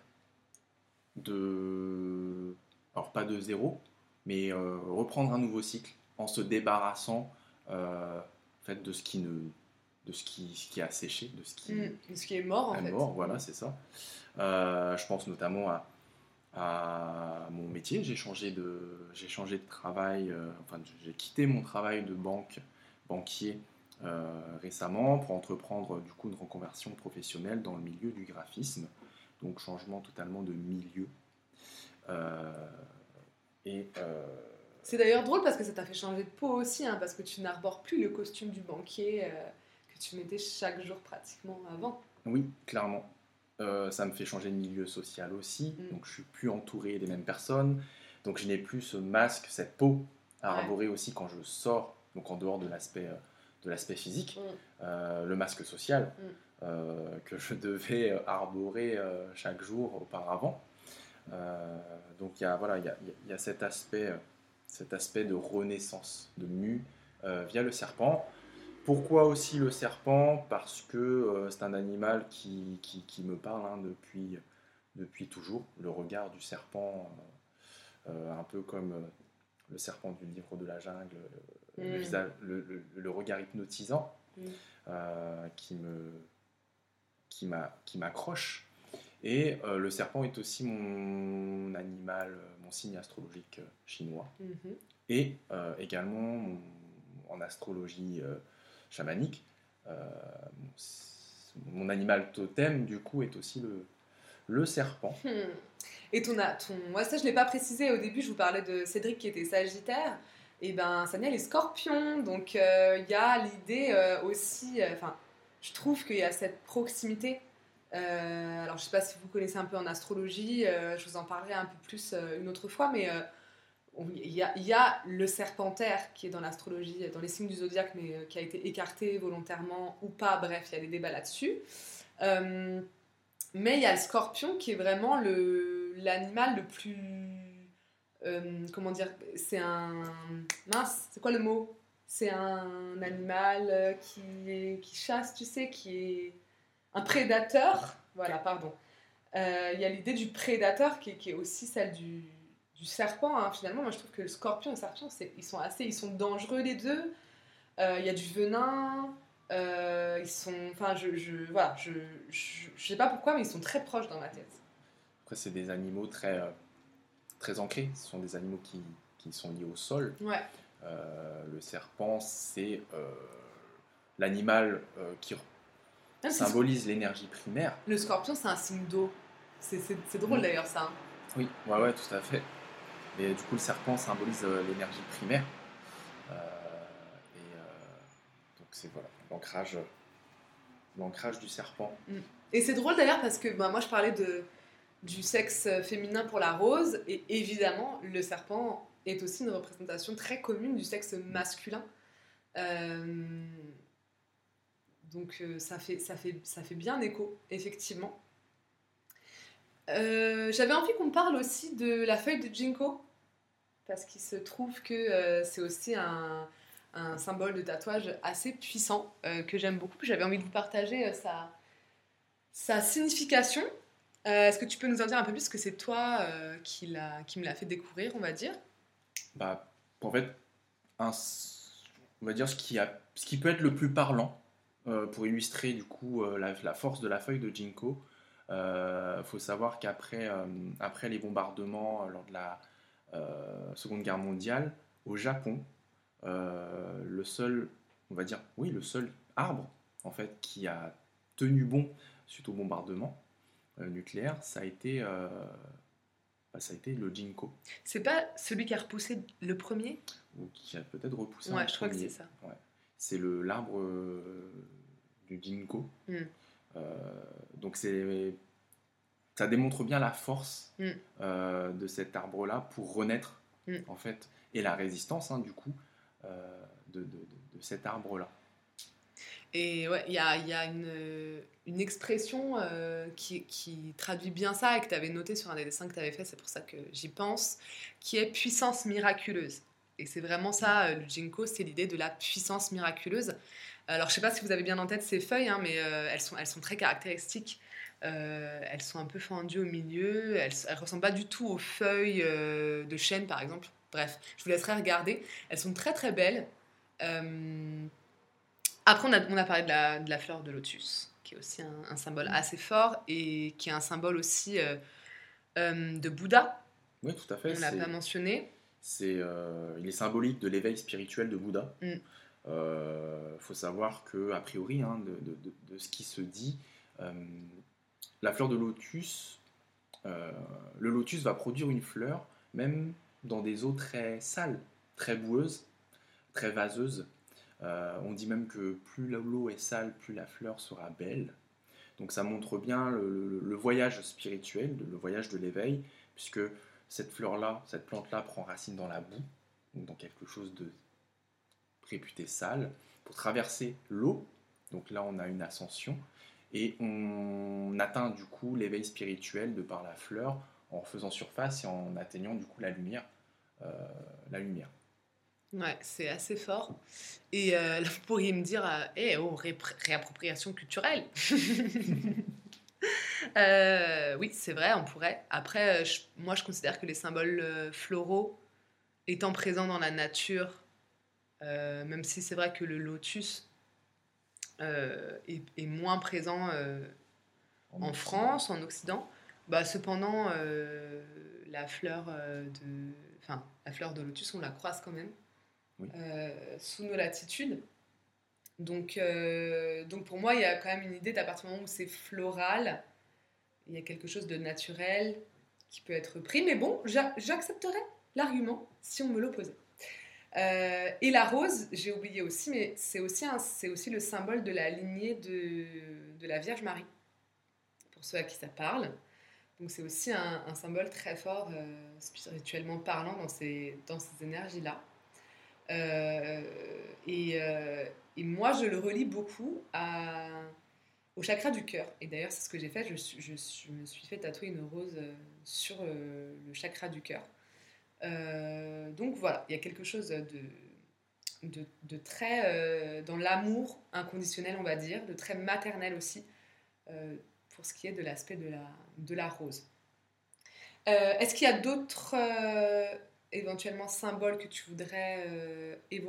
alors pas de zéro, mais reprendre un nouveau cycle en se débarrassant en fait, de ce qui ne ce qui a séché, de ce qui Ce qui est mort en est fait. mort, voilà, c'est ça. Je pense notamment à mon métier. J'ai changé de travail, enfin j'ai quitté mon travail de banquier récemment pour entreprendre du coup une reconversion professionnelle dans le milieu du graphisme. Donc changement totalement de milieu. Euh, et C'est d'ailleurs drôle parce que ça t'a fait changer de peau aussi, hein, parce que tu n'arbores plus le costume du banquier que tu mettais chaque jour pratiquement avant. oui, clairement. Ça me fait changer de milieu social aussi. Donc je suis plus entouré des mêmes personnes. Donc je n'ai plus ce masque, cette peau à arborer aussi quand je sors, donc en dehors de l'aspect physique, le masque social que je devais arborer chaque jour auparavant. Donc il y a cet aspect de renaissance, de mue via le serpent. Pourquoi aussi le serpent? Parce que c'est un animal qui me parle hein, depuis toujours. Le regard du serpent, un peu comme le serpent du livre de la jungle, le regard hypnotisant qui m'accroche. Et le serpent est aussi mon animal, mon signe astrologique chinois. Et également en astrologie chamanique, mon animal totem du coup est aussi le serpent. Et moi ça je l'ai pas précisé au début, je vous parlais de Cédric qui était Sagittaire. Et ben Sania est Scorpion, donc il y a l'idée aussi, je trouve qu'il y a cette proximité. Alors je sais pas si vous connaissez un peu en astrologie, je vous en parlerai un peu plus une autre fois, mais il y a le serpentaire qui est dans l'astrologie, dans les signes du zodiaque, mais qui a été écarté volontairement ou pas, bref, il y a des débats là-dessus. Mais il y a le scorpion qui est vraiment l'animal le plus... comment dire? C'est un... Mince, c'est quoi le mot? C'est un animal qui chasse, tu sais, qui est un prédateur. Voilà, pardon. Il y a l'idée du prédateur qui est aussi celle du serpent. Hein. Finalement, moi je trouve que le scorpion et le serpent, ils sont dangereux les deux. Il y a du venin. Ils sont... Enfin, voilà, je sais pas pourquoi, mais ils sont très proches dans ma tête. Après, c'est des animaux très, très ancrés. Ce sont des animaux qui sont liés au sol. Ouais. Le serpent, c'est l'animal qui symbolise l'énergie primaire. Le scorpion, c'est un signe d'eau. C'est drôle d'ailleurs, ça. Hein. Oui, ouais, tout à fait. Et du coup, le serpent symbolise l'énergie primaire. Donc, c'est voilà, l'ancrage du serpent. Et c'est drôle d'ailleurs parce que moi, je parlais du sexe féminin pour la rose, et évidemment, le serpent est aussi une représentation très commune du sexe masculin. Donc ça fait bien écho, effectivement. J'avais envie qu'on parle aussi de la feuille de ginkgo, parce qu'il se trouve que c'est aussi un symbole de tatouage assez puissant, que j'aime beaucoup. J'avais envie de vous partager sa signification. Est-ce que tu peux nous en dire un peu plus, parce que c'est toi qui me l'a fait découvrir, on va dire? En fait, on va dire ce qui peut être le plus parlant pour illustrer du coup la force de la feuille de ginkgo. Faut savoir qu'après les bombardements lors de la Seconde Guerre mondiale, au Japon, le seul arbre en fait qui a tenu bon suite au bombardement nucléaire, ça a été le ginkgo. C'est pas celui qui a repoussé le premier? Ou qui a peut-être repoussé un premier. Je crois que c'est ça. Ouais. C'est l'arbre du ginkgo. Donc ça démontre bien la force de cet arbre-là pour renaître, en fait, et la résistance, hein, du coup, de cet arbre-là. Et ouais, il y a une expression qui traduit bien ça, et que tu avais noté sur un des dessins que tu avais fait, c'est pour ça que j'y pense, qui est puissance miraculeuse. Et c'est vraiment ça, le ginkgo, c'est l'idée de la puissance miraculeuse. Alors, je sais pas si vous avez bien en tête ces feuilles, hein, mais elles sont très caractéristiques. Elles sont un peu fendues au milieu, elles ressemblent pas du tout aux feuilles de chêne, par exemple. Bref, je vous laisserai regarder. Elles sont très très belles. Après, on a parlé de la fleur de lotus, qui est aussi un symbole assez fort et qui est un symbole aussi de Bouddha. Oui, tout à fait. On l'a pas mentionné. Il est symbolique de l'éveil spirituel de Bouddha. Mm. Faut savoir que, a priori, hein, de ce qui se dit, la fleur de lotus, le lotus va produire une fleur, même dans des eaux très sales, très boueuses, très vaseuses. On dit même que plus l'eau est sale, plus la fleur sera belle. Donc ça montre bien le voyage spirituel, le voyage de l'éveil, puisque cette fleur-là, cette plante-là prend racine dans la boue, donc dans quelque chose de réputé sale, pour traverser l'eau. Donc là, on a une ascension, et on atteint du coup l'éveil spirituel de par la fleur, en faisant surface et en atteignant du coup la lumière. La lumière. Ouais, c'est assez fort. Et là, vous pourriez me dire, réappropriation culturelle. Oui, c'est vrai, on pourrait. Après, moi, je considère que les symboles floraux, étant présents dans la nature, même si c'est vrai que le lotus est moins présent en France, en Occident, bah, cependant, la fleur la fleur de lotus, on la croise quand même. Oui. Sous nos latitudes. Donc pour moi, il y a quand même une idée d'à partir du moment où c'est floral, il y a quelque chose de naturel qui peut être pris. Mais bon, j'accepterais l'argument si on me l'opposait. Et la rose, j'ai oublié aussi, mais c'est aussi le symbole de la lignée de la Vierge Marie, pour ceux à qui ça parle. Donc c'est aussi un symbole très fort, spirituellement parlant, dans ces énergies-là. Et moi, je le relie beaucoup au chakra du cœur. Et d'ailleurs, c'est ce que j'ai fait. Je me suis fait tatouer une rose sur le chakra du cœur. Donc voilà, il y a quelque chose de très dans l'amour inconditionnel, on va dire, de très maternel aussi, pour ce qui est de l'aspect de la rose. Est-ce qu'il y a d'autres éventuellement symboles que tu voudrais évoquer ?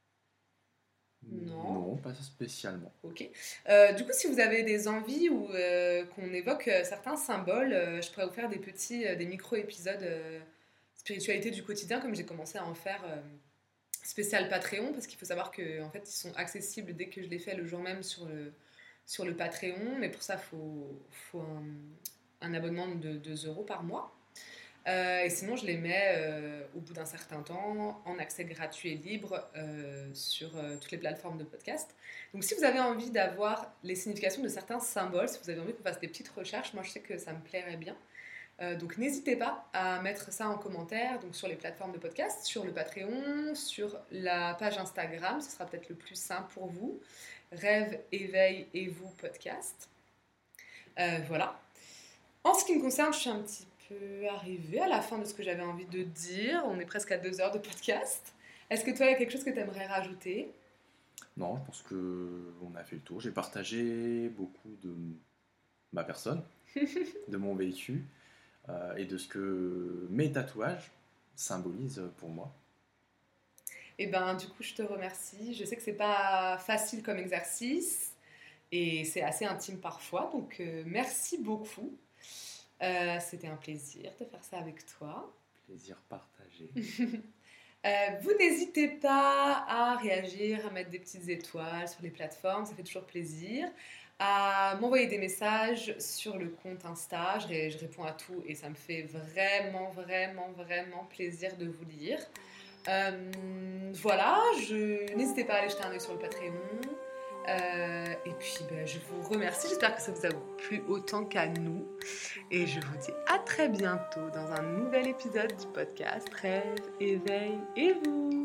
Non, pas spécialement. Ok. Du coup, si vous avez des envies ou qu'on évoque certains symboles, je pourrais vous faire des micro-épisodes spiritualité du quotidien, comme j'ai commencé à en faire spécial Patreon, parce qu'il faut savoir qu'en fait, ils sont accessibles dès que je les fais le jour même sur le Patreon, mais pour ça, il faut un abonnement de 2 € par mois. Et sinon, je les mets au bout d'un certain temps en accès gratuit et libre sur toutes les plateformes de podcast. Donc, si vous avez envie d'avoir les significations de certains symboles, si vous avez envie qu'on fasse des petites recherches, moi je sais que ça me plairait bien. Donc, n'hésitez pas à mettre ça en commentaire, donc sur les plateformes de podcast, sur le Patreon, sur la page Instagram, ce sera peut-être le plus simple pour vous. Rêve, éveil et vous podcast. Voilà. En ce qui me concerne, je suis un petit peu arrivée à la fin de ce que j'avais envie de dire. On est presque à 2 heures de podcast. Est-ce que toi, il y a quelque chose que tu aimerais rajouter ? Non, je pense qu'on a fait le tour. J'ai partagé beaucoup de ma personne, de mon vécu et de ce que mes tatouages symbolisent pour moi. Et ben, du coup, je te remercie. Je sais que c'est pas facile comme exercice et c'est assez intime parfois, donc merci beaucoup. C'était un plaisir de faire ça avec toi. Plaisir partagé. Vous n'hésitez pas à réagir, à mettre des petites étoiles sur les plateformes, ça fait toujours plaisir. À m'envoyer des messages sur le compte Insta, je réponds à tout et ça me fait vraiment, vraiment, vraiment plaisir de vous lire. Voilà, n'hésitez pas à aller jeter un œil sur le Patreon. Et puis je vous remercie, j'espère que ça vous a plu autant qu'à nous et je vous dis à très bientôt dans un nouvel épisode du podcast Rêve, éveil et vous.